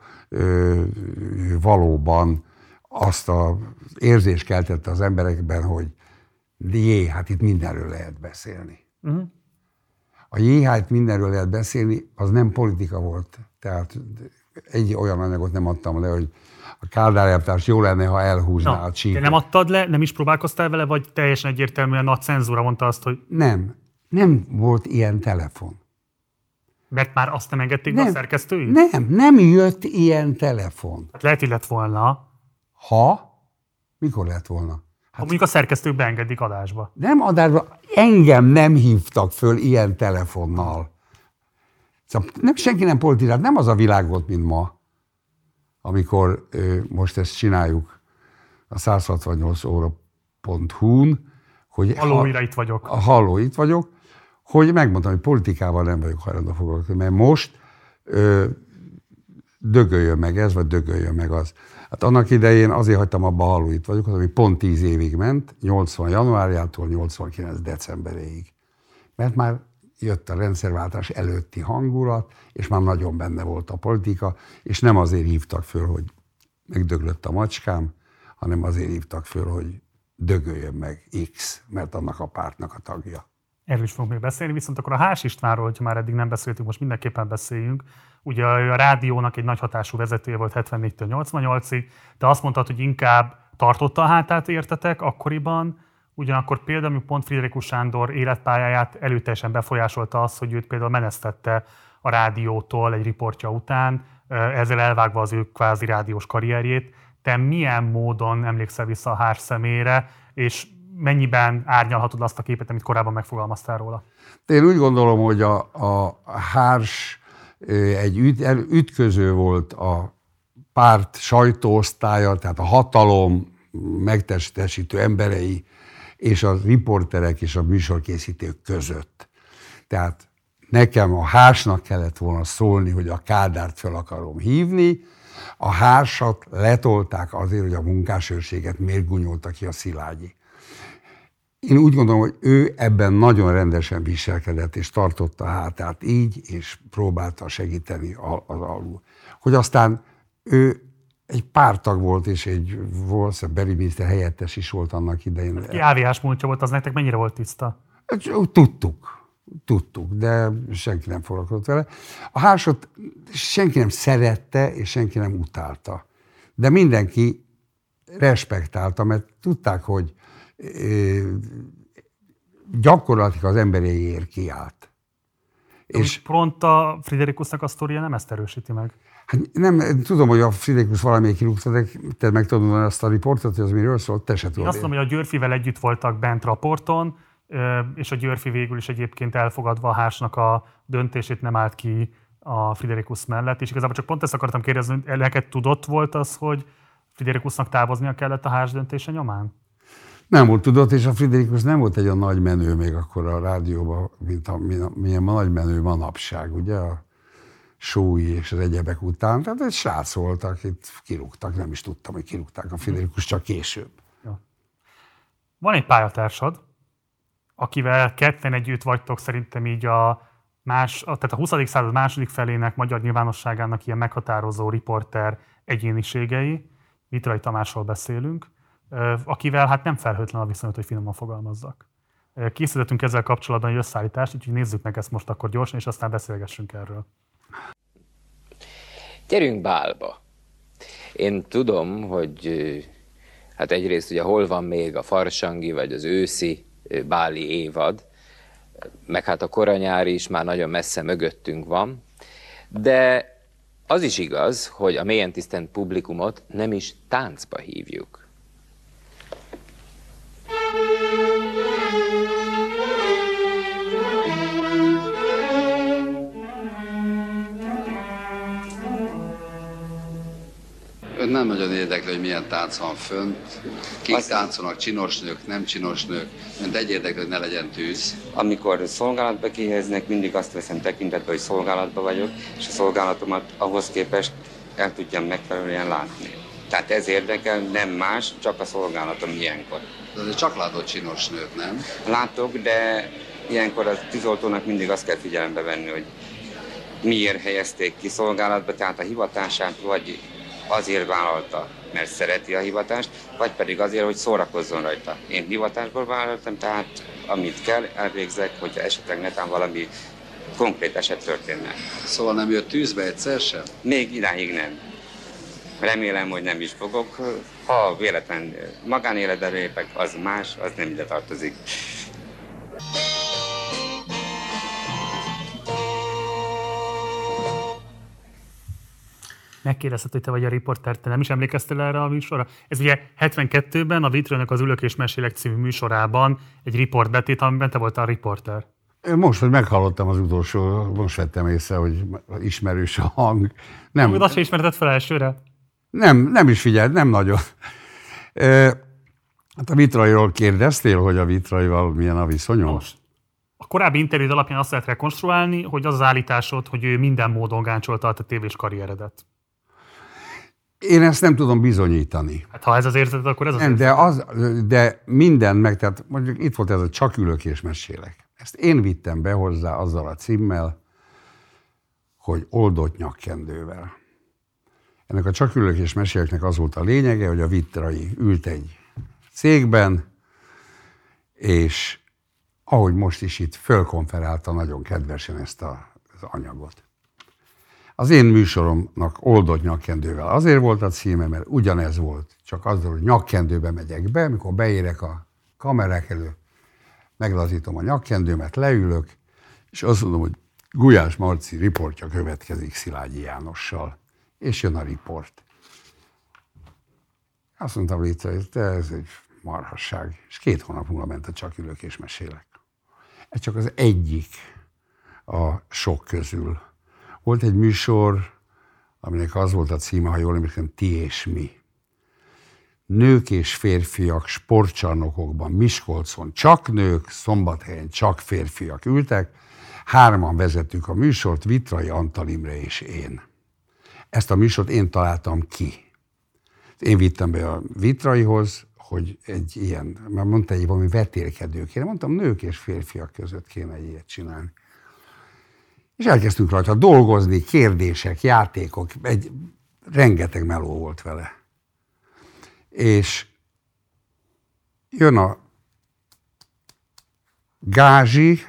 Speaker 2: valóban azt az érzést keltette az emberekben, hogy hát itt mindenről lehet beszélni. Uh-huh. A hát mindenről lehet beszélni, az nem politika volt. Tehát egy olyan anyagot nem adtam le, hogy a Kádár elvtárs jó lenne, ha elhúzná a csíkot.
Speaker 1: De nem adtad le, nem is próbálkoztál vele, vagy teljesen egyértelműen a cenzúra mondta azt, hogy...
Speaker 2: Nem volt ilyen telefon.
Speaker 1: Mert már azt nem engedték be a szerkesztői?
Speaker 2: Nem jött ilyen telefon.
Speaker 1: Hát lehet, hogy lett volna.
Speaker 2: Mikor lett volna?
Speaker 1: Ha mondjuk a szerkesztők beengedik adásba.
Speaker 2: Nem adásba, engem nem hívtak föl ilyen telefonnal. Szóval senki nem politizált, nem az a világ volt, mint ma, amikor most ezt csináljuk a 168óra.hu-n, hogy
Speaker 1: Halló, itt vagyok.
Speaker 2: Halló, itt vagyok, hogy megmondtam, hogy politikával nem vagyok hajlandó foglalkozni, mert most dögöljön meg ez, vagy dögöljön meg az. Hát annak idején azért hagytam abba, Halló, itt vagyok, az, ami pont 10 évig ment, 80 januárjától 89 decemberéig. Mert már jött a rendszerváltás előtti hangulat, és már nagyon benne volt a politika, és nem azért hívtak föl, hogy megdöglött a macskám, hanem azért hívtak föl, hogy dögöljön meg X, mert annak a pártnak a tagja.
Speaker 1: Erről is fogunk még beszélni, viszont akkor a Hárs Istvánról, hogyha már eddig nem beszéltünk, most mindenképpen beszéljünk. Ugye a rádiónak egy nagy hatású vezetője volt 74-től 88-ig, de azt mondtad, hogy inkább tartotta a hátát értetek akkoriban, ugyanakkor például pont Friedrichus Sándor életpályáját előteljesen befolyásolta az, hogy őt például menesztette a rádiótól egy riportja után, ezzel elvágva az ő kvázi rádiós karrierjét. Te milyen módon emlékszel vissza a Hárs személyére, és mennyiben árnyalhatod azt a képet, amit korábban megfogalmaztál róla?
Speaker 2: Én úgy gondolom, hogy a Hárs egy ütköző volt a párt sajtóosztálya, tehát a hatalom megtestesítő emberei és a riporterek és a műsorkészítők között. Tehát nekem a Hársnak kellett volna szólni, hogy a Kádárt fel akarom hívni, a Hársat letolták azért, hogy a munkásőrséget miért gúnyolta ki a Szilágyi. Én úgy gondolom, hogy ő ebben nagyon rendesen viselkedett, és tartotta a hátát így, és próbálta segíteni az alul. Hogy aztán ő egy pártag volt, és egy belügyminiszter helyettes is volt annak idején.
Speaker 1: Egy AVH-s múltja volt, az nektek mennyire volt tiszta?
Speaker 2: Tudtuk, de senki nem foglalkozott vele. A Hársot senki nem szerette, és senki nem utálta. De mindenki respektálta, mert tudták, hogy gyakorlatilag az emberéért kiállt.
Speaker 1: És pont a Friderikusznak a sztoria nem ezt erősíti meg?
Speaker 2: Hát nem, tudom, hogy a Friderikusz valamelyik kirúgta, de te meg tudod mondani azt a riportot, hogy az miről szólt, te se tudod.
Speaker 1: Én azt mondom, hogy a Györfivel együtt voltak bent raporton, és a Györfi végül is egyébként elfogadva a Hársnak a döntését nem állt ki a Friderikusz mellett, és igazából csak pont ezt akartam kérdezni, hogy neked tudott volt az, hogy Friderikusznak távoznia kellett a Hárs döntése nyomán?
Speaker 2: Nem volt tudott, és a Friderikusz nem volt egy olyan nagy menő még akkor a rádióban, milyen nagy menő manapság, ugye, a Sói és az egyebek után. Tehát egy srác volt, akit kirúgtak, nem is tudtam, hogy kirúgták a Friderikusz, csak később.
Speaker 1: Ja. Van egy pályatársad, akivel ketten együtt vagytok szerintem így tehát a 20. század második felének magyar nyilvánosságának ilyen meghatározó riporter egyéniségei, Vitrai Tamásról beszélünk, akivel hát nem felhőtlen a viszonyot, hogy finoman fogalmazzak. Készítettünk ezzel kapcsolatban egy összeállítást, úgyhogy nézzük meg ezt most akkor gyorsan, és aztán beszélgessünk erről.
Speaker 8: Gyerünk bálba. Én tudom, hogy hát egyrészt ugye hol van még a farsangi vagy az őszi báli évad, meg hát a koranyári is már nagyon messze mögöttünk van, de az is igaz, hogy a mélyen tisztelt publikumot nem is táncba hívjuk.
Speaker 2: Ön nem nagyon érdekli, hogy milyen tánc van fönt, kik táncolnak, csinos nők, nem csinos nők, mert egy érdekli, hogy ne legyen tűz.
Speaker 9: Amikor szolgálatba kihelyeznek, mindig azt veszem tekintetbe, hogy szolgálatban vagyok, és a szolgálatomat ahhoz képest el tudjam megfelelően látni. Tehát ez érdekel, nem más, csak a szolgálatom ilyenkor.
Speaker 2: De csak látod csinos nőt, nem?
Speaker 9: Látok, de ilyenkor a tűzoltónak mindig azt kell figyelembe venni, hogy miért helyezték ki szolgálatba, tehát a hivatását vagy azért vállalta, mert szereti a hivatást, vagy pedig azért, hogy szórakozzon rajta. Én hivatásból vállaltam, tehát amit kell, elvégzek, hogyha esetleg netán valami konkrét eset történne.
Speaker 2: Szóval nem jött tűzbe egyszer sem?
Speaker 9: Még idáig nem. Remélem, hogy nem is fogok. Ha véletlen magánéletbe lépek, az más, az nem ide tartozik.
Speaker 1: Megkérdezted, hogy te vagy a riporter, te nem is emlékeztél erre a műsorra? Ez ugye 72-ben a Vitrőnek az Ülök és Mesélek című műsorában egy riportbetét, amiben te voltál a riporter.
Speaker 2: Most, hogy meghallottam az utolsó, most vettem észre, hogy ismerős a hang.
Speaker 1: Nem. Azt sem ismerted fel elsőre?
Speaker 2: Nem is figyelt, nem nagyon. Hát a Vitrairól kérdeztél, hogy a Vitraival milyen a viszonyom?
Speaker 1: Most. A korábbi interjúd alapján azt lehet rekonstruálni, hogy az állításod, hogy ő minden módon gáncsolta a te tévés karrieredet.
Speaker 2: Én ezt nem tudom bizonyítani.
Speaker 1: Hát ha ez az érzeted, akkor ez az
Speaker 2: nem, de minden meg, tehát mondjuk itt volt ez a Csak ülök és mesélek. Ezt én vittem be hozzá azzal a címmel, hogy oldott nyakkendővel. Ennek a Csak ülök és meséleknek az volt a lényege, hogy a Vitrai ült egy cégben, és ahogy most is itt fölkonferálta nagyon kedvesen ezt az anyagot. Az én műsoromnak oldott nyakkendővel azért volt a címe, mert ugyanez volt, csak azzal, hogy nyakkendőbe megyek be, mikor beérek a kamerák elő, meglazítom a nyakkendőmet, leülök, és azt mondom, hogy Gulyás Marci riportja következik Szilágyi Jánossal, és jön a riport. Azt mondtam, hogy ez egy marhasság, és 2 hónap múlva ment a Csak ülök és mesélek. Ez csak az egyik a sok közül. Volt egy műsor, aminek az volt a címe, ha jól emlékszem, Ti és mi. Nők és férfiak sportcsarnokokban, Miskolcon csak nők, Szombathelyen csak férfiak ültek. 3-an vezettük a műsort, Vitrai, Antal Imre és én. Ezt a műsort én találtam ki. Én vittem be a Vitraihoz, hogy egy ilyen, már mondta egy valami vetélkedő kéne. Mondtam, nők és férfiak között kéne ilyet csinálni. És elkezdtünk rajta dolgozni, kérdések, játékok, rengeteg meló volt vele. És jön a gázsi,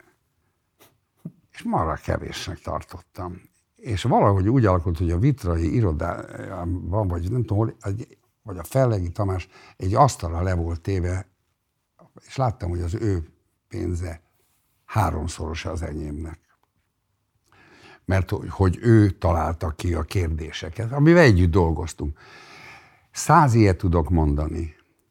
Speaker 2: és marra kevésnek tartottam. És valahogy úgy alakult, hogy a Vitrai irodában, vagy nem tudom, vagy a Fellegi Tamás egy asztalra le volt téve, és láttam, hogy az ő pénze 3-szorosa az enyémnek. Mert hogy ő találta ki a kérdéseket, amivel együtt dolgoztunk. 100 ilyet tudok mondani,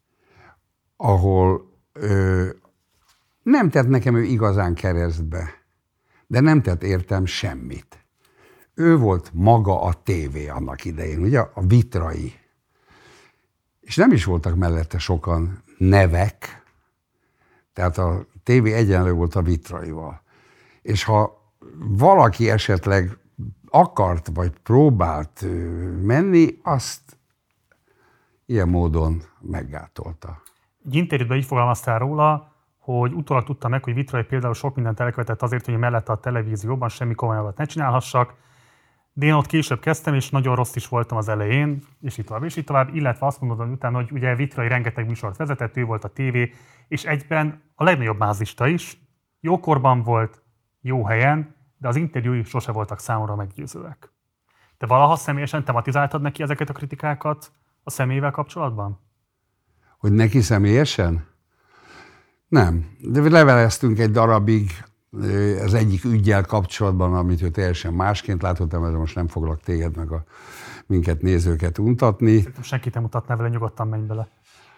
Speaker 2: ahol nem tett nekem ő igazán keresztbe, de nem tett értem semmit. Ő volt maga a tévé annak idején, ugye a Vitrai. És nem is voltak mellette sokan nevek, tehát a tévé egyenlő volt a Vitraival. És ha valaki esetleg akart vagy próbált menni, azt ilyen módon meggátolta.
Speaker 1: Egy interjúban így fogalmaztál róla, hogy utólag tudta meg, hogy Vitrai például sok mindent elkövetett azért, hogy mellette a televízióban semmi komolyabbat ne csinálhassak. De én ott később kezdtem, és nagyon rossz is voltam az elején, és így tovább, illetve azt mondod utána, hogy ugye Vitrai rengeteg műsort vezetett, ő volt a tévé, és egyben a legnagyobb mázlista is, jókorban volt, jó helyen, de az interjúi sose voltak számomra meggyőzőek. Te valaha személyesen tematizáltad neki ezeket a kritikákat a személyével kapcsolatban?
Speaker 2: Hogy neki személyesen? Nem. De leveleztünk egy darabig az egyik üggyel kapcsolatban, amit ő teljesen másként látottam, ezzel most nem foglak téged meg a minket nézőket untatni.
Speaker 1: Szerintem senkit nem mutatná vele, nyugodtan menj bele.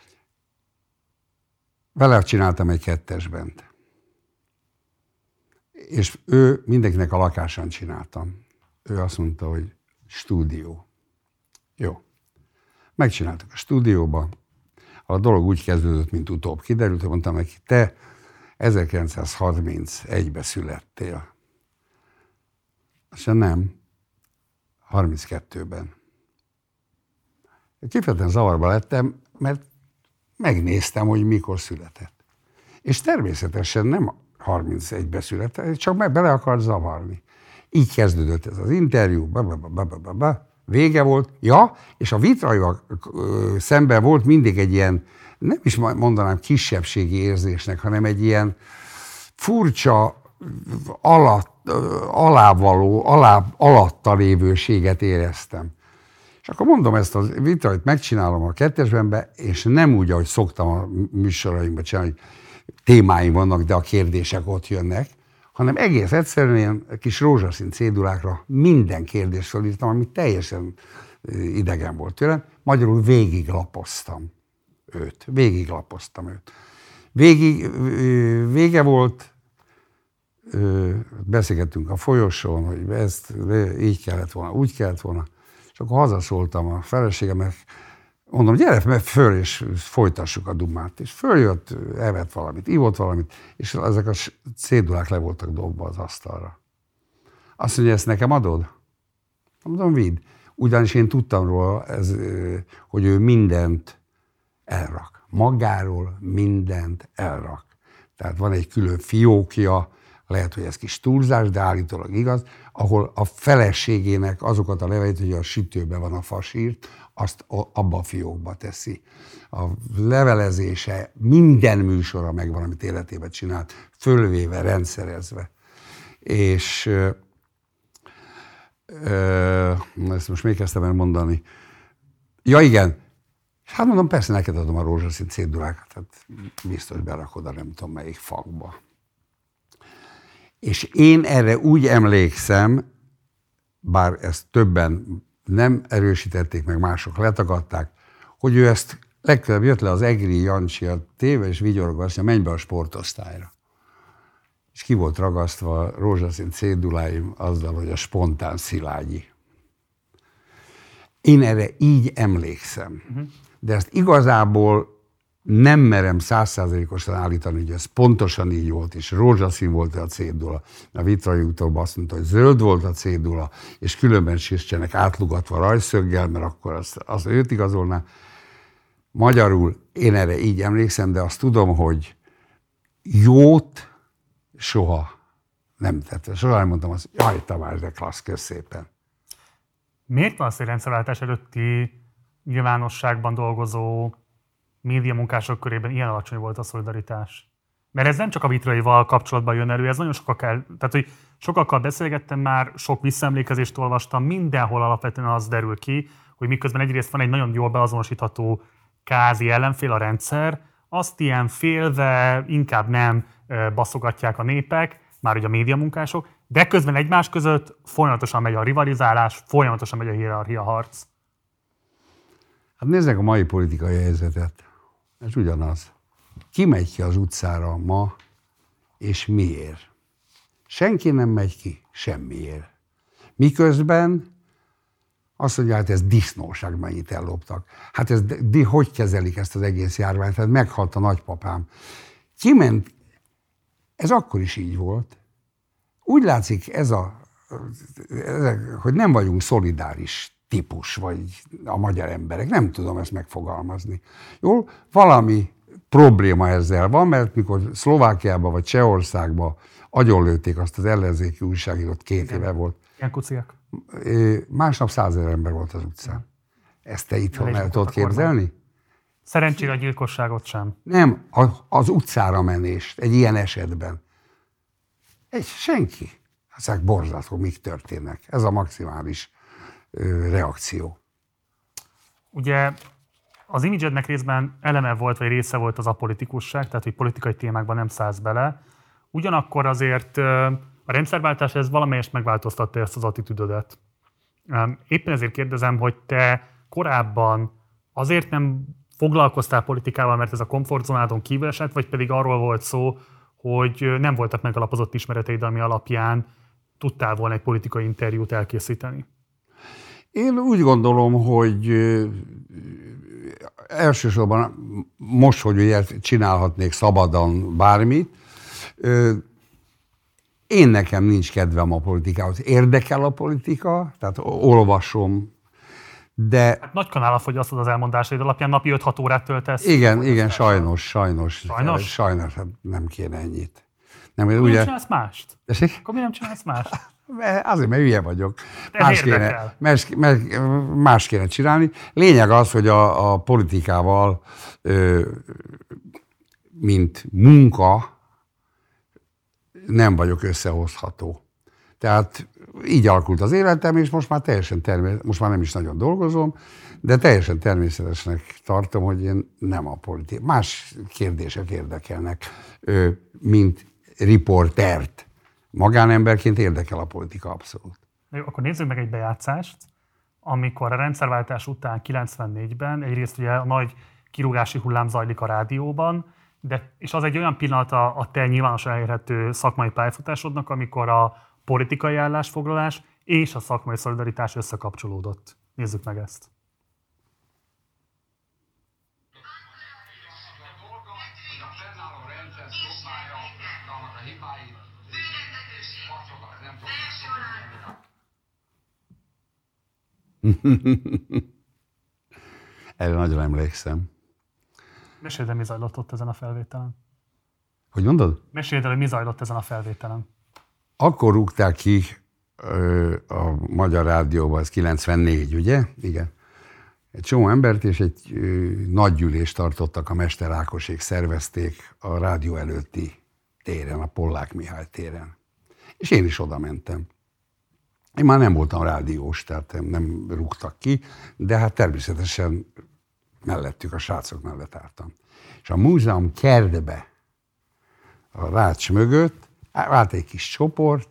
Speaker 2: Vele csináltam egy 2-esben. És ő mindenkinek a lakásán csináltam. Ő azt mondta, hogy stúdió. Jó. Megcsináltuk a stúdióba. A dolog úgy kezdődött, mint utóbb kiderült, hogy mondtam neki, te 1931-ben születtél. Azt nem, 32-ben. Kifejezetten zavarba lettem, mert megnéztem, hogy mikor született. És természetesen nem 31-ben született, csak bele akart zavarni. Így kezdődött ez az interjú, vége volt. Ja, és a Vitraival szemben volt mindig egy ilyen, nem is mondanám kisebbségi érzésnek, hanem egy ilyen furcsa, alatta lévőséget éreztem. És akkor mondom ezt a Vitrait, megcsinálom a 2-esben, és nem úgy, ahogy szoktam a műsoraimban csinálni, hogy témáim vannak, de a kérdések ott jönnek, hanem egész egyszerűen ilyen kis rózsaszín cédulákra minden kérdést felírtam, ami teljesen idegen volt tőlem. Magyarul végiglapoztam őt. Vége volt, beszélgettünk a folyosón, hogy ezt így kellett volna, úgy kellett volna, és akkor hazaszóltam a feleségemnek, Mondom, gyere föl, és folytassuk a dumát. És följött, evett valamit, ivott valamit, és ezek a cédulák le voltak dobva az asztalra. Azt mondja, ezt nekem adod? Mondom, vidd. Ugyanis én tudtam róla, hogy ő mindent elrak. Magáról mindent elrak. Tehát van egy külön fiókja, lehet, hogy ez kis túlzás, de állítólag igaz, ahol a feleségének azokat a levelét, hogy a sütőben van a fasírt, azt abba a fiókba teszi. A levelezése, minden műsora megvan, amit életében csinált, fölvéve, rendszerezve. És ezt most még kezdtem el mondani. Ja, igen. Hát mondom, persze neked adom a rózsaszín cédulákat, tehát biztos berakod a nem tudom melyik fakba. És én erre úgy emlékszem, bár ezt többen nem erősítették, meg mások letagadták, hogy ő ezt legközelebb jött le az Egri Jancsi a téve, és vigyorogva azt mondja, menj be a sportosztályra. És ki volt ragasztva a rózsaszín céduláim azzal, hogy a spontán Szilágyi. Én erre így emlékszem. De ezt igazából nem merem 100%-osan állítani, hogy ez pontosan így volt, és rózsaszín volt a cédula. A Vitrai utóbb azt mondta, hogy zöld volt a cédula, és különben sincsenek átlugatva rajszöggel, mert akkor az őt igazolná. Magyarul én erre így emlékszem, de azt tudom, hogy jót soha nem tett. Soha nem mondtam azt, jaj, Tamás, de klassz, kösz szépen.
Speaker 1: Miért van az, hogy rendszerváltás előtti nyilvánosságban dolgozó médiamunkások körében ilyen alacsony volt a szolidaritás? Mert ez nem csak a Vitraival kapcsolatban jön elő, ez nagyon tehát hogy sokakkal beszélgettem már, sok visszaemlékezést olvastam, mindenhol alapvetően az derül ki, hogy miközben egyrészt van egy nagyon jól beazonosítható kázi ellenfél a rendszer, azt ilyen félve inkább nem baszogatják a népek, már ugye a médiamunkások, de közben egymás között folyamatosan megy a rivalizálás, folyamatosan megy a hierarchiaharc.
Speaker 2: Hát nézzek a mai politikai helyzetet. Ez ugyanaz. Ki megy ki az utcára ma, és miért? Senki nem megy ki, semmiért. Miközben azt mondja, hát ez disznóság, mennyit elloptak. Hát hogy kezelik ezt az egész járványt? Hát meghalt a nagypapám. Kiment, ez akkor is így volt. Úgy látszik, hogy nem vagyunk szolidáris típus, vagy a magyar emberek. Nem tudom ezt megfogalmazni. Jó? Valami probléma ezzel van, mert mikor Szlovákiában vagy Csehországban agyonlőtték azt az ellenzéki újságírót, 2 éve volt.
Speaker 1: Ilyen kuciak.
Speaker 2: Másnap 100 000 ember volt az utcán. Ezt te itthon el tudod képzelni?
Speaker 1: Szerencsére a gyilkosságot sem.
Speaker 2: Nem, az utcára menést egy ilyen esetben. Senki. Ezek borzasztó, mik történnek. Ez a maximális reakció.
Speaker 1: Ugye az imidzsednek részben eleme volt, vagy része volt az apolitikusság, tehát hogy politikai témákban nem szállsz bele. Ugyanakkor azért a rendszerváltás ez valamelyest megváltoztatta ezt az attitűdödet. Éppen ezért kérdezem, hogy te korábban azért nem foglalkoztál politikával, mert ez a komfortzónádon kívül esett, vagy pedig arról volt szó, hogy nem voltak megalapozott ismereteid, ami alapján tudtál volna egy politikai interjút elkészíteni?
Speaker 2: Én úgy gondolom, hogy elsősorban most, hogy ugye csinálhatnék szabadon bármit, én nekem nincs kedvem a politikához. Érdekel a politika, tehát olvasom, de...
Speaker 1: Hát nagy kanállal fogyasztod az elmondásaid alapján, napi 5-6 órát töltesz.
Speaker 2: Igen, sajnos.
Speaker 1: Sajnos?
Speaker 2: Sajnos, hát nem kéne ennyit.
Speaker 1: Nem, ugye... nem csinálsz mást?
Speaker 2: Esik?
Speaker 1: Akkor mi nem csinálsz mást?
Speaker 2: Azért, mert hülye vagyok. Más kéne csinálni. Lényeg az, hogy a politikával, mint munka, nem vagyok összehozható. Tehát így alakult az életem, és most már most már nem is nagyon dolgozom, de teljesen természetesnek tartom, hogy én nem a politika. Más kérdések érdekelnek, mint riportert. Magánemberként érdekel a politika abszolút.
Speaker 1: Jó, akkor nézzük meg egy bejátszást, amikor a rendszerváltás után 94-ben egyrészt ugye a nagy kirúgási hullám zajlik a rádióban, és az egy olyan pillanat a te nyilvánosan elérhető szakmai pályafutásodnak, amikor a politikai állásfoglalás és a szakmai szolidaritás összekapcsolódott. Nézzük meg ezt.
Speaker 2: Erre nagyon emlékszem.
Speaker 1: Meséld el, mi zajlott ott ezen a felvételen.
Speaker 2: Hogy mondod?
Speaker 1: Meséld el, hogy mi zajlott ezen a felvételen.
Speaker 2: Akkor rúgták ki a Magyar Rádióban, az 94, ugye? Igen. Egy csomó embert, és egy nagy gyűlést tartottak, a Mester Ákosék szervezték a rádió előtti téren, a Pollák Mihály téren. És én is oda mentem. Én már nem voltam rádiós, tehát nem rúgtak ki, de hát természetesen mellettük, a srácok mellett álltam. És a múzeum kertbe, a rács mögött állt egy kis csoport,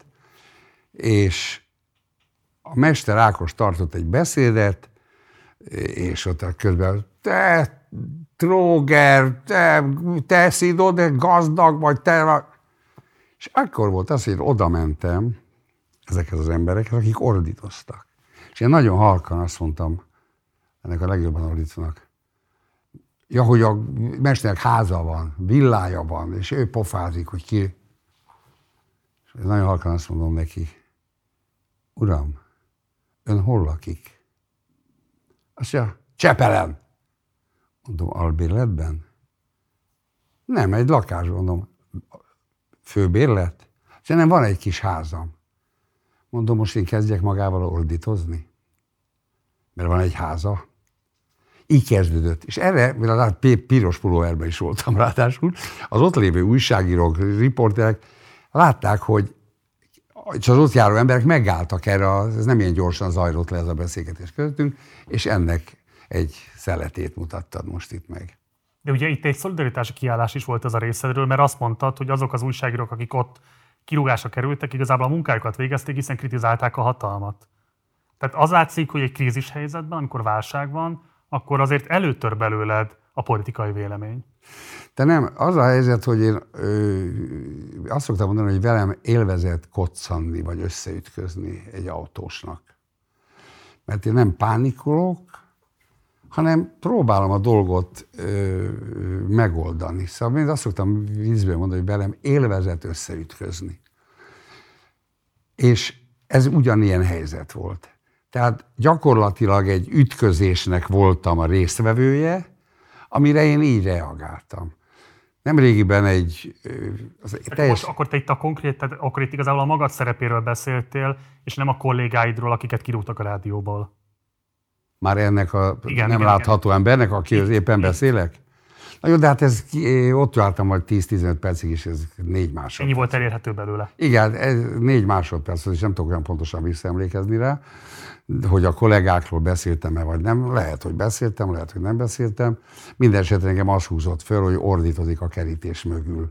Speaker 2: és a Mester Ákos tartott egy beszédet, és ott közben, te tróger, te szidó, de gazdag vagy, te... És akkor volt az, hogy oda mentem ezekhez az emberekhez, akik ordítoztak. És én nagyon halkan azt mondtam, ennek a legjobban ordítanak, ja, hogy a mesternek háza van, villája van, és ő pofázik, hogy ki. És nagyon halkan azt mondom neki, uram, ön hol lakik? Azt mondja, Csepelen. Mondom, albérletben? Nem, egy lakásban. Mondom, főbérlet? Azt mondja, nem, van egy kis házam. Mondom, most én kezdjek magával ordítozni? Mert van egy háza. Így kezdődött. És erre, mert piros pulóverben is voltam ráadásul, az ott lévő újságírók, riporterek látták, hogy és az ott járó emberek megálltak erre, ez nem ilyen gyorsan zajlott le ez a beszélgetés közöttünk, és ennek egy szeletét mutattad most itt meg.
Speaker 1: De ugye itt egy szolidaritási kiállás is volt ez a részedről, mert azt mondtad, hogy azok az újságírók, akik ott kirúgásra kerültek, igazából a munkájukat végezték, hiszen kritizálták a hatalmat. Tehát az látszik, hogy egy krízis helyzetben, amikor válság van, akkor azért előtör belőled a politikai vélemény.
Speaker 2: De nem, az a helyzet, hogy én azt szoktam mondani, hogy velem élvezett koccanni, vagy összeütközni egy autósnak. Mert én nem pánikolok, hanem próbálom a dolgot megoldani. Szóval én azt szoktam vízből mondani, hogy velem élvezett összeütközni. És ez ugyanilyen helyzet volt. Tehát gyakorlatilag egy ütközésnek voltam a résztvevője, amire én így reagáltam. Nemrégiben egy...
Speaker 1: Akkor te itt akkor itt igazából a magad szerepéről beszéltél, és nem a kollégáidról, akiket kirúgtak a rádióból.
Speaker 2: Már ennek a nem látható embernek, akihez éppen beszélek? Na jó, de hát ott jártam majd 10-15 percig, és ez 4 másodperc.
Speaker 1: Ennyi volt elérhető belőle.
Speaker 2: Igen, ez 4 másodperc, és nem tudok olyan pontosan visszaemlékezni rá, hogy a kollégákról beszéltem-e, vagy nem. Lehet, hogy beszéltem, lehet, hogy nem beszéltem. Minden esetre engem az húzott föl, hogy ordítozik a kerítés mögül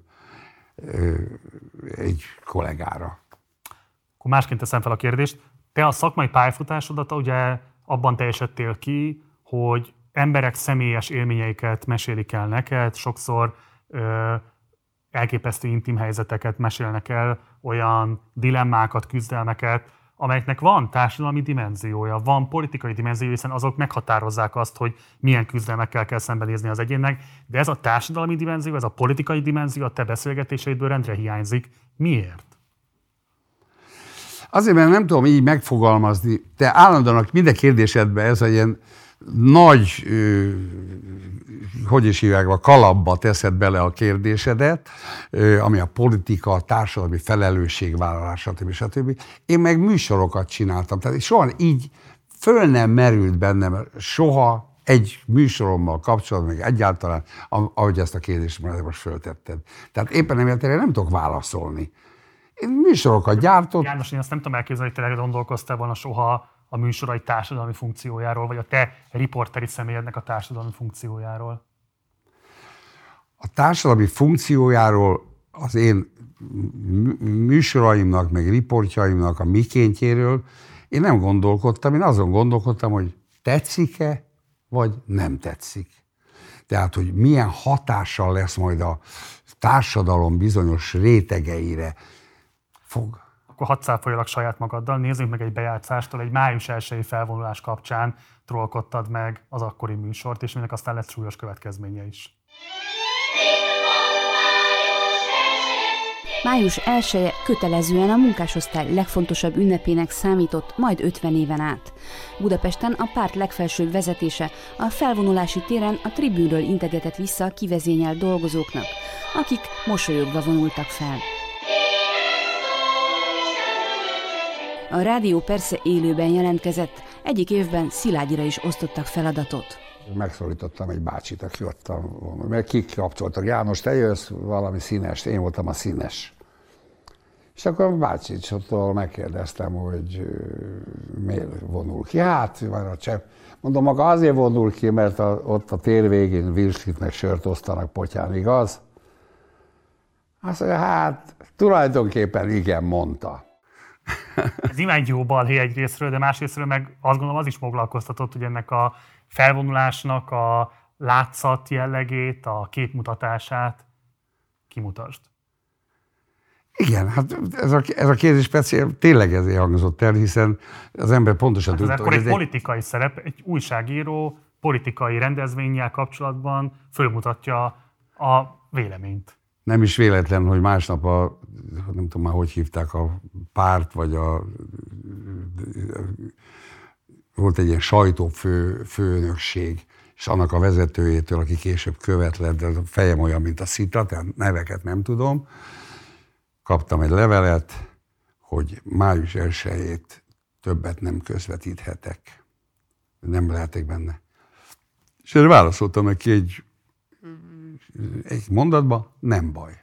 Speaker 2: egy kollégára.
Speaker 1: Akkor másként teszem fel a kérdést. Te a szakmai pályafutásodat ugye abban teljesedtél ki, hogy emberek személyes élményeiket mesélik el neked, sokszor elképesztő intim helyzeteket mesélnek el, olyan dilemmákat, küzdelmeket, amelyeknek van társadalmi dimenziója, van politikai dimenziója, hiszen azok meghatározzák azt, hogy milyen küzdelmekkel kell szembenézni az egyénnek, de ez a társadalmi dimenzió, ez a politikai dimenzió a te beszélgetéseidből rendre hiányzik. Miért?
Speaker 2: Azért, mert nem tudom így megfogalmazni. Te állandóan minden kérdésedben ez a ilyen nagy, hogy is hívják, a kalapba teszed bele a kérdésedet, ami a politika, a társadalmi felelősségvállalás, stb. Én meg műsorokat csináltam. Tehát soha így föl nem merült bennem, soha egy műsorommal kapcsolatban, meg egyáltalán, ahogy ezt a kérdést most föltetted. Tehát éppen emiatt nem tudok válaszolni. Én műsorokat gyártott.
Speaker 1: János, én azt nem tudom elképzelni, hogy te gondolkoztál volna soha a műsorai társadalmi funkciójáról, vagy a te riporteri személyednek a társadalmi funkciójáról?
Speaker 2: A társadalmi funkciójáról az én műsoraimnak, meg riportjaimnak a mikéntjéről én nem gondolkodtam, én azon gondolkodtam, hogy tetszik-e, vagy nem tetszik. Tehát, hogy milyen hatással lesz majd a társadalom bizonyos rétegeire.
Speaker 1: Akkor hadd cáfoljalak saját magaddal, nézzünk meg egy bejátszástól, egy május 1-i felvonulás kapcsán trollkodtad meg az akkori műsort, és ennek aztán lett súlyos következménye is.
Speaker 10: Május 1-e kötelezően a munkásosztály legfontosabb ünnepének számított majd 50 éven át. Budapesten a párt legfelsőbb vezetése a felvonulási téren a tribűnről integetett vissza a kivezényelt dolgozóknak, akik mosolyogva vonultak fel. A rádió persze élőben jelentkezett, egyik évben Szilágyira is osztottak feladatot.
Speaker 2: Megszólítottam egy bácsit, aki ott mert kikapcsoltak. János, te jössz, valami színes, én voltam a színes. És akkor a bácsitól megkérdeztem, hogy miért vonul ki. Hát, van a csepp. Mondom, maga azért vonul ki, mert ott a tér végén virslit meg sört osztanak potyán, igaz? Azt mondja, hát tulajdonképpen igen, mondta.
Speaker 1: Ez imány jó balhé egyrészről, de másrészről meg azt gondolom az is foglalkoztatott, hogy ennek a felvonulásnak a látszat jellegét, a képmutatását kimutasd.
Speaker 2: Igen, hát ez a kérdés speciál tényleg ezért hangzott el, hiszen az ember pontosan
Speaker 1: tudta, hogy ez egy politikai szerep, egy újságíró politikai rendezvénnyel kapcsolatban fölmutatja a véleményt.
Speaker 2: Nem is véletlen, hogy másnap nem tudom már, hogy hívták a párt, vagy volt egy ilyen sajtófőnökség, és annak a vezetőjétől, aki később követ lett, de a fejem olyan, mint a szita, tehát neveket nem tudom, kaptam egy levelet, hogy május 1-ét többet nem közvetíthetek. Nem lehetek benne. És erre válaszoltam neki egy mondatba, nem baj.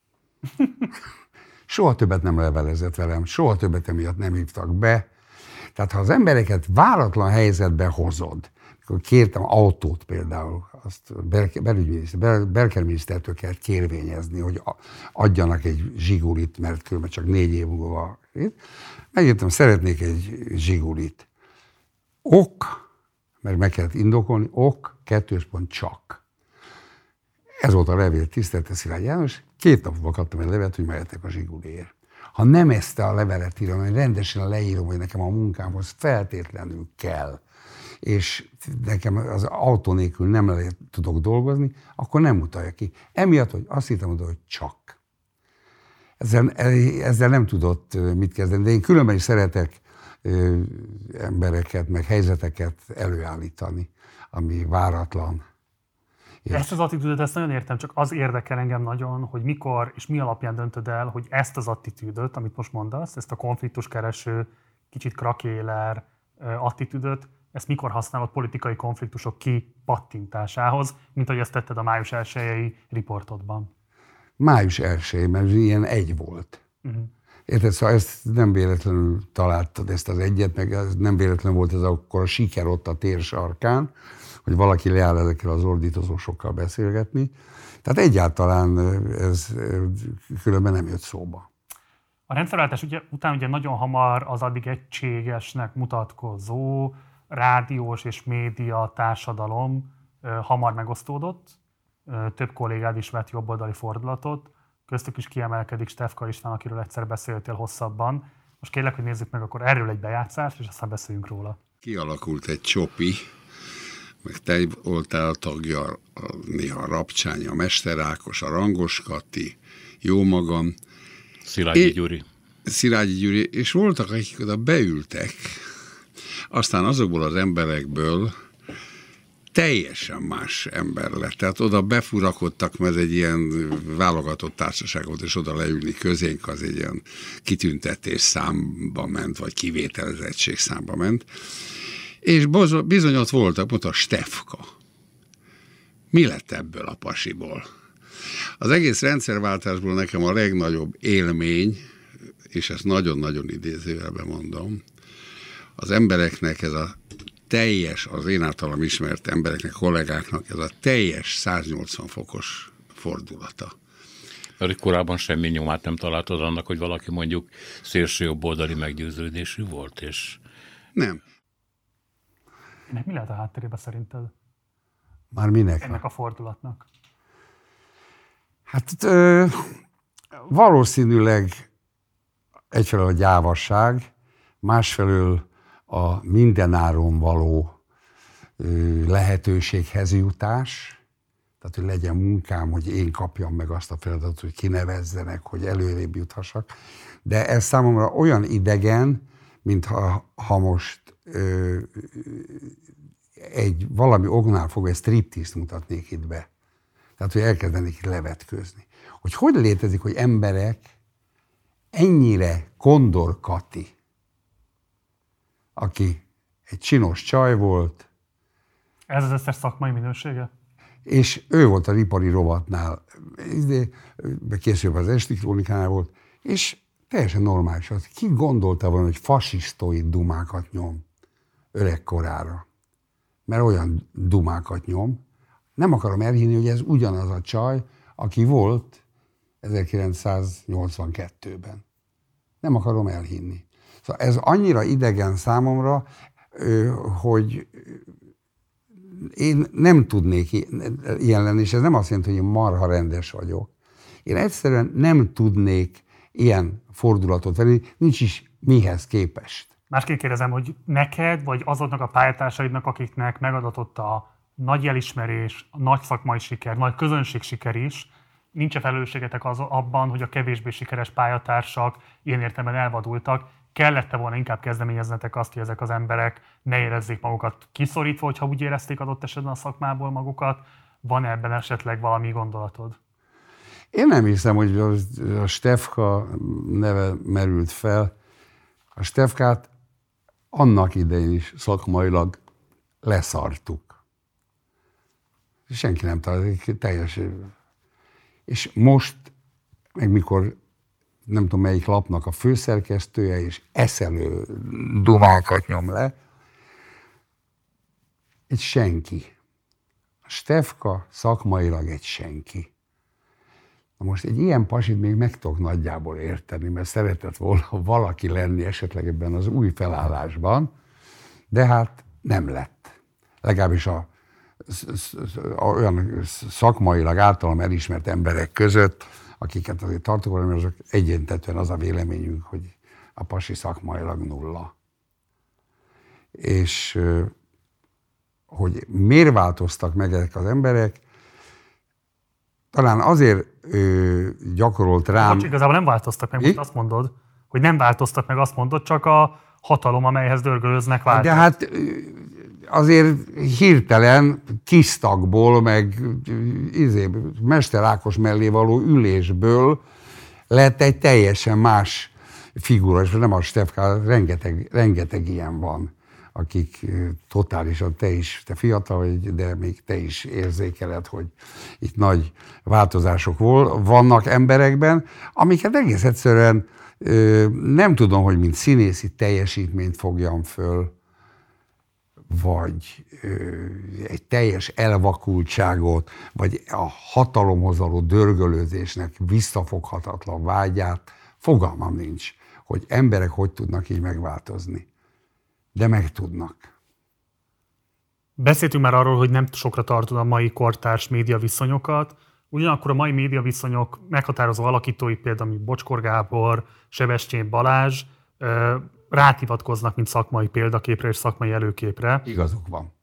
Speaker 2: Soha többet nem levelezett velem, soha többet emiatt nem hívtak be. Tehát ha az embereket váratlan helyzetbe hozod, akkor kértem autót például, azt belügyminisztertől kellett kérvényezni, hogy adjanak egy Zsigulit, mert különben csak 4 év múlva. Megírtam, szeretnék egy Zsigulit. Ok, mert meg kellett indokolni, ok, 2. csak. Ez volt a levél, tisztelte Szilágy János, 2 nap múlva kaptam egy levelet, hogy mehetek a Zsiguliért. Ha nem ezt a levelet írom, hogy rendesen leírom, hogy nekem a munkámhoz feltétlenül kell, és nekem az autó nélkül nem tudok dolgozni, akkor nem mutatja ki. Emiatt, hogy azt hittem oda, hogy csak. Ezzel nem tudott mit kezdeni, de én különben is szeretek embereket, meg helyzeteket előállítani, ami váratlan.
Speaker 1: Ezt az attitűdöt, ezt nagyon értem, csak az érdekel engem nagyon, hogy mikor és mi alapján döntöd el, hogy ezt az attitűdöt, amit most mondasz, ezt a konfliktuskereső, kicsit krakéler attitűdöt, ezt mikor használod politikai konfliktusok kipattintásához, mint ahogy ezt tetted a május 1-i riportodban?
Speaker 2: Május 1, mert ilyen egy volt. Érted, szóval ezt nem véletlenül találtad, ezt az egyet, meg ez nem véletlenül volt ez akkor a siker ott a tér sarkán, hogy valaki leáll ezekkel az ordítozósokkal beszélgetni. Tehát egyáltalán ez különben nem jött szóba.
Speaker 1: A rendszerváltás után ugye nagyon hamar az addig egységesnek mutatkozó rádiós és média társadalom hamar megosztódott. Több kollégád is vett jobboldali fordulatot. Köztük is kiemelkedik Stefka István, akiről egyszer beszéltél hosszabban. Most kérlek, hogy nézzük meg akkor erről egy bejátszást, és aztán beszéljünk róla.
Speaker 2: Kialakult egy csopi, meg te voltál a tagja, néha a Rapcsány, a Mester Ákos, a Rangos Kati, jó magam. Szilágyi Gyuri, és voltak, akik oda beültek, aztán azokból az emberekből teljesen más ember lett. Tehát oda befurakodtak, mert ez egy ilyen válogatott társaság volt, és oda leülni közénk, az egy ilyen kitüntetés számba ment, vagy kivételezettség számba ment. És bizony ott voltak, mondta a Stefka. Mi lett ebből a pasiból? Az egész rendszerváltásból nekem a legnagyobb élmény, és ezt nagyon-nagyon idézőjelben mondom, az embereknek ez a teljes, az én általam ismert embereknek, kollégáknak ez a teljes 180 fokos fordulata.
Speaker 11: Mert korábban semmi nyomát nem találtad annak, hogy valaki mondjuk szélső jobboldali meggyőződésű volt, és...
Speaker 2: Nem.
Speaker 1: Ennek mi lehet a hátterében szerinted?
Speaker 2: Már minek?
Speaker 1: Ennek a fordulatnak.
Speaker 2: Hát valószínűleg egyfelől a gyávasság, másfelől a mindenáron való lehetőséghez jutás. Tehát, hogy legyen munkám, hogy én kapjam meg azt a feladatot, hogy kinevezzenek, hogy előrébb juthassak. De ez számomra olyan idegen, mintha most valami oknál fogva egy striptease-t mutatnék itt be. Tehát, hogy elkezdenék itt levetkőzni. Hogy létezik, hogy emberek ennyire Kondor Kati, aki egy csinos csaj volt.
Speaker 1: Ez az összes szakmai minősége?
Speaker 2: És ő volt a Ripari rovatnál, később az Esti Krónikánál volt, és teljesen normális az. Ki gondolta volna, hogy fasisztoid dumákat nyom öregkorára? Mert olyan dumákat nyom. Nem akarom elhinni, hogy ez ugyanaz a csaj, aki volt 1982-ben. Nem akarom elhinni. Szóval ez annyira idegen számomra, hogy én nem tudnék ilyen lenni, és ez nem azt jelenti, hogy én marha rendes vagyok. Én egyszerűen nem tudnék ilyen fordulatot venni, nincs is mihez képest.
Speaker 1: Másként kérdezem, hogy neked, vagy azoknak a pályatársaidnak, akiknek megadatott a nagy elismerés, a nagy szakmai siker, nagy közönség siker is, nincs-e felelősségetek abban, hogy a kevésbé sikeres pályatársak ilyen értelemben elvadultak, kellett-e volna inkább kezdeményeznetek azt, hogy ezek az emberek ne érezzék magukat kiszorítva, hogyha úgy érezték adott esetben a szakmából magukat? Van ebben esetleg valami gondolatod?
Speaker 2: Én nem hiszem, hogy a Stefka neve merült fel. A Stefkát annak idején is szakmailag leszartuk. Senki nem találta, teljesen. És most, meg mikor nem tudom melyik lapnak a főszerkesztője, és eszelő dumákat nyom le, egy senki. A Stefka szakmailag egy senki. Na most egy ilyen pasit még meg tudok nagyjából érteni, mert szeretett volna valaki lenni esetleg ebben az új felállásban, de hát nem lett. Legalábbis olyan szakmailag általam elismert emberek között, akiket azért tartok, mert azok egyöntetően az a véleményünk, hogy a pasi szakmailag nulla. És hogy miért változtak meg ezek az emberek, talán azért gyakorolt rám...
Speaker 1: Most igazából nem változtak meg, most azt mondod, hogy nem változtak meg, azt mondod, csak a hatalom, amelyhez dörgölöznek változott.
Speaker 2: De hát azért hirtelen kisztagból, meg Mester Ákos mellé való ülésből lett egy teljesen más figura, és nem a Stefka, rengeteg ilyen van, akik totálisan, te fiatal vagy, de még te is érzékeled, hogy itt nagy változások vannak emberekben, amiket egész egyszerűen nem tudom, hogy mint színészi teljesítményt fogjam föl, vagy egy teljes elvakultságot, vagy a hatalomhoz való dörgölőzésnek visszafoghatatlan vágyát, fogalmam nincs, hogy emberek hogy tudnak így megváltozni. De meg tudnak.
Speaker 1: Beszéltünk már arról, hogy nem sokra tartod a mai kortárs médiaviszonyokat, ugyanakkor a mai médiaviszonyok meghatározó alakítói, például mint Bocskor Gábor, Sebestyén Balázs, ráthivatkoznak, mint szakmai példaképre és szakmai előképre.
Speaker 2: Igazuk van.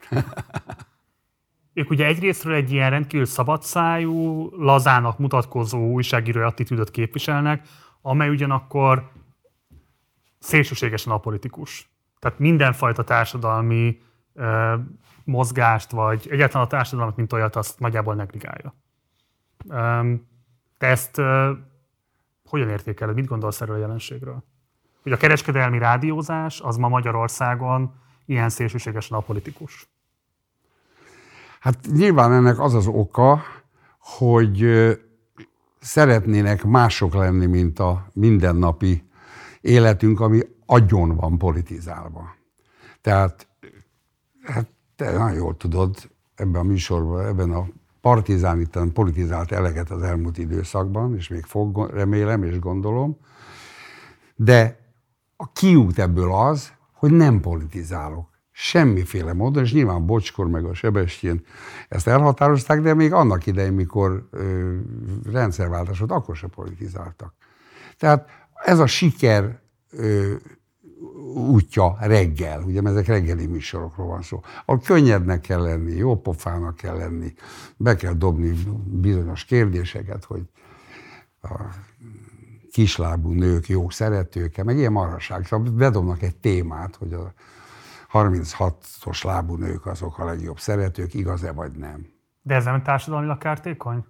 Speaker 1: Ők ugye egyrésztről egy ilyen rendkívül szabadszájú, lazának mutatkozó újságírói attitűdöt képviselnek, amely ugyanakkor szélsőségesen apolitikus. Tehát mindenfajta társadalmi mozgást, vagy egyáltalán a társadalmat, mint olyat, azt nagyjából negligálja. Te ezt hogyan értékeled? Mit gondolsz erről a jelenségről? Hogy a kereskedelmi rádiózás az ma Magyarországon ilyen szélsőségesen apolitikus.
Speaker 2: Hát nyilván ennek az az oka, hogy szeretnének mások lenni, mint a mindennapi életünk, ami agyon van politizálva. Tehát, hát te nagyon jól tudod, ebben a műsorban, ebben a partizániten politizált eleget az elmúlt időszakban, és még fog, remélem és gondolom, de a kiút ebből az, hogy nem politizálok. Semmiféle módon, és nyilván Bocskor meg a Sebestyén ezt elhatározták, de még annak idején, mikor rendszerváltás volt, akkor se politizáltak. Tehát ez a siker útja reggel, ugye, mert ezek reggeli műsorokról van szó. Ahol könnyednek kell lenni, jó pofának kell lenni, be kell dobni bizonyos kérdéseket, hogy a kislábú nők jó szeretők, meg ilyen marhaság. Szóval bedobnak egy témát, hogy a 36-os lábú nők azok a legjobb szeretők, igaz-e vagy nem.
Speaker 1: De ez nem társadalmilag kártékony?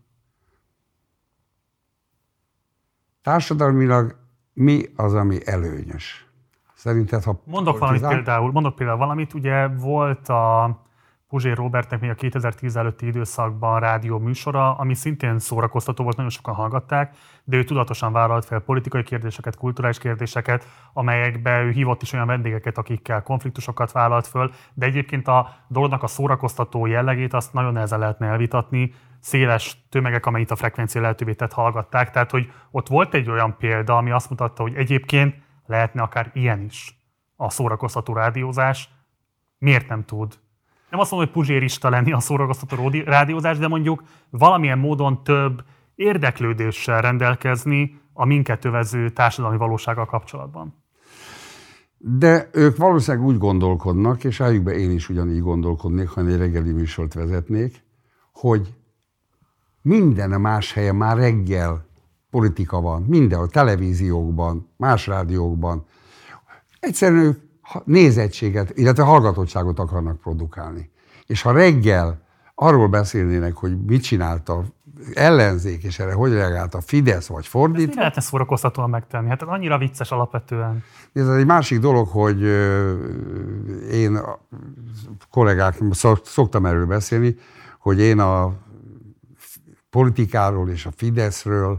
Speaker 2: Társadalmilag mi az, ami előnyös? Szerinted, ha
Speaker 1: mondok például valamit, ugye volt a Puzsér Robertnek még a 2010 előtti időszakban rádió műsora, ami szintén szórakoztató volt, nagyon sokan hallgatták, de ő tudatosan vállalt fel politikai kérdéseket, kulturális kérdéseket, amelyekbe ő hívott is olyan vendégeket, akikkel konfliktusokat vállalt föl, de egyébként a dolognak a szórakoztató jellegét azt nagyon nehezen lehetne elvitatni, széles tömegek, amelyet a frekvencia lehetővé tett, hallgatták, tehát hogy ott volt egy olyan példa, ami azt mutatta, hogy egyébként lehetne akár ilyen is a szórakoztató rádiózás, miért nem tud? Nem azt mondom, hogy puzsérista lenni a szórakoztató rádiózás, de mondjuk valamilyen módon több érdeklődéssel rendelkezni a minket övező társadalmi valósággal kapcsolatban.
Speaker 2: De ők valószínűleg úgy gondolkodnak, és álljuk be, én is ugyanígy gondolkodnék, ha egy reggeli műsort vezetnék, hogy minden más helyen már reggel politika van, mindenhol, televíziókban, más rádiókban. Egyszerűen ők nézettséget, illetve hallgatottságot akarnak produkálni. És ha reggel arról beszélnének, hogy mit csinált az ellenzék, és erre hogy reagált a Fidesz, vagy fordítva.
Speaker 1: Ezt lehetne szórakoztatóan megtenni? Hát annyira vicces alapvetően.
Speaker 2: Ez egy másik dolog, hogy én kollégák, szoktam erről beszélni, hogy én a politikáról és a Fideszről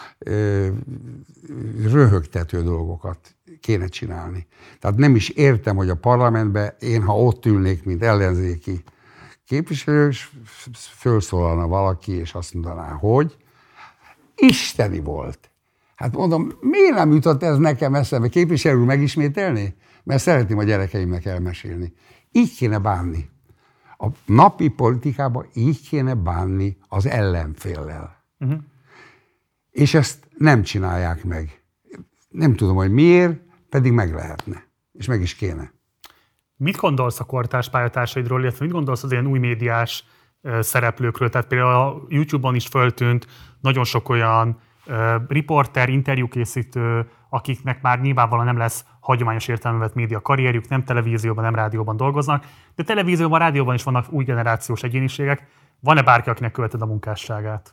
Speaker 2: röhögtető dolgokat kéne csinálni. Tehát nem is értem, hogy a parlamentben én, ha ott ülnék, mint ellenzéki képviselő, és fölszólalna valaki, és azt mondaná, hogy isteni volt. Hát mondom, miért nem jutott ez nekem eszembe? Képviselő úr megismételni? Mert szeretném a gyerekeimnek elmesélni. Így kéne bánni. A napi politikában így kéne bánni az ellenféllel. Uh-huh. És ezt nem csinálják meg. Nem tudom, hogy miért, pedig meg lehetne. És meg is kéne.
Speaker 1: Mit gondolsz a kortárs pályatársaidról, illetve mit gondolsz az ilyen új médiás szereplőkről? Tehát például a YouTube-on is föltűnt nagyon sok olyan riporter, interjúkészítő, akiknek már nyilvánvalóan nem lesz hagyományos értelemben vett média karrierjük, nem televízióban, nem rádióban dolgoznak, de televízióban, rádióban is vannak új generációs egyéniségek. Van-e bárki, akinek követed a munkásságát?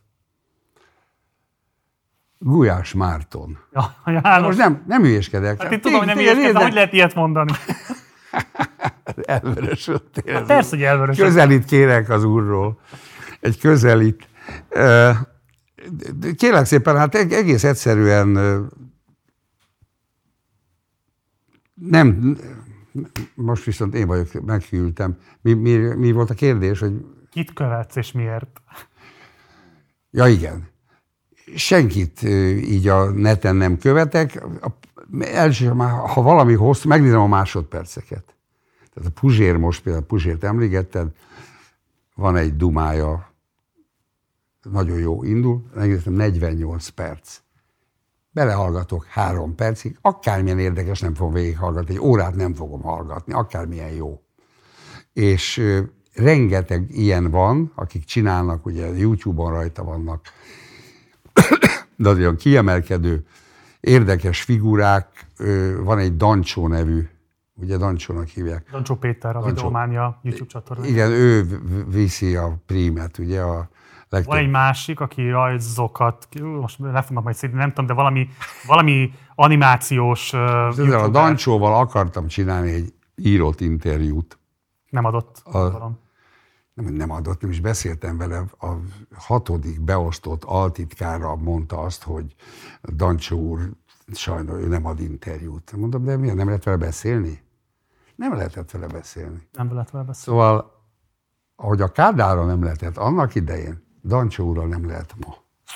Speaker 2: Gulyás Márton.
Speaker 1: Ja,
Speaker 2: most nem hülyéskedek.
Speaker 1: Hát én tudom, hogy nem hülyéskedek, de hogy lehet ilyet mondani?
Speaker 2: Elvörösödtél.
Speaker 1: Hát persze, hogy elvörösödtél.
Speaker 2: Közelít kérek az úrról. Egy közelít. Kérlek szépen, hát egész egyszerűen nem, most viszont én vagyok, meghűltem. Mi volt a kérdés, hogy...
Speaker 1: Kit követsz és miért?
Speaker 2: Ja, igen. Senkit így a neten nem követek. Elsősorban, ha valami hosszú, megnézem a másodperceket. Tehát a Puzsér, most például Puzsért emlégetted, van egy dumája, nagyon jó indul, megnéztem 48 perc. Belehallgatok 3 percig, akármilyen érdekes nem fogom végighallgatni, egy órát nem fogom hallgatni, akármilyen jó. És rengeteg ilyen van, akik csinálnak, ugye YouTube-on rajta vannak, de az olyan kiemelkedő, érdekes figurák, van egy Dancsó nevű, ugye Dancsónak hívják.
Speaker 1: Dancsó Péter, a Videománia YouTube csatorna.
Speaker 2: Igen, ő viszi a prímet, ugye a legtöbb.
Speaker 1: Van egy másik, aki rajzokat, most le fognak majd szépen, nem tudom, de valami animációs...
Speaker 2: Ezzel a Dancsóval akartam csinálni egy írott interjút.
Speaker 1: Nem adott.
Speaker 2: Nem adott, nem is beszéltem vele. A 6. beosztott altitkára mondta azt, hogy Dancsó úr sajnos ő nem ad interjút. Mondom, de miért nem lehet vele beszélni? Nem lehetett vele beszélni.
Speaker 1: Nem lehet vele beszélni.
Speaker 2: Szóval, ahogy a Kádárra nem lehetett annak idején, Dancsó úrral nem lehet ma.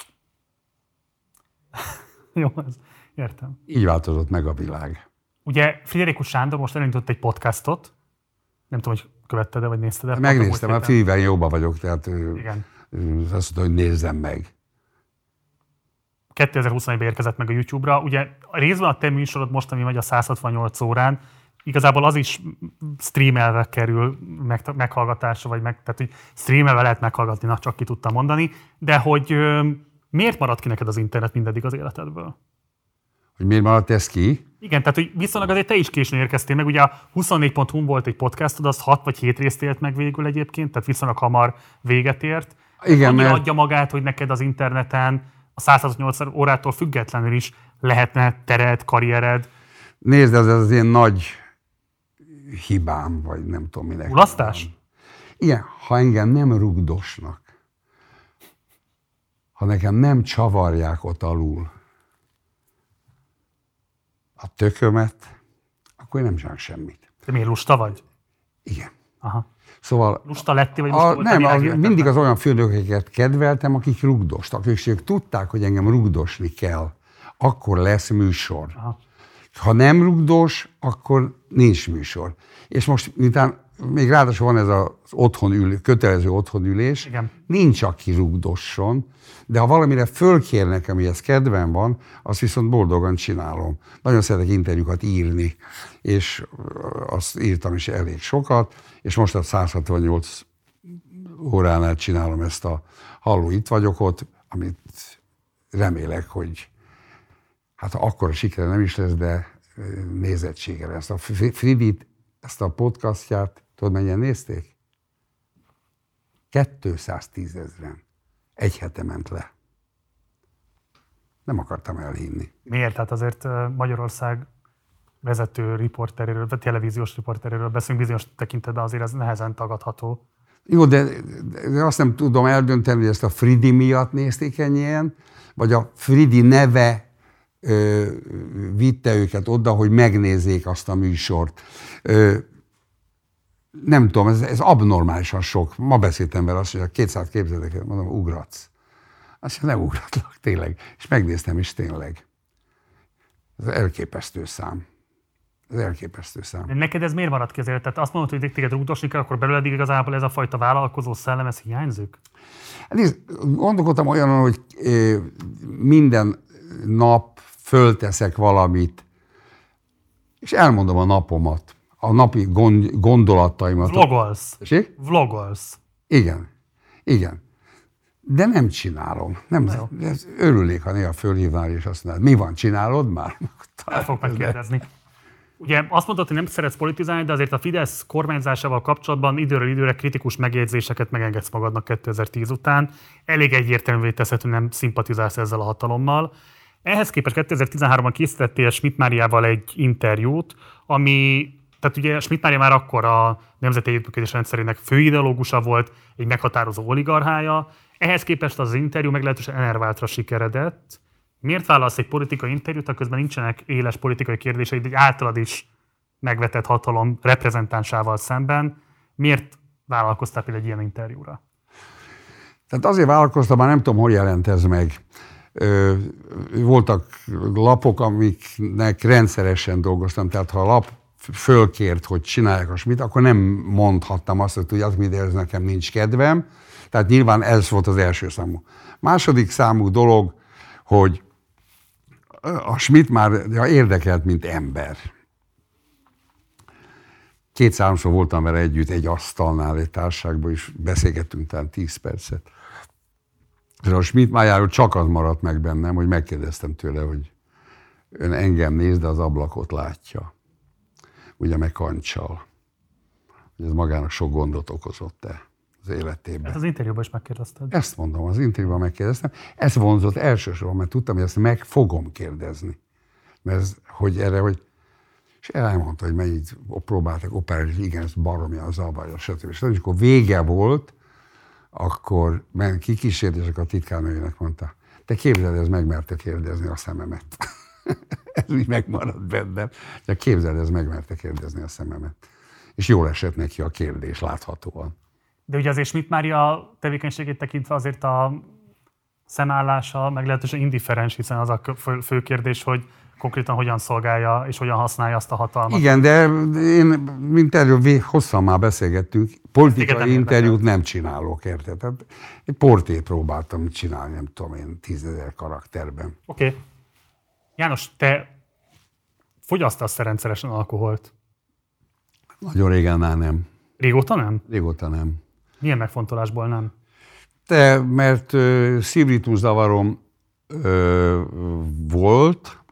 Speaker 1: Jó, értem.
Speaker 2: Így változott meg a világ.
Speaker 1: Ugye Friderikus Sándor most elindított egy podcastot, nem tudom, hogy követted-e, vagy nézted-e?
Speaker 2: Megnéztem, a Fivel jóba vagyok, tehát azt mondta, hogy nézzem meg.
Speaker 1: 2021-ben érkezett meg a YouTube-ra. Ugye részben a te műsorod most, ami megy a 168 órán, igazából az is streamelve kerül meghallgatásra, vagy tehát hogy streamelve lehet meghallgatni, na csak ki tudtam mondani, de hogy miért maradt ki neked az internet mindeddig az életedből?
Speaker 2: Hogy miért maradt ez ki?
Speaker 1: Igen, tehát hogy viszonylag azért te is későn érkeztél meg, ugye a 24.hu volt egy podcastod, az 6 vagy 7 részt élt meg végül egyébként, tehát viszonylag hamar véget ért.
Speaker 2: Igen,
Speaker 1: mert adja magát, hogy neked az interneten a 168 órától függetlenül is lehetne tered, karriered.
Speaker 2: Nézd, ez az én nagy hibám, vagy nem tudom minek.
Speaker 1: Mulasztás?
Speaker 2: Igen, ha engem nem rugdosnak, ha nekem nem csavarják ott alul a tökömet, akkor én nem csinálok semmit.
Speaker 1: Te miért lusta vagy?
Speaker 2: Igen.
Speaker 1: Aha.
Speaker 2: Szóval
Speaker 1: lusta lettél, vagy lusta
Speaker 2: nem, mindig az olyan főnökeket kedveltem, akik rugdostak, és ők tudták, hogy engem rugdosni kell. Akkor lesz műsor.
Speaker 1: Aha.
Speaker 2: Ha nem rugdos, akkor nincs műsor. És most, miután még ráadásul van ez az kötelező otthonülés,
Speaker 1: igen.
Speaker 2: Nincs, aki rugdosson, de ha valamire fölkérnek, amihez kedvem van, azt viszont boldogan csinálom. Nagyon szeretek interjúkat írni, és azt írtam is elég sokat, és most a 168 óránál csinálom ezt a Halló, itt vagyokot, amit remélek, hogy hát akkora sikere nem is lesz, de nézettsége lesz. A Fridit, ezt a podcastját, tudod, mennyien nézték? 210 000. Egy hete ment le. Nem akartam elhinni.
Speaker 1: Miért? Hát azért Magyarország vezető riporteréről, vagy televíziós riporteréről beszélünk, bizonyos tekintetben azért ez nehezen tagadható.
Speaker 2: Jó, de azt nem tudom eldönteni, hogy ezt a Fridi miatt nézték ennyien, vagy a Fridi neve vitte őket oda, hogy megnézzék azt a műsort. Nem tudom, ez abnormálisan sok. Ma beszéltem vele azt, hogy a 200 képzeleteket, mondom, ugratsz. Azt mondja, nem ugratlak, tényleg. És megnéztem is tényleg. Ez elképesztő szám.
Speaker 1: De neked ez miért maradt ki azért? Tehát azt mondod, hogy téged rúgdosni kell, akkor belőled igazából ez a fajta vállalkozó szellem, ez hiányzik?
Speaker 2: Hát gondolkodtam olyanon, hogy minden nap fölteszek valamit, és elmondom a napomat, a napi gondolataimat.
Speaker 1: Vlogolsz.
Speaker 2: Sí?
Speaker 1: Vlogolsz.
Speaker 2: Igen. De nem csinálom. Örülnék, ha néha fölhívnál, és azt mondod, mi van, csinálod már?
Speaker 1: El fogok megkérdezni. Ugye azt mondtad, hogy nem szeretsz politizálni, de azért a Fidesz kormányzásával kapcsolatban időről időre kritikus megjegyzéseket megengedsz magadnak 2010 után. Elég egyértelművé teszed, hogy nem szimpatizálsz ezzel a hatalommal. Ehhez képest 2013-ban készítettél Schmidt Máriával egy interjút, tehát ugye Schmidt Mária már akkor a Nemzeti Együttműködés rendszerének főideológusa volt, egy meghatározó oligarchája. Ehhez képest az interjú meglehetősen enerváltra sikeredett. Miért válasz egy politikai interjút, ha közben nincsenek éles politikai kérdéseid egy általad is megvetett hatalom reprezentánsával szemben? Miért vállalkoztál például egy ilyen interjúra?
Speaker 2: Tehát azért vállalkoztam, már nem tudom, hol jelent ez meg. Voltak lapok, amiknek rendszeresen dolgoztam, tehát ha a lap fölkért, hogy csinálják a Schmidt, akkor nem mondhattam azt, hogy tudjátok, mit, ez nekem nincs kedvem. Tehát nyilván ez volt az első számú. Második számú dolog, hogy a Schmidt már érdekelt, mint ember. 2-3-szor voltam vele együtt egy asztalnál, egy társaságban, és beszélgettünk talán 10 percet. És a Schmidt Máriáról csak az maradt meg bennem, hogy megkérdeztem tőle, hogy ön engem néz, de az ablakot látja. Ugye meg kancsal. Hogy ez magának sok gondot okozott-e az életében.
Speaker 1: Ezt az interjúban is megkérdezted.
Speaker 2: Ezt mondom, az interjúban megkérdeztem. Ez vonzott elsősorban, mert tudtam, hogy ezt meg fogom kérdezni. Mert és elmondta, hogy mennyit próbáltak operálni, hogy igen, ez baromi az zavarja, stb. És akkor vége volt, akkor kikísértések a titkárnőjének mondta, te képzeld, ez megmerte kérdezni a szememet. Ez úgy megmaradt bennem. De képzeld, ez megmerte kérdezni a szememet. És jól esett neki a kérdés, láthatóan.
Speaker 1: De ugye azért Schmidt Mária tevékenységét tekintve azért a szemállása meglehetősen indifferens, hiszen az a fő kérdés, hogy konkrétan hogyan szolgálja és hogyan használja azt a hatalmat.
Speaker 2: Igen, de én, mint erről hosszan már beszélgettünk, politikai interjút nem csinálok, érted? Tehát egy portét próbáltam csinálni, nem tudom én, 10 000 karakterben.
Speaker 1: Oké. János, te fogyasztasz rendszeresen alkoholt?
Speaker 2: Nagyon régen már nem.
Speaker 1: Régóta nem?
Speaker 2: Régóta nem.
Speaker 1: Milyen megfontolásból nem?
Speaker 2: Mert szívritmuszavarom volt,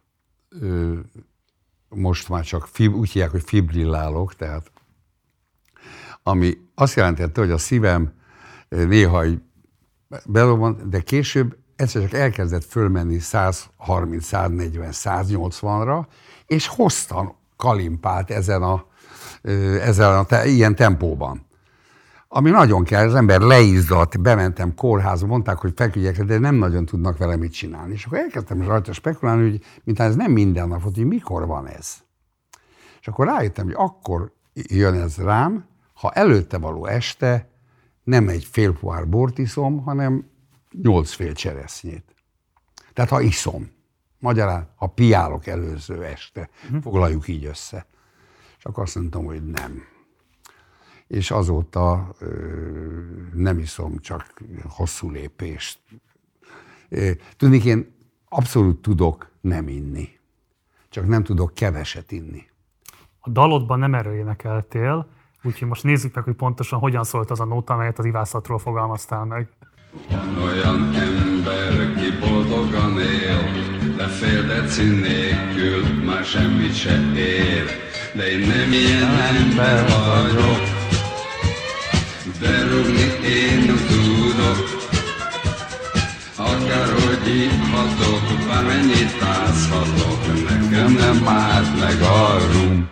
Speaker 2: most már csak úgy hívják, hogy fibrillálok, tehát ami azt jelentette, hogy a szívem néha belobban, de később egyszer csak elkezdett fölmenni 130, 140, 180-ra, és hoztam kalimpát ezen a ilyen tempóban. Ami nagyon kell, az ember leizzadt, bementem kórházba, mondták, hogy feküdjek, de nem nagyon tudnak vele mit csinálni. És akkor elkezdtem rajta spekulálni, hogy mintha ez nem minden nap volt, hogy mikor van ez. És akkor rájöttem, hogy akkor jön ez rám, ha előtte való este nem egy fél pohár bort iszom, hanem 8 fél cseresznyét. Tehát ha iszom, magyarán, ha piálok előző este, foglaljuk így össze. És akkor azt mondtam, hogy nem. És azóta nem iszom, csak hosszú lépést. Tudni, én abszolút tudok nem inni, csak nem tudok keveset inni.
Speaker 1: A dalodban nem erről énekeltél, úgyhogy most nézzük meg, hogy pontosan hogyan szólt az a nóta, amelyet az ivászatról fogalmaztál meg.
Speaker 12: Van olyan ember, ki boldogan él, de fél deci nélkül már semmit se ér. De én nem ilyen ember vagyok, de rúgni én nem tudok. Akárhogy ívhatok, bármennyit tázhatok, nekem nem árt meg a rum.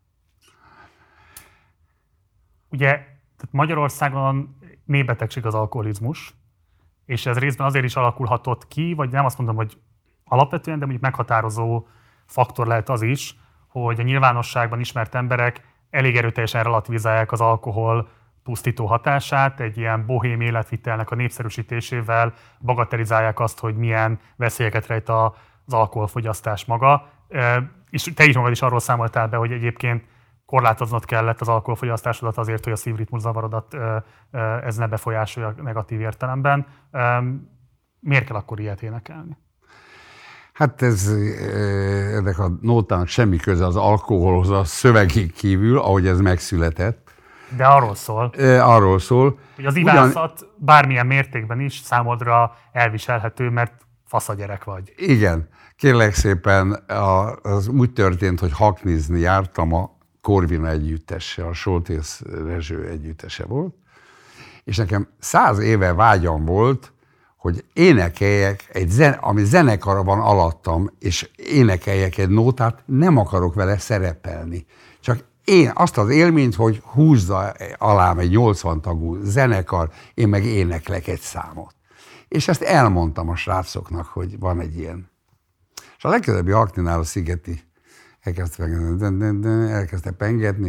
Speaker 1: Ugye, tehát Magyarországon népbetegség az alkoholizmus, és ez részben azért is alakulhatott ki, vagy nem azt mondom, hogy alapvetően, de mondjuk meghatározó faktor lehet az is, hogy a nyilvánosságban ismert emberek elég erőteljesen relativizálják az alkohol pusztító hatását, egy ilyen bohém életvitelnek a népszerűsítésével bagatelizálják azt, hogy milyen veszélyeket rejt az alkoholfogyasztás maga. És te is magad is arról számoltál be, hogy egyébként korlátoznod kellett az alkoholfogyasztásodat azért, hogy a szívritmuszavarodat ez ne befolyásolja negatív értelemben. Miért kell akkor ilyet énekelni?
Speaker 2: Hát ennek a nótának semmi köze az alkoholhoz a szövegig kívül, ahogy ez megszületett.
Speaker 1: De arról szól.
Speaker 2: Arról szól.
Speaker 1: Hogy az ivászat bármilyen mértékben is számodra elviselhető, mert faszagyerek vagy.
Speaker 2: Igen. Kérlek szépen, az úgy történt, hogy haknizni jártam a Corvina együttese, a Soltész Rezső együttese volt, és nekem 100 éve vágyam volt, hogy énekeljek, ami zenekar van alattam, és énekeljek egy nótát, nem akarok vele szerepelni. Csak én azt az élményt, hogy húzza alám egy 80 tagú zenekar, én meg éneklek egy számot. És ezt elmondtam a srácoknak, hogy van egy ilyen. És a legközelebbi Hakninál a Szigeti elkezdte pengetni,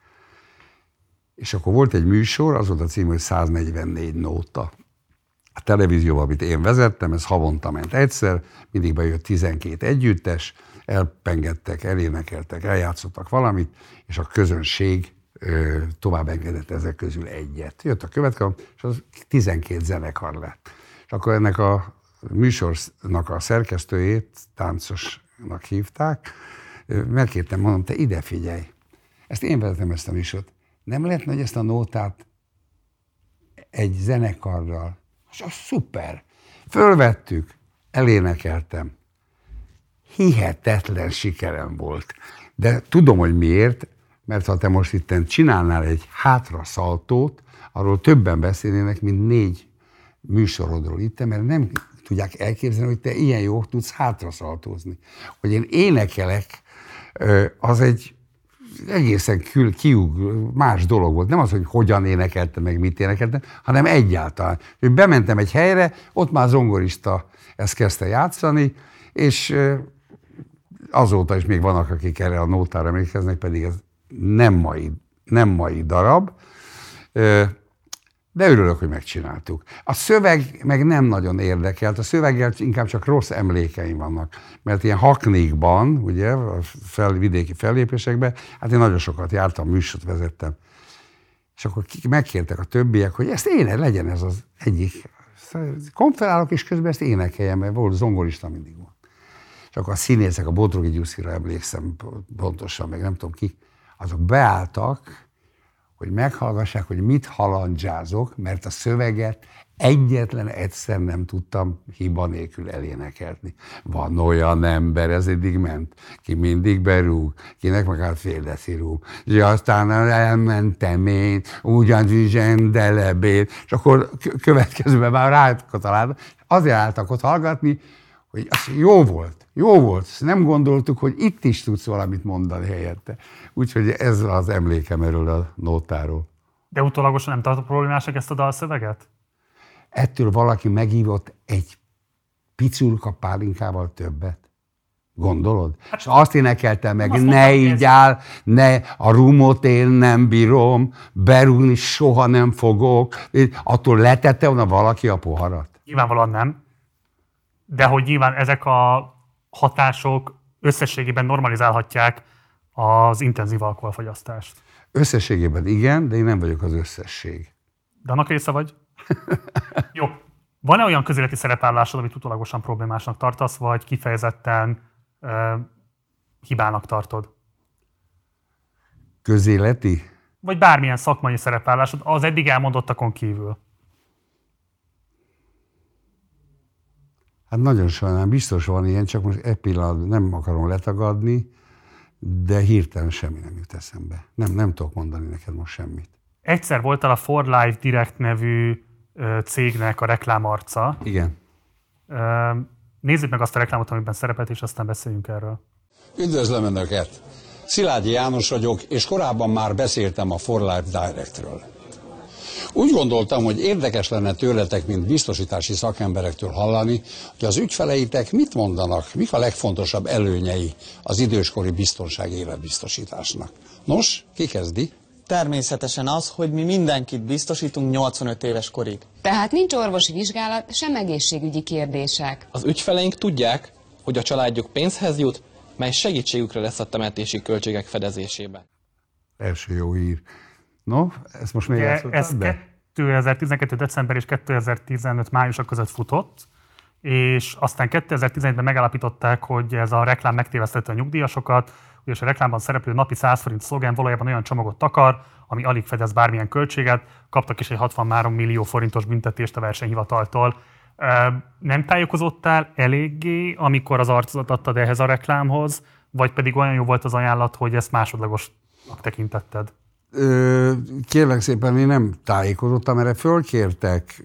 Speaker 2: és akkor volt egy műsor, az volt a cím, hogy 144 nóta. A televízióban, amit én vezettem, ez havonta ment egyszer, mindig bejött 12 együttes, elpengettek, elénekeltek, eljátszottak valamit, és a közönség tovább engedett ezek közül egyet. Jött a következő, és az 12 zenekar lett. És akkor ennek a műsornak a szerkesztőjét táncosnak hívták, megkértem, mondom, te ide figyelj, ezt én vezetem ezt a műsort, nem lehetne, hogy ezt a nótát egy zenekarral, és az szuper. Fölvettük, elénekeltem. Hihetetlen sikerem volt. De tudom, hogy miért, mert ha te most itten csinálnál egy hátraszaltót, arról többen beszélnének, mint 4 műsorodról itt, mert nem tudják elképzelni, hogy te ilyen jó tudsz hátraszaltózni. Hogy én énekelek, az egy egészen más dolog volt. Nem az, hogy hogyan énekeltem, meg mit énekeltem, hanem egyáltalán. Hogy bementem egy helyre, ott már zongorista ezt kezdte játszani, és azóta is még vannak, akik erre a nótára emlékeznek, pedig ez nem mai darab, de örülök, hogy megcsináltuk. A szöveg meg nem nagyon érdekelt, a szöveggel inkább csak rossz emlékeim vannak, mert ilyen haknikban, ugye, a vidéki fellépésekben, hát én nagyon sokat jártam, műsort vezettem, és akkor megkértek a többiek, hogy ezt legyen ez az egyik. Konferálok, és közben ezt énekeljem, mert volt zongorista mindig volt. És akkor a színészek, a Bodrogi Gyuszira emlékszem pontosan, meg nem tudom ki, azok beálltak, hogy meghallgassák, hogy mit halandzsázok, mert a szöveget egyetlen egyszer nem tudtam hiba nélkül elénekelni. Van olyan ember, ez eddig ment, ki mindig berúg, kinek meg hát fél deci rúg. És aztán elmentem én, ugyanúgy zsendelebét, és akkor következőben már rájuk találtam. Azért álltak ott hallgatni, hogy az jó volt. Nem gondoltuk, hogy itt is tudsz valamit mondani helyette. Úgyhogy ez az emlékem erről a nótáról.
Speaker 1: De utólagosan nem tartott problémásnak ezt a dalszöveget?
Speaker 2: Ettől valaki megívott egy piculka pálinkával többet. Gondolod? És azt énekeltem meg, ne így áll, ne, a rumot én nem bírom, berúgni soha nem fogok. Attól letette volna valaki a poharat?
Speaker 1: Nyilvánvalóan nem. De hogy nyilván ezek a hatások összességében normalizálhatják az intenzív alkoholfogyasztást.
Speaker 2: Összességében igen, de én nem vagyok az összesség.
Speaker 1: De annak része vagy? Jó. Van-e olyan közéleti szerepállásod, amit utólagosan problémásnak tartasz, vagy kifejezetten hibának tartod?
Speaker 2: Közéleti?
Speaker 1: Vagy bármilyen szakmai szerepállásod, az eddig elmondottakon kívül.
Speaker 2: Hát nagyon sajnálom, biztos van ilyen, csak most egy pillanatban nem akarom letagadni, de hirtelen semmi nem jut eszembe. Nem tudok mondani neked most semmit.
Speaker 1: Egyszer voltál a For Life Direct nevű cégnek a reklámarca.
Speaker 2: Igen.
Speaker 1: Nézzük meg azt a reklámot, amiben szerepelt, és aztán beszéljünk erről.
Speaker 13: Üdvözlöm Önöket! Szilágyi János vagyok, és korábban már beszéltem a For Life Directről. Úgy gondoltam, hogy érdekes lenne tőletek, mint biztosítási szakemberektől hallani, hogy az ügyfeleitek mit mondanak, mik a legfontosabb előnyei az időskori biztonsági életbiztosításnak. Nos, ki kezdi?
Speaker 14: Természetesen az, hogy mi mindenkit biztosítunk 85 éves korig.
Speaker 15: Tehát nincs orvosi vizsgálat, sem egészségügyi kérdések.
Speaker 16: Az ügyfeleink tudják, hogy a családjuk pénzhez jut, mely segítségükre lesz a temetési költségek fedezésében.
Speaker 2: Első jó hír. No, ezt most még
Speaker 1: ez be? 2012. december és 2015. májusa között futott, és aztán 2011-ben megállapították, hogy ez a reklám megtévesztette a nyugdíjasokat, és a reklámban szereplő napi 100 forint szlogán valójában olyan csomagot takar, ami alig fedez bármilyen költséget, kaptak is egy 63 millió forintos büntetést a versenyhivataltól. Nem tájékozódtál eléggé, amikor az arcodat adtad ehhez a reklámhoz, vagy pedig olyan jó volt az ajánlat, hogy ezt másodlagosnak tekintetted?
Speaker 2: Kérlek szépen, én nem tájékozottam, erre fölkértek,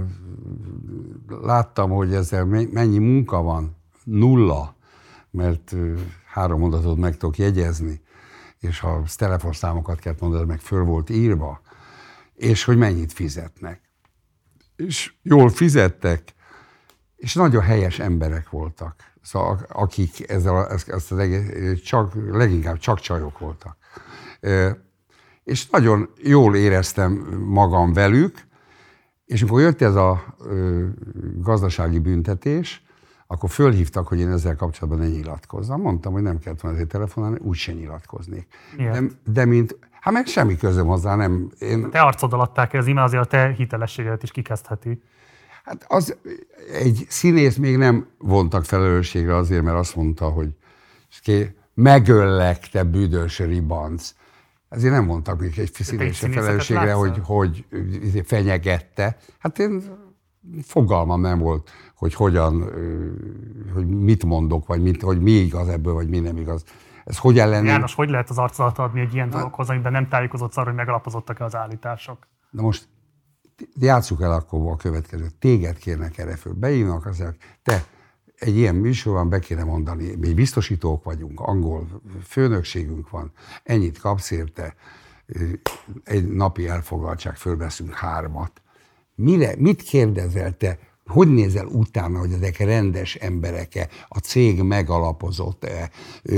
Speaker 2: láttam, hogy ezzel mennyi munka van, 0, mert 3 mondatot meg tudok jegyezni, és ha telefonszámokat kellett mondani, meg föl volt írva, és hogy mennyit fizetnek. És jól fizettek, és nagyon helyes emberek voltak, szóval, akik leginkább csak csajok voltak. És nagyon jól éreztem magam velük, és amikor jött ez a gazdasági büntetés, akkor fölhívtak, hogy én ezzel kapcsolatban ne nyilatkozzam. Mondtam, hogy nem kellett volna ezért telefonálni, úgyse nyilatkoznék. De meg semmi közöm hozzá, nem.
Speaker 1: Te arcoddal adták el az íme, azért a te hitelességedet is kikezdheti.
Speaker 2: Hát az egy színész még nem vontak felelősségre azért, mert azt mondta, hogy megöllek, te büdös ribanc. Ezért nem mondtak még egy színészre felelősségre, hogy fenyegette. Hát én fogalmam nem volt, hogy hogy mit mondok, vagy hogy mi igaz ebből, vagy mi nem igaz. Ez hogy ellen...
Speaker 1: János, hogy lehet az arcodat adni egy ilyen dologhoz, amiben nem tájékozódsz arra, hogy megalapozottak-e az állítások?
Speaker 2: Na most játsszuk el akkor a következőt. Téged kérnek erre föl. Beívnak, azért te egy ilyen műsorban be kéne mondani, mi biztosítók vagyunk, angol főnökségünk van, ennyit kapsz érte, egy napi elfoglaltság, fölveszünk 3. Mit kérdezel te? Hogy nézel utána, hogy ezek rendes emberek-e, a cég megalapozott-e?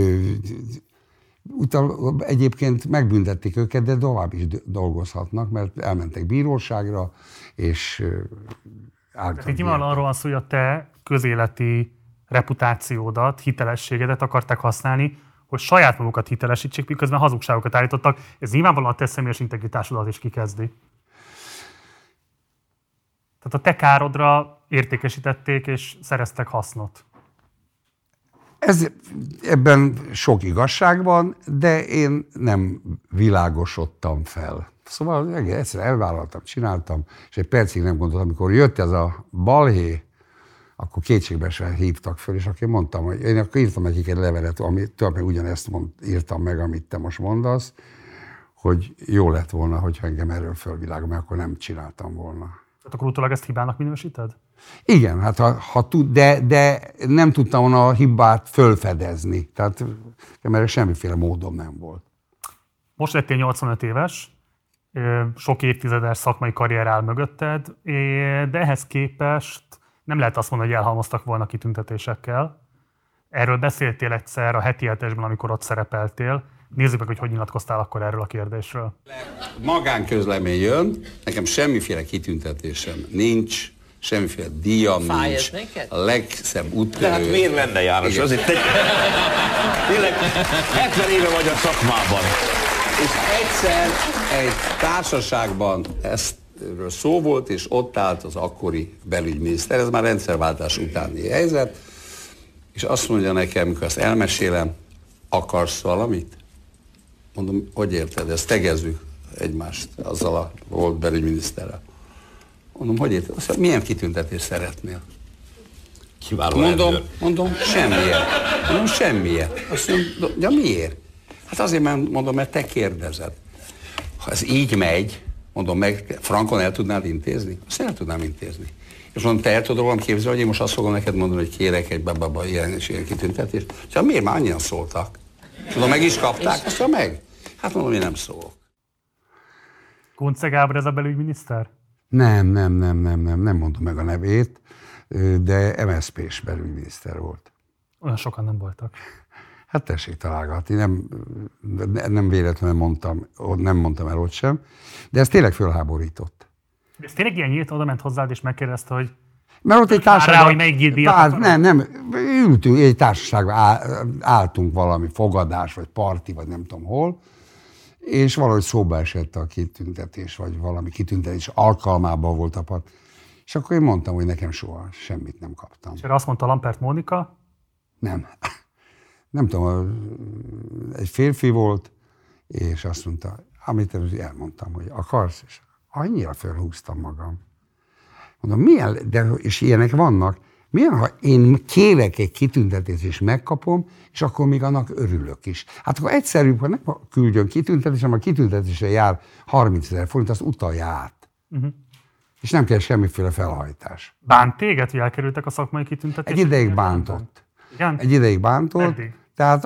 Speaker 2: Egyébként megbüntették őket, de tovább is dolgozhatnak, mert elmentek bíróságra, és
Speaker 1: álltak. Nyilván arról van szó, hogy a te közéleti reputációdat, hitelességedet akarták használni, hogy saját magukat hitelesítsék, miközben hazugságokat állítottak. Ez nyilvánvalóan a te személyes integritásodat is kikezdi. Tehát a te károdra értékesítették és szereztek hasznot.
Speaker 2: Ebben sok igazság van, de én nem világosodtam fel. Szóval egyszer elvállaltam, csináltam, és egy percig nem gondoltam, amikor jött ez a balhé, akkor kétségbeesve hívtak föl, és akkor mondtam, hogy én akkor írtam nekik egy levelet, amit tulajdonképpen ugyanezt írtam meg, amit te most mondasz, hogy jó lett volna, hogyha engem erről fölvilágol, mert akkor nem csináltam volna.
Speaker 1: Tehát akkor utólag ezt hibának minősíted?
Speaker 2: Igen, hát ha tud, de nem tudtam volna a hibát fölfedezni. Tehát erre semmiféle módom nem volt.
Speaker 1: Most lettél 85 éves, sok évtizedes szakmai karrier áll mögötted, de ehhez képest nem lehet azt mondani, hogy elhalmoztak volna kitüntetésekkel. Erről beszéltél egyszer a Heti Hetesben, amikor ott szerepeltél. Nézzük meg, hogy nyilatkoztál akkor erről a kérdésről.
Speaker 13: Magánközlemény jön, nekem semmiféle kitüntetésem nincs, semmiféle díjam nincs. A legszebb úttörő.
Speaker 5: De hát miért lenne, János? Azért tényleg 70 éve vagy a szakmában.
Speaker 13: És egyszer egy társaságban erről szó volt, és ott állt az akkori belügyminiszter, ez már rendszerváltás utáni helyzet, és azt mondja nekem, amikor ezt elmesélem, akarsz valamit? Mondom, hogy érted, ezt tegezzük egymást azzal a volt belügyminiszterrel. Mondom, hogy érted? Azt mondja, milyen kitüntetést szeretnél?
Speaker 5: Kiváló
Speaker 13: mondom, semmilyen. Mondom, semmilyen. Azt mondja, de miért? Hát azért mondom, mert te kérdezed. Ha ez így megy, mondom meg, frankon el tudnád intézni? Azt el tudnám intézni. És mondom, te el tudod rólam képzelni, hogy én most azt fogom neked mondani, hogy kérek egy ilyen és ilyen kitüntetést. És hát miért már annyian szóltak? Mondom, meg is kapták, azt mondom, meg. Hát mondom, én nem szólok.
Speaker 1: Kunce Gábor ez a belügyminiszter?
Speaker 2: Nem mondom meg a nevét, de MSZP-s belügyminiszter volt.
Speaker 1: Olyan sokan nem voltak.
Speaker 2: Hát tessék találgatni, nem véletlenül nem mondtam el ott sem, de ez tényleg fölháborított.
Speaker 1: De ez tényleg ilyen nyílt, oda ment hozzád és megkérdezte, hogy
Speaker 2: mert ott egy társaságban,
Speaker 1: nem,
Speaker 2: ültünk, egy társaságban álltunk valami fogadás, vagy parti, vagy nem tudom hol, és valahogy szóba esett a kitüntetés, vagy valami kitüntetés alkalmában volt a part. És akkor én mondtam, hogy nekem soha semmit nem kaptam.
Speaker 1: És erre azt mondta Lampert Mónika?
Speaker 2: Nem tudom, egy férfi volt, és azt mondta, amit elmondtam, hogy akarsz, és annyira fölhúztam magam. Mondom, és ilyenek vannak, milyen, ha én kérek egy kitüntetést és megkapom, és akkor még annak örülök is. Hát akkor egyszerűbb, ha nem küldjön kitüntetés, hanem a kitüntetésre jár 30 000 forint, azt utalja át. És nem kell semmiféle felhajtás.
Speaker 1: Bánt téged, hogy elkerültek a szakmai kitüntetések?
Speaker 2: Egy ideig bántott.
Speaker 1: Igen?
Speaker 2: Egy ideig bántott.
Speaker 1: Eddig.
Speaker 2: Tehát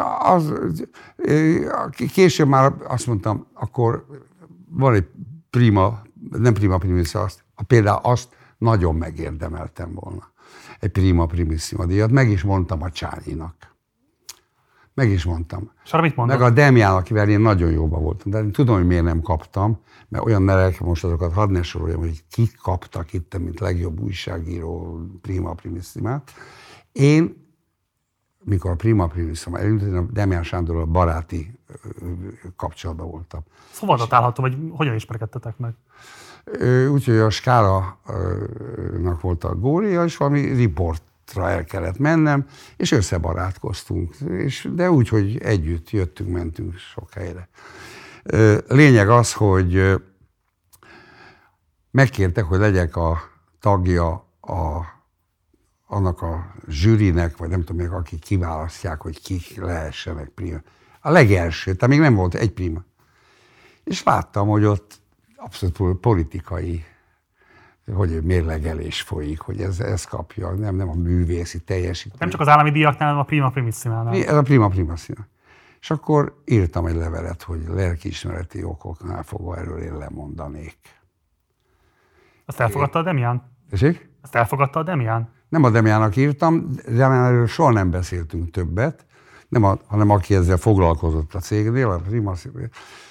Speaker 2: később már azt mondtam, akkor van egy nem prima primissima, például azt nagyon megérdemeltem volna. Egy prima primissima díjat. Meg is mondtam a Csányinak. Meg is mondtam.
Speaker 1: És arra mit mondod?
Speaker 2: Meg a Demján, akivel én nagyon jóban voltam. De én tudom, hogy miért nem kaptam, mert olyan nevek, most azokat hadd ne soroljam, hogy kik kaptak itt, mint legjobb újságíró prima primissimát. Én, mikor a prima primissima elindult, a Demján Sándorral baráti kapcsolatban voltam.
Speaker 1: Szóval datálható, vagy hogyan ismerkedtetek meg?
Speaker 2: Úgyhogy a Skála-nak volt a gória, és valami riportra el kellett mennem, és összebarátkoztunk. De úgy, hogy együtt jöttünk, mentünk sok helyre. Lényeg az, hogy megkértek, hogy legyek a tagja annak a zsűrinek, vagy nem tudom még, akik kiválasztják, hogy kik lehessenek prima. A legelső, tehát még nem volt egy prima. És láttam, hogy ott abszolút politikai, hogy mérlegelés folyik, hogy ez kapja, nem a művészi teljesítmény.
Speaker 1: Nem csak az állami díjaknál, hanem a prima primissimánál.
Speaker 2: Ez a prima primissima. És akkor írtam egy levelet, hogy lelkiismereti okoknál fogva erről én lemondanék.
Speaker 1: Azt elfogadta a Demján?
Speaker 2: Tessék?
Speaker 1: Ezt elfogadta a Demján?
Speaker 2: Nem a Demjának írtam, Demjánról soha nem beszéltünk többet, hanem aki ezzel foglalkozott a cégnél, a primissima.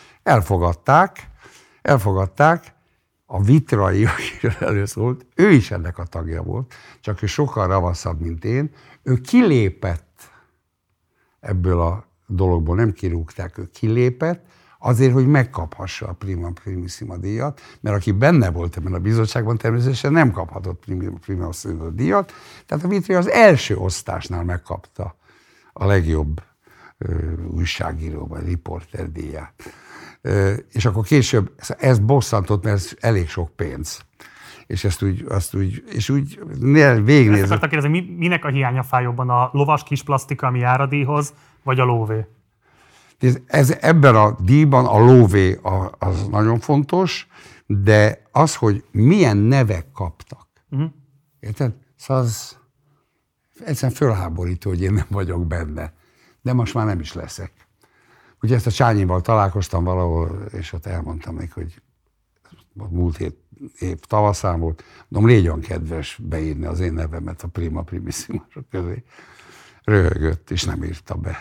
Speaker 2: Elfogadták, a Vitrai, akiről előszólt, ő is ennek a tagja volt, csak ő sokkal ravaszabb, mint én. Ő kilépett ebből a dologból, nem kirúgták, ő kilépett, azért, hogy megkaphassa a prima primissima díjat, mert aki benne volt ebben a bizottságban, természetesen nem kaphatott prima primissima díjat, tehát a Vitrai az első osztásnál megkapta a legjobb újságíró vagy riporter díját. És akkor később ez bosszantott, mert ez elég sok pénz. És úgy végignézve.
Speaker 1: Ezt akartam kérdezni, minek a hiánya fáj jobban, a lovas kis plastika, ami jár a díjhoz, vagy a lóvé?
Speaker 2: Ebben a díjban a lóvé az nagyon fontos, de az, hogy milyen nevek kaptak. Érted? Szóval az egyszerűen fölháborító, hogy én nem vagyok benne. De most már nem is leszek. Ugye ezt a Csányival találkoztam valahol, és ott elmondtam neki, hogy múlt év tavaszán volt, mondom, légy olyan kedves beírni az én nevemet a Prima Primissimosok közé. Röhögött, és nem írta be.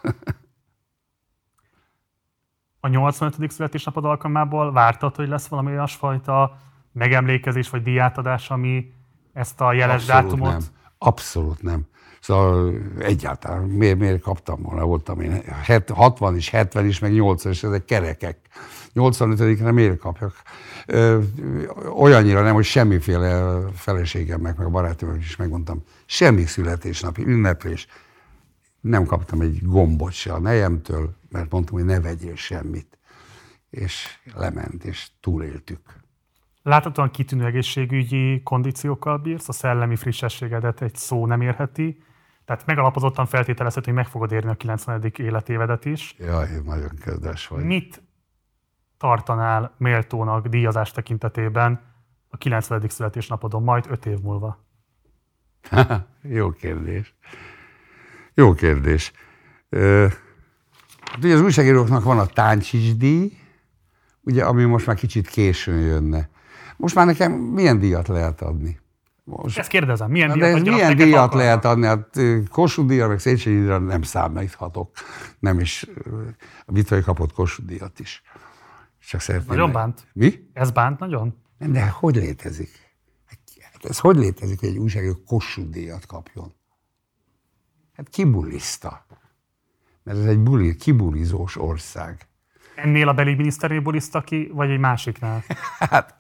Speaker 1: A 85. születésnapod alkalmából vártad, hogy lesz valami olyasfajta megemlékezés vagy díjátadás, ami ezt a jeles dátumot?
Speaker 2: Nem. Abszolút nem. Szóval egyáltalán miért kaptam volna? Voltam én 60 is, 70 is, meg 80 is, ezek kerekek. 85-re miért kapjak? Olyannyira nem, hogy semmiféle feleségemnek, meg a barátomnak is megmondtam, semmi születésnapi ünneplés. Nem kaptam egy gombot se a nejemtől, mert mondtam, hogy ne vegyél semmit. És lement, és túléltük.
Speaker 1: Láthatóan kitűnő egészségügyi kondíciókkal bírsz, a szellemi frissességedet egy szó nem érheti, tehát megalapozottan feltételezhető, hogy meg fogod érni a 90. életévedet is.
Speaker 2: Jaj, nagyon kedves vagy.
Speaker 1: Mit tartanál méltónak díjazás tekintetében a 90. születésnapodon, majd 5 év múlva?
Speaker 2: Jó kérdés. Jó kérdés. Ugye az újságíróknak van a Táncsics díj, ugye, ami most már kicsit későn jönne. Most már nekem milyen díjat lehet adni?
Speaker 1: Ezt kérdezem, milyen
Speaker 2: díjat lehet adni? Hát Kossuth díjra, meg Széchenyi díjra nem számíthatok. Nem is. A Vitrai kapott Kossuth díjat is. Csak szeretném.
Speaker 1: Nagyon bánt?
Speaker 2: Mi?
Speaker 1: Ez bánt nagyon?
Speaker 2: Nem, de hogy létezik? Ez hogy létezik, hogy egy újságíró Kossuth díjat kapjon? Hát kibuliszta. Mert ez egy kibulizós ország.
Speaker 1: Ennél a belügyminiszternél buliszta ki, vagy egy másiknál?
Speaker 2: Hát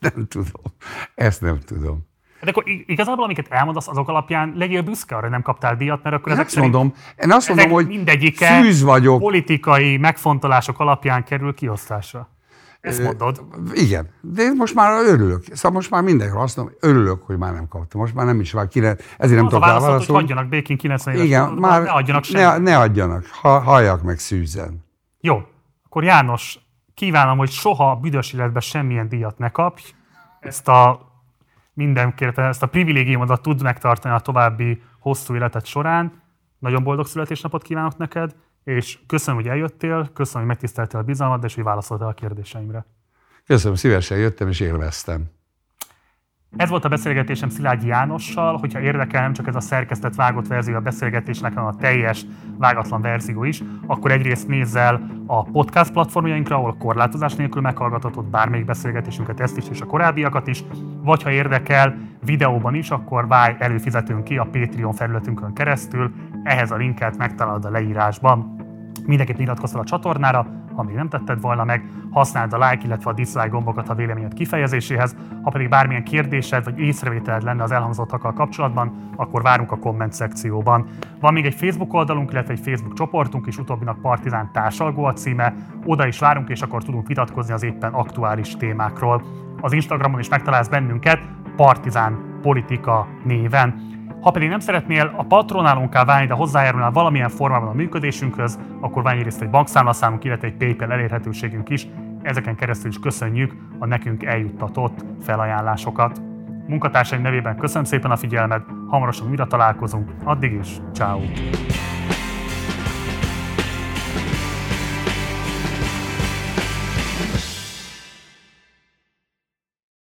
Speaker 2: ezt nem tudom.
Speaker 1: De akkor igazából, amiket elmondasz, azok alapján legyél büszke arra, hogy nem kaptál díjat, mert akkor
Speaker 2: én azt mondom, hogy
Speaker 1: mindegyike
Speaker 2: szűz vagyok.
Speaker 1: Politikai megfontolások alapján kerül kiosztásra. Ezt mondod?
Speaker 2: Igen, de én most már örülök. Szóval most már mindenki azt mondom, örülök, hogy már nem kaptam. Most már nem is vár, ezért nem tudok rá válaszolni.
Speaker 1: Hogy hagyjanak békén 90 éves.
Speaker 2: Igen, már
Speaker 1: ne adjanak semmit.
Speaker 2: Ne adjanak, halljak meg szűzen.
Speaker 1: Jó, akkor János, kívánom, hogy soha büdös életben semmilyen díjat ne kapj. Ezt a privilégiumodat tudd megtartani a további hosszú életed során. Nagyon boldog születésnapot kívánok neked, és köszönöm, hogy eljöttél, köszönöm, hogy megtiszteltél a bizalmat, és hogy válaszoltál a kérdéseimre.
Speaker 2: Köszönöm, szívesen jöttem, és élveztem.
Speaker 1: Ez volt a beszélgetésem Szilágyi Jánossal, hogyha érdekel nem csak ez a szerkesztett vágott verzió a beszélgetésnek, hanem a teljes vágatlan verzió is, akkor egyrészt nézz el a podcast platformjainkra, ahol korlátozás nélkül meghallgathatod bármelyik beszélgetésünket, ezt is és a korábbiakat is, vagy ha érdekel videóban is, akkor válj előfizetőn ki a Patreon felületünkön keresztül, ehhez a linket megtalálod a leírásban. Mindenképp iratkozz fel a csatornára, ha még nem tetted volna meg, használd a like, illetve a dislike gombokat a véleményed kifejezéséhez, ha pedig bármilyen kérdésed vagy észrevételed lenne az elhangzottakkal kapcsolatban, akkor várunk a komment szekcióban. Van még egy Facebook oldalunk, illetve egy Facebook csoportunk is, utóbbinak Partizán társalgó a címe, oda is várunk, és akkor tudunk vitatkozni az éppen aktuális témákról. Az Instagramon is megtalálsz bennünket, Partizán Politika néven. Ha pedig nem szeretnél a patronálónká válni, de hozzájárulnál valamilyen formában a működésünkhöz, akkor van egyrészt egy bankszámlaszámunk, illetve egy PayPal elérhetőségünk is. Ezeken keresztül is köszönjük a nekünk eljuttatott felajánlásokat. Munkatársaim nevében köszönöm szépen a figyelmet, hamarosan újra találkozunk, addig is, ciao.